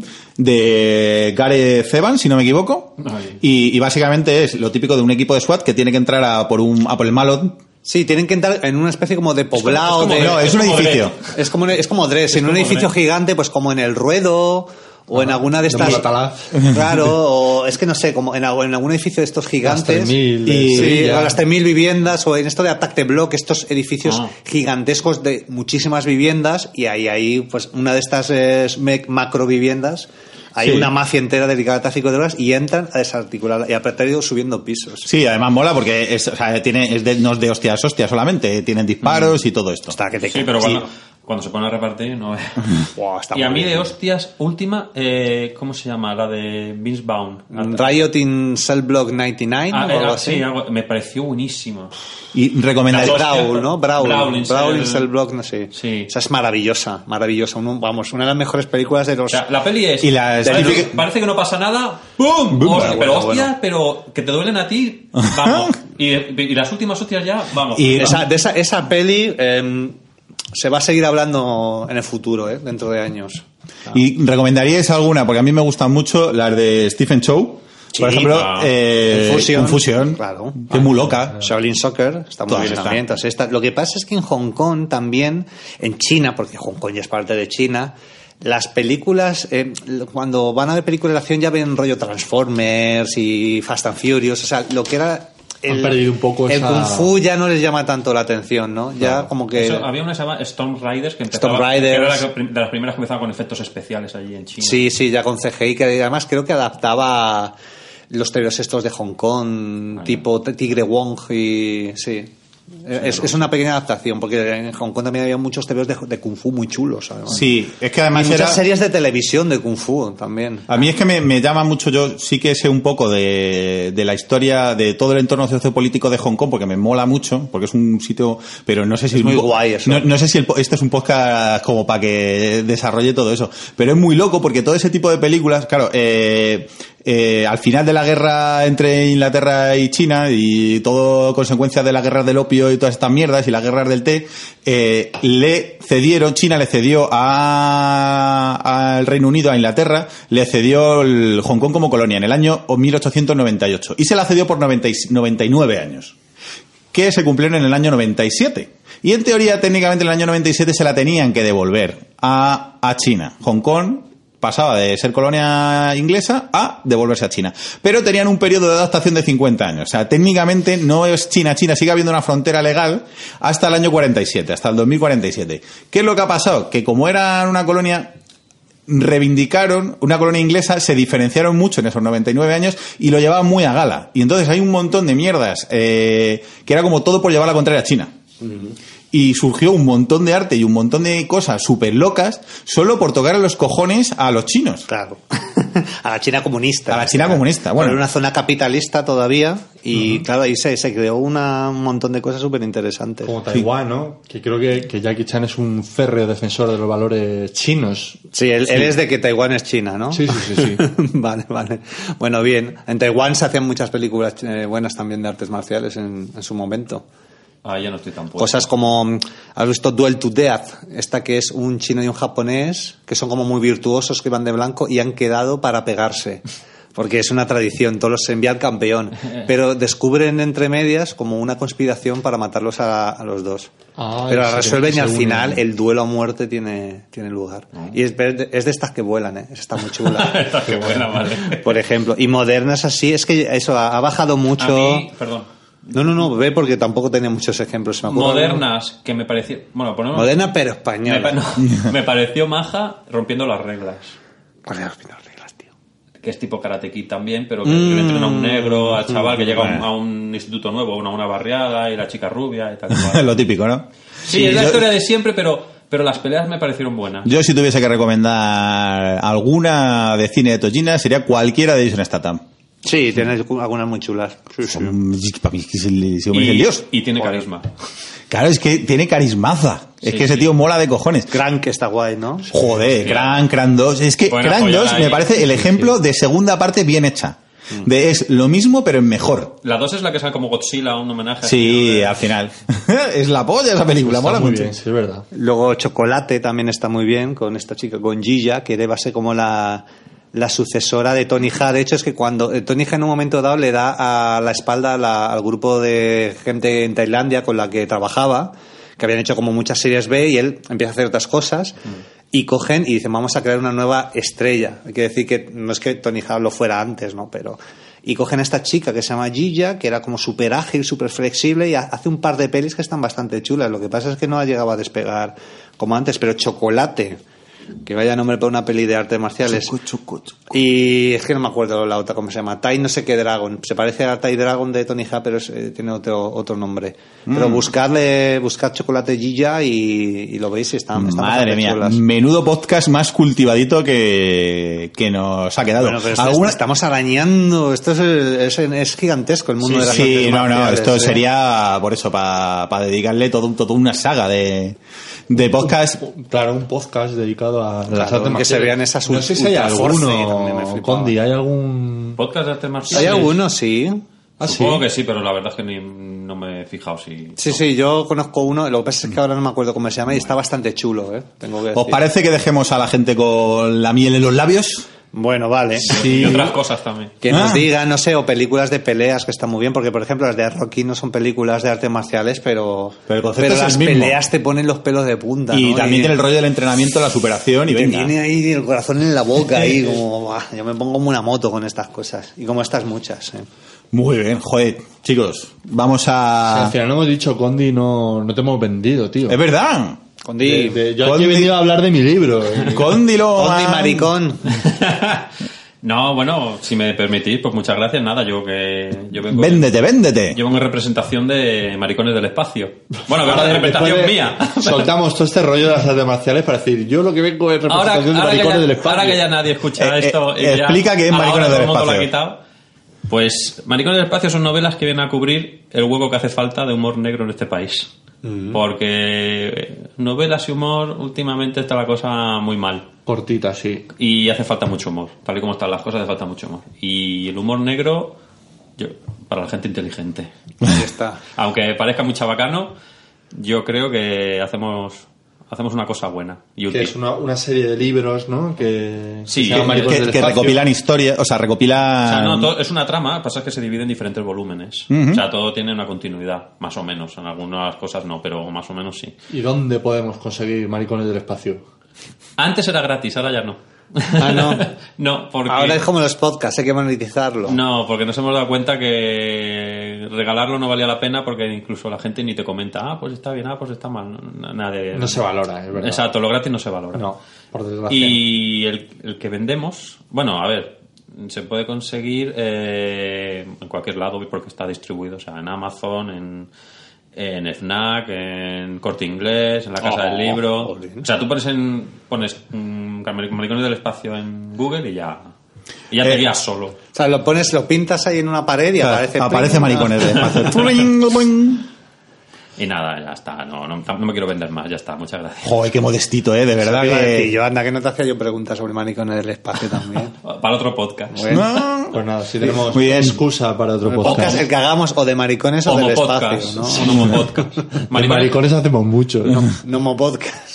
de Gareth Evans, si no me equivoco. Ay. Y básicamente es lo típico de un equipo de SWAT que tiene que entrar a por el malo. Sí, tienen que entrar en una especie como de poblado. como- de... No, es un como edificio. Es como Dress, en un como edificio Dress. gigante, pues como en El Ruedo o en alguna de estas. Moratalaz. Claro, o es que no sé, como en algún edificio de estos gigantes. Las 3000 de Sí, Sevilla. o las 3000 viviendas, o en esto de Attack the Block, estos edificios gigantescos de muchísimas viviendas, y ahí pues una de estas macro viviendas. Hay Sí. una mafia entera dedicada al tráfico de drogas y entran a desarticular y a ir subiendo pisos. Sí, además mola porque es, o sea, no es de hostias solamente, tienen disparos y todo esto. Hasta que te Sí, pero cuando se pone a repartir, no. Buah, está Y a muy mí bien. de hostias, última, ¿cómo se llama? La de Vince Vaughn. Riot in Cell Block 99 o algo así. sí, me pareció buenísimo. Y recomendaría... Las dos- Brawl, ¿no? Brawl in Brawl in Cell- Cell Block, no sé. Sí. Esa es maravillosa. Una de las mejores películas de O los... sea, la peli es... Y las parece, típicas- parece que no pasa nada. ¡Pum! Bueno, Hostia, pero bueno, hostias, bueno. pero que te duelen a ti, vamos. y las últimas hostias ya, vamos. Y- Esa peli se va a seguir hablando en el futuro, dentro de años. ¿Y recomendaríais alguna? Porque a mí me gustan mucho las de Stephen Chow. Por Sí, ejemplo, claro. Confusion, Claro. que es muy loca. Shaolin Soccer está muy Todas bien están. también. Todas estas. Lo que pasa es que en Hong Kong también, en China, porque Hong Kong ya es parte de China, las películas, cuando van a ver películas de acción ya ven rollo Transformers y Fast and Furious, o sea, lo que era... Han perdido un poco el esa- Kung Fu ya no les llama tanto la atención, ¿no? Ya como que... Eso, había una que se llama Storm Riders, que empezaba, Storm Riders. que era de las primeras que empezaba con efectos especiales allí en China. Sí, ya con CGI, que además creo que adaptaba los tebeos estos de Hong Kong, tipo Tigre Wong y... Sí. Es una pequeña adaptación, porque en Hong Kong también había muchos tebeos de Kung Fu muy chulos, además. Sí, es que Y además muchas era... series de televisión de Kung Fu también. A mí es que me llama mucho, yo sí que sé un poco de la historia, de todo el entorno sociopolítico de Hong Kong, porque me mola mucho, porque es un sitio, pero no sé si... Es muy guay eso. No sé si este es un podcast como para que desarrolle todo eso, pero es muy loco porque todo ese tipo de películas, claro, al final de la guerra entre Inglaterra y China y todo consecuencia de la guerra del opio y todas estas mierdas y las guerras del té, China le cedió al Reino Unido, a Inglaterra, le cedió el Hong Kong como colonia en el año 1898 y se la cedió por 99 años, que se cumplieron en el año 97. Y en teoría, técnicamente en el año 97 se la tenían que devolver a China. Hong Kong pasaba de ser colonia inglesa a devolverse a China. Pero tenían un periodo de adaptación de 50 años. O sea, técnicamente no es China. Sigue habiendo una frontera legal hasta el año 47, hasta el 2047. ¿Qué es lo que ha pasado? Que como eran una colonia, reivindicaron, una colonia inglesa, se diferenciaron mucho en esos 99 años y lo llevaban muy a gala. Y entonces hay un montón de mierdas que era como todo por llevar la contraria a China. Y surgió un montón de arte y un montón de cosas súper locas solo por tocar a los cojones a los chinos. Claro. A la China comunista. A la China comunista, bueno. Era una zona capitalista todavía y claro, ahí se creó un montón de cosas súper interesantes. Como Taiwán, ¿no? Que creo que Jackie Chan es un férreo defensor de los valores chinos. Sí, él es de que Taiwán es China, ¿no? Sí. Vale. Bueno, bien. En Taiwán se hacían muchas películas buenas también de artes marciales en su momento. Ah, ya no estoy tan puesto. Cosas como, ¿has visto Duel to Death? Esta que es un chino y un japonés que son como muy virtuosos, que van de blanco y han quedado para pegarse. Porque es una tradición, todos los envía al campeón. Pero descubren entre medias como una conspiración para matarlos a los dos. Pero la resuelven y al final el duelo a muerte tiene lugar. Y es de estas que vuelan, ¿eh? Está muy chula. Esta que buena, vale. Por ejemplo. Y modernas así, es que eso ha bajado mucho. A mí, perdón. No, ve porque tampoco tenía muchos ejemplos. Me acuerdo Modernas, que me pareció... Bueno, ponemos... Moderna pero española. Me pareció maja rompiendo las reglas. ¿Cuál es rompiendo las reglas, tío? Que es tipo Karate Kid también, pero que le entrena a un negro, al chaval que llega a un instituto nuevo, a una barriada, y la chica rubia y tal. Lo típico, ¿no? Sí, es la historia de siempre, pero las peleas me parecieron buenas. Yo, si tuviese que recomendar alguna de cine de Tojima, sería cualquiera de Jason Statham. Sí, tiene algunas muy chulas. Sí. Para mí es que es el dios. Y tiene carisma. Claro, es que tiene carismaza. Es que ese tío mola de cojones. Crank está guay, ¿no? Joder, Crank 2. Es que Buena Crank 2 me ahí. parece el ejemplo de segunda parte bien hecha. Es lo mismo, pero en mejor. La 2 es la que sale como Godzilla, un homenaje. Sí, al final. Es la polla esa película, mola muy mucho. bien, sí, es verdad. Luego Chocolate también está muy bien con esta chica, con Giya, que debe ser como la sucesora de Tony Jaa. De hecho, es que cuando Tony Jaa en un momento dado le da a la espalda al grupo de gente en Tailandia con la que trabajaba, que habían hecho como muchas series B, y él empieza a hacer otras cosas, y cogen y dicen, vamos a crear una nueva estrella. Hay que decir que no es que Tony Jaa lo fuera antes, ¿no? Pero... Y cogen a esta chica que se llama Giya, que era como súper ágil, súper flexible, y hace un par de pelis que están bastante chulas. Lo que pasa es que no ha llegado a despegar como antes, pero Chocolate... Que vaya nombre para una peli de artes marciales. Choco. Y es que no me acuerdo la otra, ¿cómo se llama? Tai no sé qué Dragon. Se parece a Tai Dragon de Tony Jaa, pero tiene otro nombre. Pero buscad Chocolate Giya y lo veis y están Madre mía, chulas. menudo podcast más cultivadito que nos ha quedado. Bueno, pero estamos arañando. Esto es gigantesco el mundo de las artes marciales. Esto sería por eso, para dedicarle todo una saga de podcast. Claro, un podcast dedicado a las artes marciales. Que se vean esas No sé si hay ultraforce, alguno, Condi, ¿hay algún...? ¿Podcast de artes marciales? Hay algunos, sí. Supongo que sí, pero la verdad es que no me he fijado si... Sí, yo conozco uno, lo que pasa es que ahora no me acuerdo cómo se llama y está bastante chulo, tengo que decir. ¿Os parece que dejemos a la gente con la miel en los labios? Bueno, vale. Y otras cosas también. Que nos digan, no sé, o películas de peleas que están muy bien, porque por ejemplo las de Rocky no son películas de artes marciales, pero el concepto es las el mismo. peleas te ponen los pelos de punta, Y ¿no? también tiene el rollo del entrenamiento, la superación y te venga. tiene ahí el corazón en la boca, ahí como, yo me pongo como una moto con estas cosas, y como estas muchas. Muy bien, joder, chicos, vamos Si a... al final no hemos dicho, Condi, no te hemos vendido, tío. Es verdad. Condi, Yo aquí he venido a hablar de mi libro. Condi maricón. No, bueno, si me permitís, pues muchas gracias. Nada, yo vengo... Véndete. Yo vengo en representación de Maricones del Espacio. Bueno, vengo de representación mía. Soltamos todo este rollo de las artes marciales para decir, yo lo que vengo es representación de Maricones del Espacio. Ahora que ya nadie escucha esto... y explica qué es Maricones del Espacio. Pues Maricones del Espacio son novelas que vienen a cubrir el hueco que hace falta de humor negro en este país. Porque novelas y humor últimamente está la cosa muy mal. Cortita, sí. Y hace falta mucho humor. Tal y como están las cosas, hace falta mucho humor. Y el humor negro, para la gente inteligente. Ahí está. Aunque parezca muy chabacano, yo creo que hacemos una cosa buena y útil. Que es una serie de libros, ¿no? Sí, se llama Maricones del Espacio. recopilan historias, o sea, recopilan... O sea, no, todo, es una trama, pasa es que se divide en diferentes volúmenes. O sea, todo tiene una continuidad, más o menos. En algunas cosas no, pero más o menos sí. ¿Y dónde podemos conseguir Maricones del Espacio? Antes era gratis, ahora ya no. Ah, no. No, porque... Ahora es como los podcasts, hay que monetizarlo. No, porque nos hemos dado cuenta que regalarlo no valía la pena porque incluso la gente ni te comenta, pues está bien, pues está mal. No se valora, es verdad. Exacto, lo gratis no se valora. No, por desgracia. Y el que vendemos, bueno, a ver, se puede conseguir en cualquier lado porque está distribuido, o sea, en Amazon, en FNAC, en Corte Inglés, en la Casa del Libro. Joder. O sea, tú pones Maricones del Espacio en Google y ya te guías solo. O sea, lo pintas ahí en una pared y aparece Maricones del Espacio. Y nada, ya está. No me quiero vender más, ya está. Muchas gracias. Joder, qué modestito, de verdad. Eso te iba a Que... decir yo, anda, que no te hacía yo preguntas sobre maricones del espacio también. Para otro podcast. Bueno, Pues nada, si tenemos Muy bien. excusa para otro el podcast. podcast el que hagamos o de maricones o del Homopodcast. espacio, ¿no? Un homopodcast. De maricones hacemos mucho. ¿no? No homopodcast.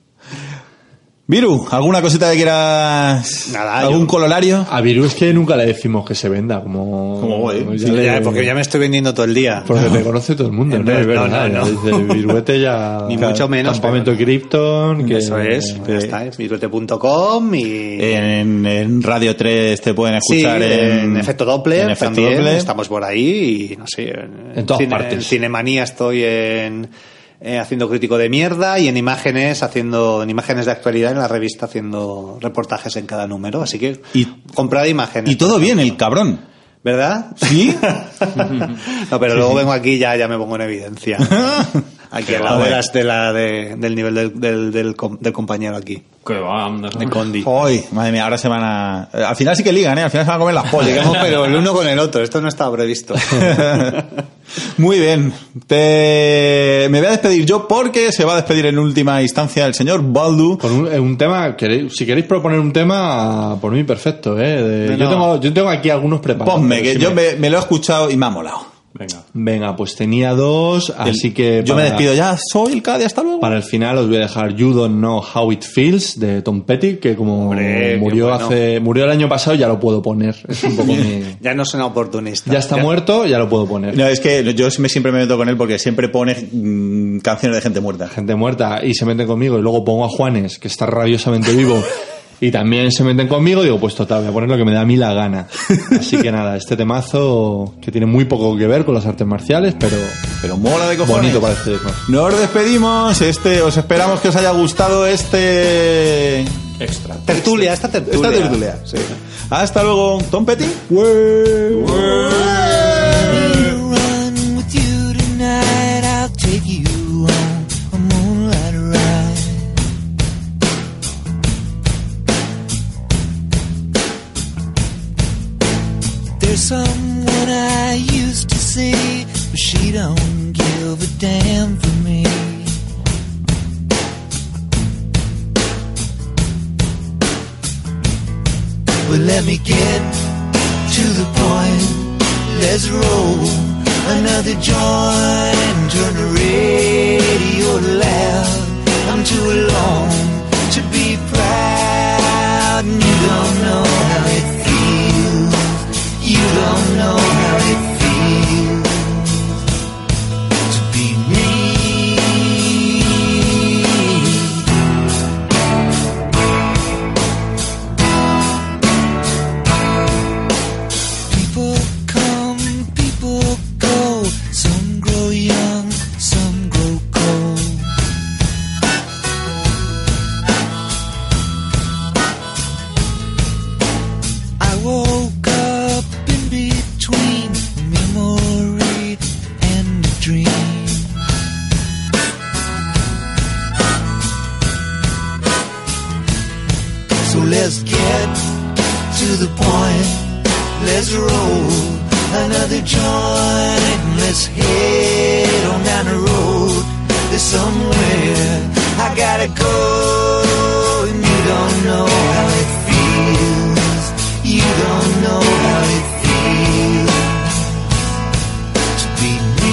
Viru, ¿alguna cosita que quieras? Nada, ¿Algún corolario? A Viru es que nunca le decimos que se venda, como voy. ya le- Ya, porque ya me estoy vendiendo todo el día. porque te conoce todo el mundo, ¿no? No, Es verdad. no. Desde Viruete ya... Ni mucho menos, Campamento Krypton. Que... Eso es, ya está, es viruete.com y... En Radio 3 te pueden Sí, escuchar en Efecto Doppler en Efecto también, Doppler. estamos por ahí y no sé, En todas partes. En Cinemanía estoy haciendo crítico de mierda y en imágenes de actualidad en la revista haciendo reportajes en cada número, así que Y- comprad imágenes. Y todo bien, el cabrón. ¿Verdad? ¿Sí? No, pero luego vengo aquí y ya me pongo en evidencia. Aquí al lado del nivel del compañero aquí, Que va, de Condi. Hoy, madre mía, ahora se van a... Al final sí que ligan, ¿eh? Al final se van a comer las pollas. Digamos, pero el uno con el otro, esto no estaba previsto. Muy bien. Me voy a despedir yo porque se va a despedir en última instancia el señor Baldu. Con un tema, si queréis proponer un tema, por mí perfecto, ¿eh? Yo tengo aquí algunos preparados. Ponme, pero que si yo me lo he escuchado y me ha molado. Venga. Venga, pues tenía dos, así que... Yo me despido ya. Soy el Cadi, hasta luego. Para el final os voy a dejar You Don't Know How It Feels de Tom Petty, que como Hombre, murió qué bueno. murió el año pasado, ya lo puedo poner. Es un poco mi... Ya no suena oportunista. Ya está muerto, ya lo puedo poner. No, es que yo siempre me meto con él porque siempre pone canciones de gente muerta. Gente muerta y se meten conmigo y luego pongo a Juanes, que está rabiosamente vivo, y también se meten conmigo, digo, pues total, voy a poner lo que me da a mí la gana. Así que nada, este temazo que tiene muy poco que ver con las artes marciales, Pero mola de cojones. bonito para este tema. Nos despedimos. Os esperamos que os haya gustado este... Extra. Esta tertulia. Esta tertulia. Sí. Hasta luego, Tom Petty. run with you tonight. I'll take you on a moonlight ride. There's someone I used to see, but she don't give a damn for me. Well, let me get to the point. Let's roll another joint. Turn the radio loud. I'm too alone to be proud. And you don't know how it feels. You don't know how it feels to be me. People come, people go. Some grow young, some grow cold. I woke up in between a memory and a dream. So let's get to the point. Let's roll another joint. Let's head on down the road. There's somewhere I gotta go. And you don't know how it feels. You don't know how it feels to be me.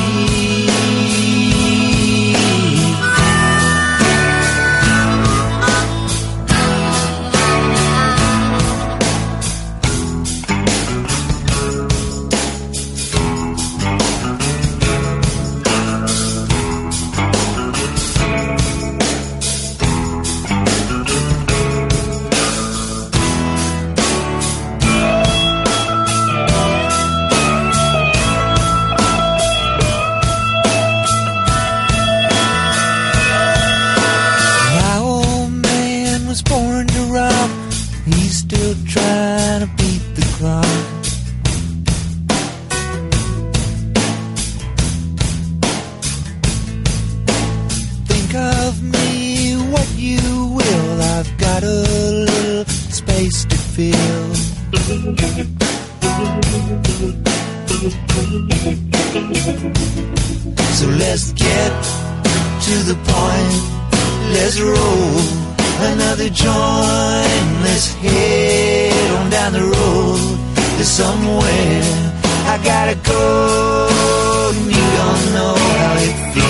My old man was born to rock. He's still trying to beat the clock. Think of me what you will. I've got a little space to fill. So let's Just get to the point. Let's roll another joint. Let's head on down the road to somewhere I gotta go. And you don't know how it feels.